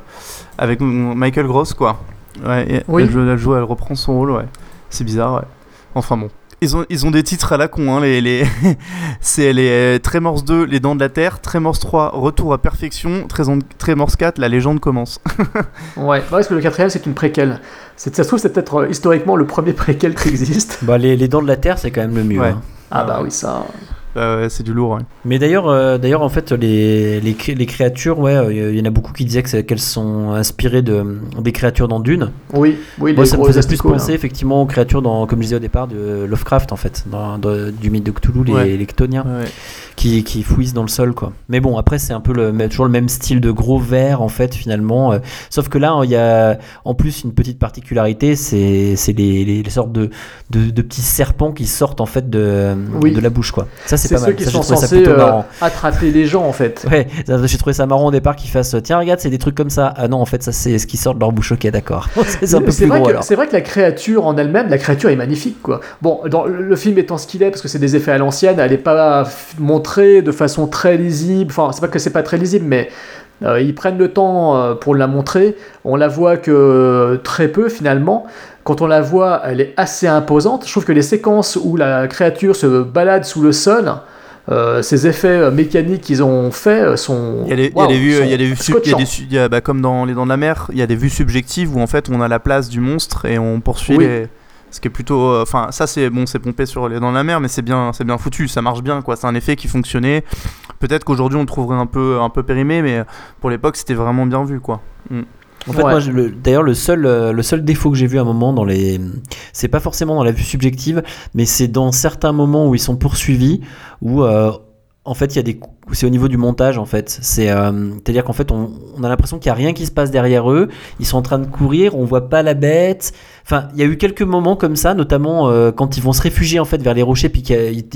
Michael Gross quoi. Ouais, elle reprend son rôle, ouais. C'est bizarre, ouais. Enfin bon. Ils ont des titres à la con, hein, c'est les Tremors 2, Les Dents de la Terre, Tremors 3, Retour à Perfection, Tremors 4, La Légende commence. Ouais, parce que le quatrième c'est une préquelle. Ça se trouve c'est peut-être historiquement le premier préquel qui existe. Les Dents de la Terre c'est quand même le mieux. Ouais. Hein. Ah bah oui ça... c'est du lourd. Ouais. Mais d'ailleurs, en fait, les créatures, il y en a beaucoup qui disaient qu'elles sont inspirées des créatures dans Dune. Oui. Moi, ça me faisait plus penser effectivement aux créatures, comme je disais au départ, de Lovecraft en fait, du mythe de Cthulhu, les Chthoniens, qui fouissent dans le sol, quoi. Mais bon, après, c'est un peu toujours le même style de gros vers en fait, finalement. Sauf que là, il y a en plus une petite particularité, c'est les sortes de petits serpents qui sortent en fait de la bouche, quoi. Ça, c'est pas mal. Ceux qui sont censés attraper les gens en fait. Ouais, j'ai trouvé ça marrant au départ qu'ils fassent tiens regarde c'est des trucs comme ça. Ah non en fait ça c'est ce qui sort de leur bouche. Ok d'accord. C'est un peu plus gros alors. C'est vrai que la créature en elle-même, la créature est magnifique quoi. Bon dans le film étant ce qu'il est parce que c'est des effets à l'ancienne, elle est pas montrée de façon très lisible. Enfin c'est pas que c'est pas très lisible mais ils prennent le temps pour la montrer. On la voit que très peu finalement. Quand on la voit, elle est assez imposante. Je trouve que les séquences où la créature se balade sous le sol, ces effets mécaniques qu'ils ont fait sont... Il y a des vues, comme dans Les Dents de la Mer, il y a des vues subjectives où en fait on a la place du monstre et on poursuit ce qui est plutôt... Enfin, ça c'est pompé sur Les Dents de la Mer, mais c'est bien foutu, ça marche bien, quoi. C'est un effet qui fonctionnait. Peut-être qu'aujourd'hui on le trouverait un peu périmé, mais pour l'époque c'était vraiment bien vu, quoi. En fait, moi, d'ailleurs, le seul défaut que j'ai vu à un moment c'est pas forcément dans la vue subjective, mais c'est dans certains moments où ils sont poursuivis, où En fait, c'est au niveau du montage, en fait. C'est-à-dire qu'en fait, on a l'impression qu'il n'y a rien qui se passe derrière eux. Ils sont en train de courir, on voit pas la bête. Enfin, il y a eu quelques moments comme ça, notamment quand ils vont se réfugier en fait vers les rochers, puis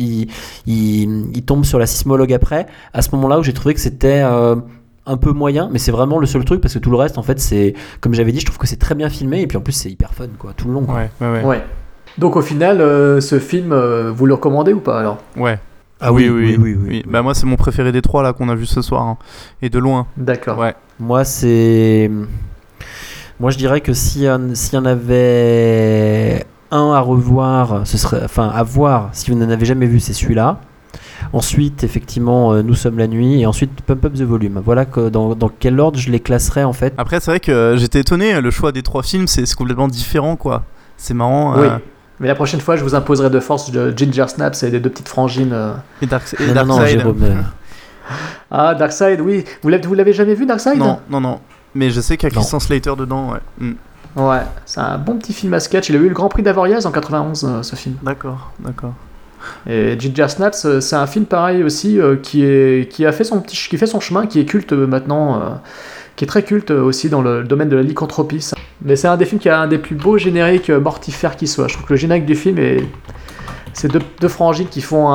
qu'ils tombent sur la sismologue après. À ce moment-là, où j'ai trouvé que c'était un peu moyen, mais c'est vraiment le seul truc, parce que tout le reste, en fait, c'est comme j'avais dit, je trouve que c'est très bien filmé, et puis en plus, c'est hyper fun, quoi, tout le long. Quoi. Ouais. Donc au final, ce film, vous le recommandez ou pas alors ? Ouais. Ah oui. Bah moi c'est mon préféré des 3 là qu'on a vu ce soir hein. Et de loin. D'accord. Ouais. Moi je dirais que s'il y en avait un à revoir, à voir si vous n'en avez jamais vu, c'est celui-là. Ensuite effectivement Nous sommes la nuit, et ensuite Pump Up the Volume. Voilà dans quel ordre je les classerais en fait. Après c'est vrai que j'étais étonné, le choix des 3 films c'est complètement différent quoi. C'est marrant. Oui. Mais la prochaine fois, je vous imposerai de force Ginger Snaps et les 2 petites frangines. Et Darkseid. Jérôme. Ah, Darkseid, oui. Vous l'avez jamais vu, Darkseid ? Non. Mais je sais qu'il y a Christian Slater dedans, ouais. Ouais, c'est un bon petit film à sketch. Il a eu le Grand Prix d'Avoriaz en 91, ce film. D'accord. Et Ginger Snaps, c'est un film pareil aussi qui fait son chemin, qui est culte maintenant. Qui est très culte aussi dans le domaine de la lycanthropie. Mais c'est un des films qui a un des plus beaux génériques mortifères qui soit. Je trouve que le générique du film c'est deux frangines qui font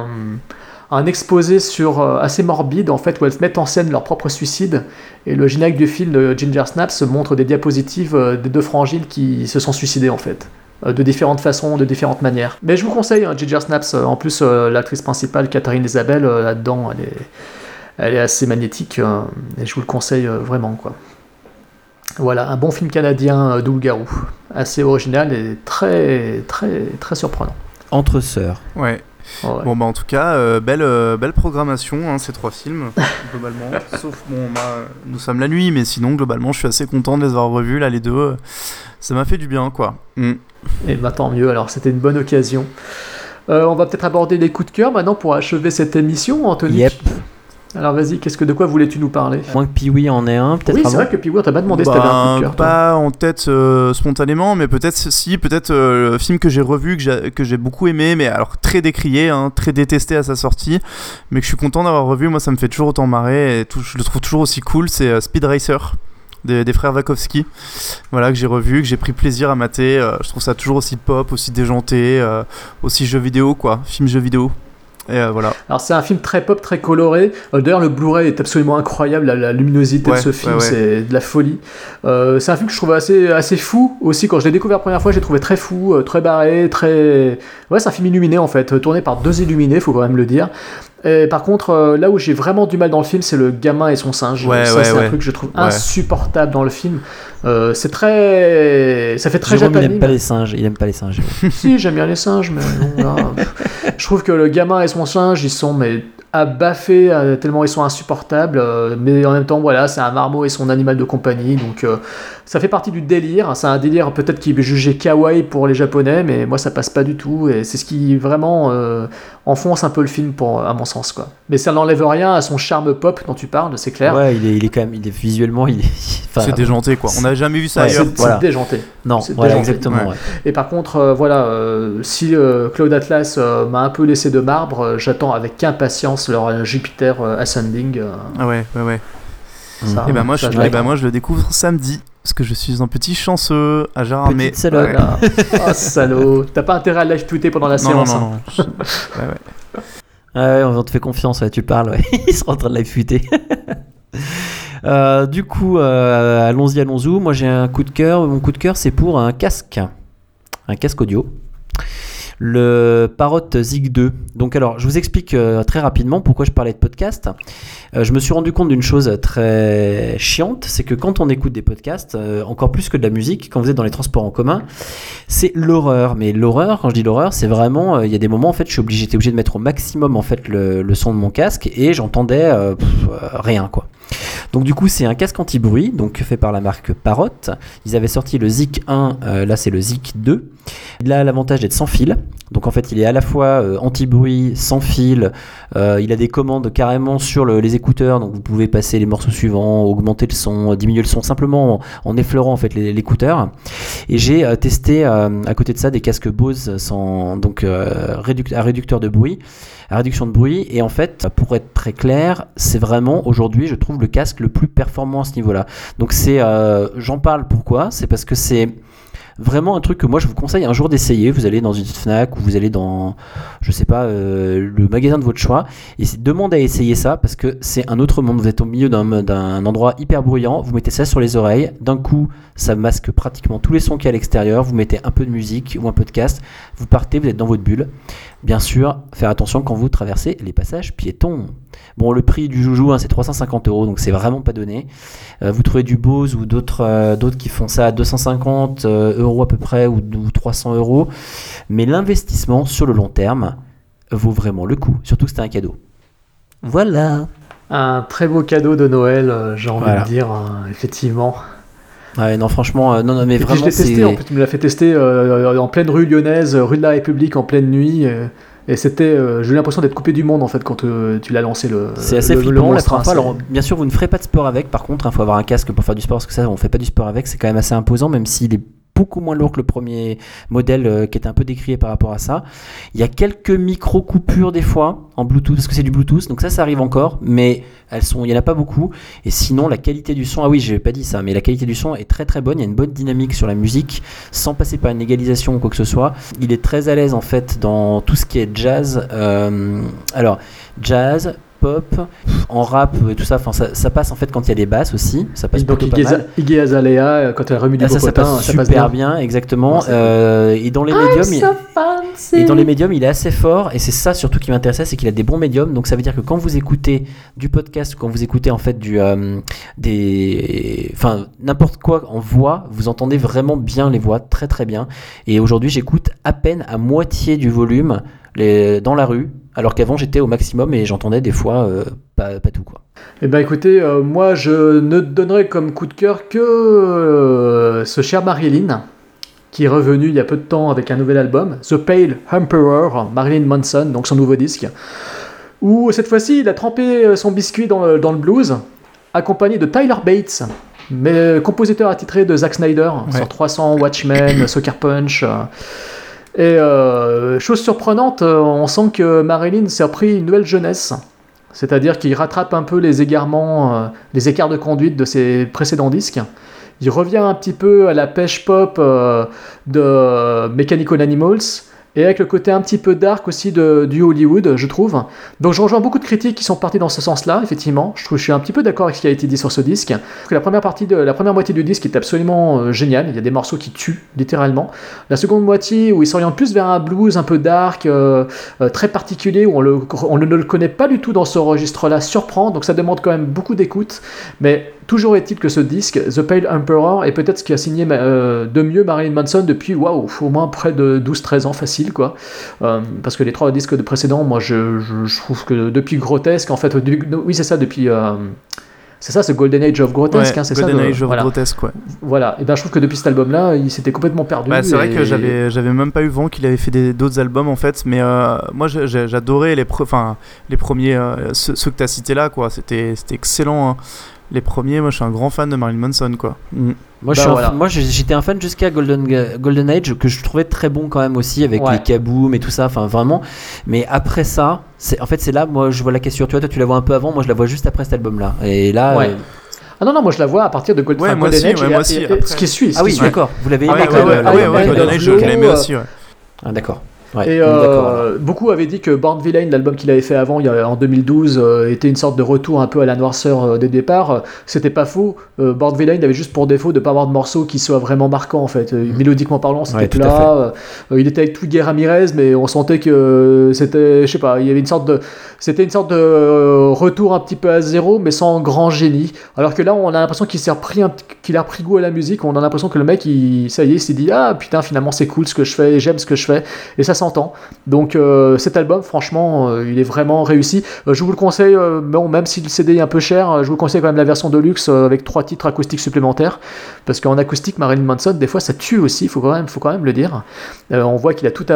un exposé assez morbide en fait, où elles mettent en scène leur propre suicide. Et le générique du film de Ginger Snaps montre des diapositives des 2 frangines qui se sont suicidées en fait. De différentes façons, de différentes manières. Mais je vous conseille Ginger Snaps. En plus, l'actrice principale, Catherine Isabelle, là-dedans, elle est assez magnétique, et je vous le conseille vraiment, quoi. Voilà, un bon film canadien d'où le garou, assez original et très très très surprenant. Entre sœurs. Ouais. Bon bah en tout cas belle programmation hein, ces 3 films globalement. Sauf Nous sommes la nuit, mais sinon globalement je suis assez content de les avoir revus là les 2. Ça m'a fait du bien quoi. Et bah tant mieux. Alors c'était une bonne occasion. On va peut-être aborder les coups de cœur maintenant pour achever cette émission, Anthony. Yep. Alors vas-y, de quoi voulais-tu nous parler ? Moins que Pee-wee en ait un, peut-être. Oui, c'est vrai que Pee-wee, on t'a pas demandé si t'avais un coup de cœur. Pas en tête spontanément, mais peut-être le film que j'ai revu, que j'ai beaucoup aimé, mais alors très décrié, hein, très détesté à sa sortie, mais que je suis content d'avoir revu. Moi, ça me fait toujours autant marrer, et je le trouve toujours aussi cool. C'est Speed Racer des frères Wachowski. Voilà, que j'ai revu, que j'ai pris plaisir à mater. Je trouve ça toujours aussi pop, aussi déjanté, aussi jeu vidéo, quoi, film jeu vidéo. Et voilà. Alors c'est un film très pop, très coloré. D'ailleurs le Blu-ray est absolument incroyable, la luminosité de ce film, c'est de la folie. C'est un film que je trouve assez fou aussi. Quand je l'ai découvert la première fois, j'ai trouvé très fou, très barré, très... Ouais, c'est un film illuminé en fait, tourné par 2 illuminés, faut quand même le dire. Et par contre, là où j'ai vraiment du mal dans le film, c'est le gamin et son singe. C'est un truc que je trouve insupportable dans le film. Ça fait très Jérôme, japanime. il aime pas les singes. Si, j'aime bien les singes, mais bon, là, je trouve que le gamin et son singe, ils sont à baffer tellement ils sont insupportables, mais en même temps, voilà, c'est un marmot et son animal de compagnie, donc ça fait partie du délire. C'est un délire peut-être qui est jugé kawaii pour les Japonais, mais moi ça passe pas du tout, et c'est ce qui vraiment enfonce un peu le film à mon sens, quoi. Mais ça n'enlève rien à son charme pop dont tu parles, c'est clair. Ouais, il est quand même, visuellement, c'est déjanté, quoi. On n'a jamais vu ça ailleurs. C'est déjanté. Non, voilà, exactement. Ouais. Et par contre, si Cloud Atlas m'a un peu laissé de marbre, j'attends avec impatience leur Jupiter Ascending. Ah ouais. Ça, et moi je le découvre samedi, parce que je suis un petit chanceux à Gérardmer. Petite salope. Oh salaud, t'as pas intérêt à live tweeter pendant la séance. Non. Ouais, on te fait confiance, tu parles, il sera en train de live tweeter. Du coup, allons-y. Moi j'ai un coup de cœur. Mon coup de cœur, c'est pour un casque audio. Le Parrot Zig 2. Donc alors, je vous explique très rapidement pourquoi je parlais de podcast. Je me suis rendu compte d'une chose très chiante, c'est que quand on écoute des podcasts, encore plus que de la musique, quand vous êtes dans les transports en commun, c'est l'horreur. Mais l'horreur, quand je dis l'horreur, c'est vraiment, il y a des moments en fait, j'étais obligé de mettre au maximum en fait le son de mon casque, et j'entendais rien, quoi. Donc du coup c'est un casque anti-bruit, donc fait par la marque Parrot. Ils avaient sorti le Zik 1, là c'est le Zik 2. Il a l'avantage d'être sans fil. Donc en fait, il est à la fois anti-bruit, sans fil. Il a des commandes carrément sur les écouteurs. Donc vous pouvez passer les morceaux suivants, augmenter le son, diminuer le son simplement en effleurant en fait l'écouteur. Et j'ai testé à côté de ça des casques Bose à réducteur de bruit. À réduction de bruit, et en fait, pour être très clair, c'est vraiment aujourd'hui, je trouve, le casque le plus performant à ce niveau-là. Donc j'en parle pourquoi ? C'est parce que c'est vraiment un truc que moi je vous conseille un jour d'essayer. Vous allez dans une Fnac ou vous allez dans, je sais pas, le magasin de votre choix, et demandez à essayer ça parce que c'est un autre monde. Vous êtes au milieu d'un endroit hyper bruyant, vous mettez ça sur les oreilles, d'un coup ça masque pratiquement tous les sons qu'il y a à l'extérieur, vous mettez un peu de musique ou un podcast, vous partez, vous êtes dans votre bulle. Bien sûr, faire attention quand vous traversez les passages piétons. Bon, le prix du joujou, c'est 350 €, donc c'est vraiment pas donné. Vous trouvez du Bose ou d'autres qui font ça à 250 € à peu près, ou 300 €. Mais l'investissement sur le long terme vaut vraiment le coup, surtout que c'était un cadeau. Voilà. Un très beau cadeau de Noël, j'ai envie de dire, effectivement. Ouais, non, franchement, non, mais et vraiment, puis je l'ai testé, en plus, tu me l'as fait tester en pleine rue lyonnaise, rue de la République, en pleine nuit. Et c'était, j'ai eu l'impression d'être coupé du monde en fait quand tu l'as lancé. C'est assez flippant la première fois. Alors, bien sûr, vous ne ferez pas de sport avec. Par contre, il faut avoir un casque pour faire du sport parce que ça, on fait pas du sport avec. C'est quand même assez imposant, même s'il est beaucoup moins lourd que le premier modèle qui était un peu décrié par rapport à ça. Il y a quelques micro-coupures des fois en Bluetooth, parce que c'est du Bluetooth, donc ça arrive encore, mais il n'y en a pas beaucoup. Et sinon, la qualité du son, ah oui, j'ai pas dit ça, mais la qualité du son est très très bonne. Il y a une bonne dynamique sur la musique, sans passer par une égalisation ou quoi que ce soit. Il est très à l'aise en fait dans tout ce qui est jazz. Alors, jazz, pop, en rap et tout ça, ça passe en fait quand il y a des basses aussi, ça passe donc plutôt pas mal. Iggy Azalea, quand elle remue du popotin, ça passe super bien, exactement. Et dans les médiums, il est assez fort, et c'est ça surtout qui m'intéressait, c'est qu'il a des bons médiums. Donc ça veut dire que quand vous écoutez du podcast, quand vous écoutez en fait n'importe quoi en voix, vous entendez vraiment bien les voix, très très bien. Et aujourd'hui, j'écoute à peine à moitié du volume dans la rue, alors qu'avant j'étais au maximum et j'entendais des fois pas tout quoi. Eh ben écoutez, moi je ne donnerai comme coup de cœur que ce cher Marilyn, qui est revenu il y a peu de temps avec un nouvel album, The Pale Emperor, Marilyn Manson, donc son nouveau disque, où cette fois-ci il a trempé son biscuit dans le blues, accompagné de Tyler Bates, mais compositeur attitré de Zack Snyder, sur 300, Watchmen, Sucker Punch. Et chose surprenante, on sent que Marilyn s'est repris une nouvelle jeunesse, c'est-à-dire qu'il rattrape un peu les égarements, les écarts de conduite de ses précédents disques. Il revient un petit peu à la pêche pop de Mechanical Animals, et avec le côté un petit peu dark aussi du Hollywood, je trouve. Donc je rejoins beaucoup de critiques qui sont parties dans ce sens-là, effectivement. Je suis un petit peu d'accord avec ce qui a été dit sur ce disque. Parce que la première moitié du disque est absolument géniale. Il y a des morceaux qui tuent, littéralement. La seconde moitié, où il s'oriente plus vers un blues un peu dark, très particulier, où on ne le connaît pas du tout dans ce registre-là, surprend. Donc ça demande quand même beaucoup d'écoute. Mais toujours est-il que ce disque, The Pale Emperor, est peut-être ce qui a signé de mieux Marilyn Manson depuis, au moins près de 12-13 ans, facile. Parce que les 3 disques de précédents, moi je trouve que depuis Grotesque, en fait, oui c'est ça, depuis c'est ça, ce Golden Age of Grotesque, ouais, c'est Golden ça. Age of Grotesque, ouais. Voilà, et ben je trouve que depuis cet album-là, il s'était complètement perdu. C'est vrai que j'avais même pas eu vent qu'il avait fait d'autres albums en fait, mais moi j'adorais les premiers, ceux que t'as cités là, quoi. C'était excellent. Hein. Les premiers, moi je suis un grand fan de Marilyn Manson, quoi. Moi, j'étais un fan jusqu'à Golden Age, que je trouvais très bon quand même aussi, avec les kabooms et tout ça, enfin vraiment. Mais après ça, c'est là, moi je vois la question. Toi tu la vois un peu avant, moi je la vois juste après cet album-là. Et là. Ah non, moi je la vois à partir de Golden Age. Moi aussi, ce qui suit. Ah oui, d'accord. Vous l'avez aimé Golden Age, je l'ai aimé aussi, ouais. Ah d'accord. Ouais, et beaucoup avaient dit que Born Villain, l'album qu'il avait fait avant, en 2012, était une sorte de retour un peu à la noirceur des départs. C'était pas faux. Born Villain avait juste pour défaut de pas avoir de morceaux qui soient vraiment marquants en fait. Mélodiquement parlant, c'était plat. Il était avec Twiggy Ramirez, mais on sentait que c'était, je sais pas, il y avait c'était une sorte de retour un petit peu à zéro, mais sans grand génie. Alors que là, on a l'impression qu'il a repris goût à la musique. On a l'impression que le mec, ça y est, il s'est dit, ah putain, finalement c'est cool ce que je fais, j'aime ce que je fais. Et ça s'entend. Donc cet album, franchement, il est vraiment réussi. Je vous le conseille, bon, même si le CD est un peu cher, je vous conseille quand même la version de luxe avec 3 titres acoustiques supplémentaires, parce qu'en acoustique, Marilyn Manson, des fois, ça tue aussi, faut quand même le dire. On voit qu'il a tout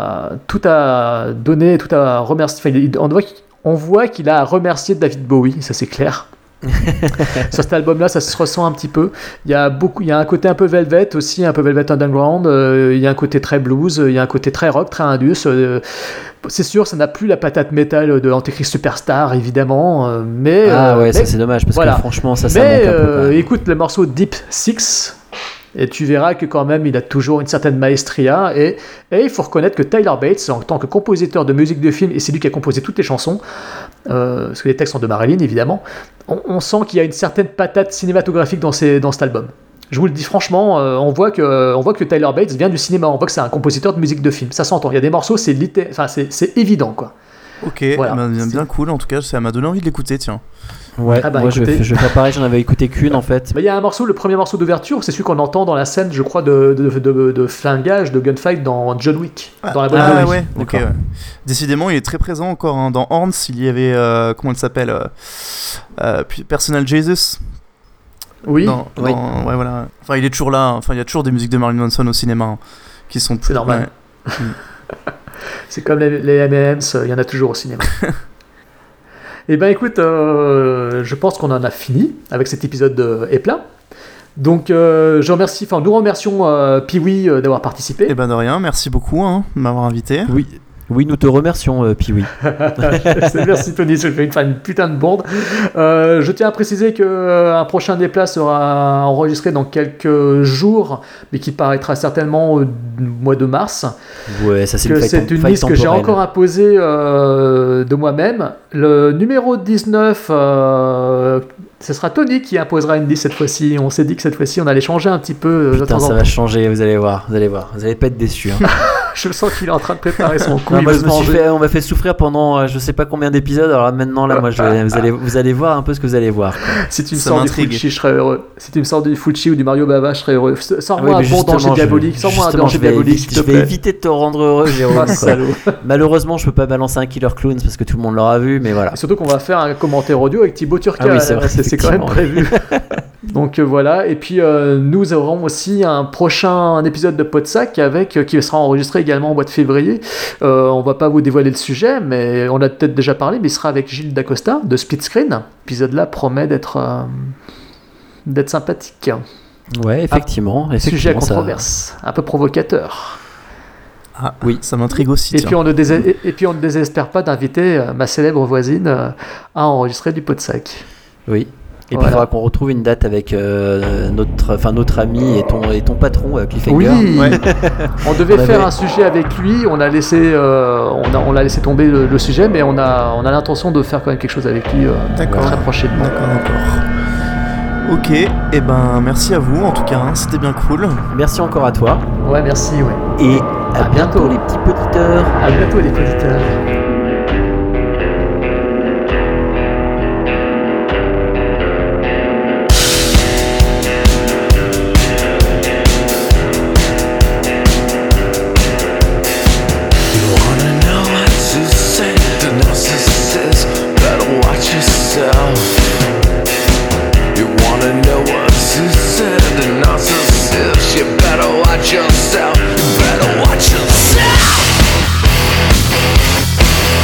à donner, tout à remercier. On voit qu'il a à remercier David Bowie, ça c'est clair. Sur cet album-là, ça se ressent un petit peu. Il y a un côté un peu Velvet aussi, un peu Velvet Underground. Il y a un côté très blues, il y a un côté très rock, très indus. C'est sûr, ça n'a plus la patate métal de Antichrist Superstar, évidemment. Mais ça c'est dommage parce que franchement, ça manque un peu. Écoute le morceau Deep Six. Et tu verras que quand même, il a toujours une certaine maestria. Et il faut reconnaître que Tyler Bates, en tant que compositeur de musique de film, et c'est lui qui a composé toutes les chansons, parce que les textes sont de Marilyn, évidemment, on sent qu'il y a une certaine patate cinématographique dans cet album. Je vous le dis franchement, on voit que Tyler Bates vient du cinéma, on voit que c'est un compositeur de musique de film. Ça s'entend. Il y a des morceaux, c'est évident, quoi. Ok, voilà, bien cool. En tout cas, ça m'a donné envie de l'écouter, tiens. Ouais, moi je vais faire pareil, j'en avais écouté qu'une en fait. Il y a un morceau, le premier morceau d'ouverture, c'est celui qu'on entend dans la scène, je crois, de flingage, de gunfight dans John Wick. Dans la boîte de nuit. Ouais, ok. Ouais. Décidément, il est très présent encore. Hein. Dans Horns, il y avait, comment il s'appelle Personal Jesus. Oui. Ouais, voilà. Enfin, il est toujours là. Hein. Enfin, il y a toujours des musiques de Marilyn Manson au cinéma hein, qui sont. C'est normal. Ouais. C'est comme les M&M's, il y en a toujours au cinéma. Eh ben écoute, je pense qu'on en a fini avec cet épisode est plein. Donc nous remercions Pee-wee d'avoir participé. Eh ben de rien, merci beaucoup de m'avoir invité. Oui, nous te remercions, Pee-wee. Merci Tony, je fais une putain de bande. Je tiens à préciser qu'un prochain Déplat sera enregistré dans quelques jours, mais qui paraîtra certainement au mois de mars. Ouais, ça c'est une liste que j'ai encore imposée de moi-même. Le numéro 19, ce sera Tony qui imposera une liste cette fois-ci. On s'est dit que cette fois-ci, on allait changer un petit peu. Putain, ça va changer, vous allez voir. Vous allez pas être déçus. Hein. Je sens qu'il est en train de préparer son coup. Moi, on m'a fait souffrir pendant je sais pas combien d'épisodes. Alors maintenant, là, moi, vous allez voir un peu ce que vous allez voir. Si tu me sors du Fucci, je serais heureux. Si tu me sors du Fucci ou du Mario Bava, je serais heureux. Sors-moi un bon danger diabolique. Sors-moi un danger diabolique, s'il te plaît. Je vais éviter de te rendre heureux, Jérôme. Malheureusement, je peux pas balancer un Killer Clowns parce que tout le monde l'aura vu, mais voilà. Et surtout qu'on va faire un commentaire audio avec Thibaut Turca. Oui, c'est quand même prévu. Donc voilà, et puis nous aurons aussi un prochain épisode de Podsac qui sera enregistré également au mois de février. On va pas vous dévoiler le sujet, mais on a peut-être déjà parlé, mais il sera avec Gilles Dacosta de Split Screen. L'épisode-là promet d'être sympathique. Ouais, effectivement. Sujet à controverse, un peu provocateur. Ah oui, ça m'intrigue aussi. Et puis on ne désespère pas d'inviter ma célèbre voisine à enregistrer du Podsac. Oui. Et puis il faudra qu'on retrouve une date avec notre ami et ton patron Cliffhanger. Oui. Ouais. On devait faire un sujet avec lui. On a laissé laissé tomber le sujet, mais on a l'intention de faire quand même quelque chose avec lui très prochainement. D'accord. Ok. Et ben merci à vous en tout cas. C'était bien cool. Merci encore à toi. Ouais, merci. Ouais. Et à bientôt les petits auditeurs. À bientôt les petits auditeurs. Yourself, you better watch yourself.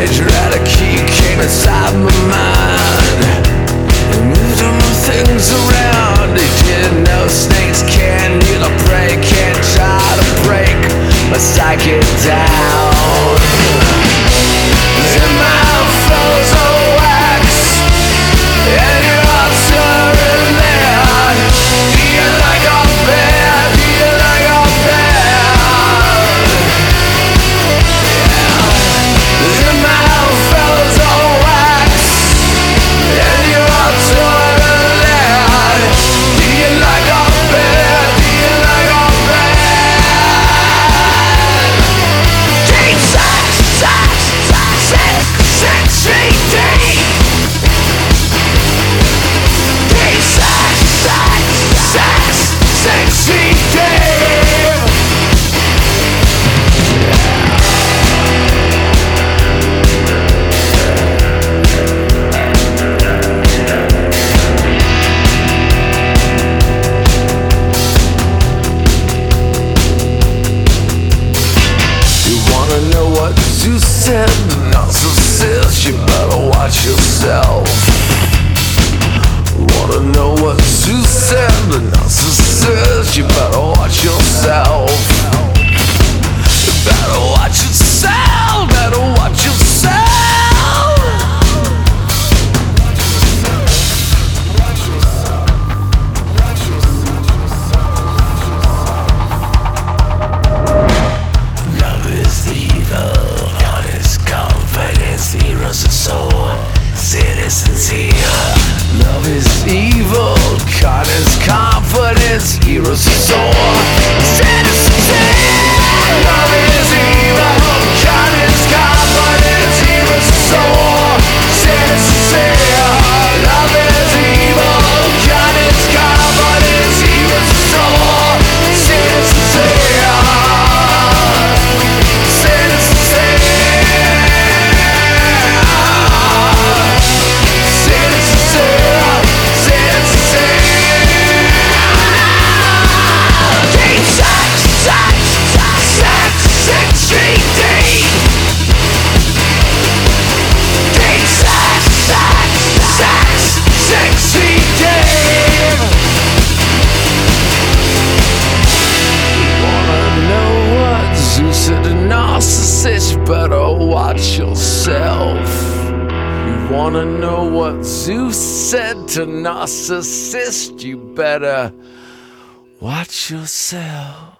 treasure out a key came inside my mind. It moved my things around. They didn't know snakes can't heal a prey, can't try to break my psyche down. In my flows of wax, and your heart's turning lead. Do you like our bed? Do you like our bed? Yeah. In my flows of wax, and your heart's turning lead. Do you like our bed? Do you like our bed? Deep sex, sex, sex, sex, sex, deep. Deep sex, sex, sex, sexy deep. You wanna know what Zeus said? The narcissist, you better watch yourself. Wanna know what Zeus said? The narcissist, you better watch yourself. You better watch yourself, better watch yourself. Love is evil, honest confidence, heroes and soul, citizens here. Love is evil, kindness, confidence, heroes and soul, citizens here. Love is evil, kindness, confidence, heroes and soul, citizens here. Love is evil, kindness, confidence, heroes and soul, citizens here. Citizens here. Citizens here. Citizens here. Deep sex, sex, sex, sexy deep. Deep sex, sex, sex, sexy deep. Wanna know what Zeus said to narcissist? You better watch yourself. You wanna know what Zeus said to narcissist? You better watch yourself.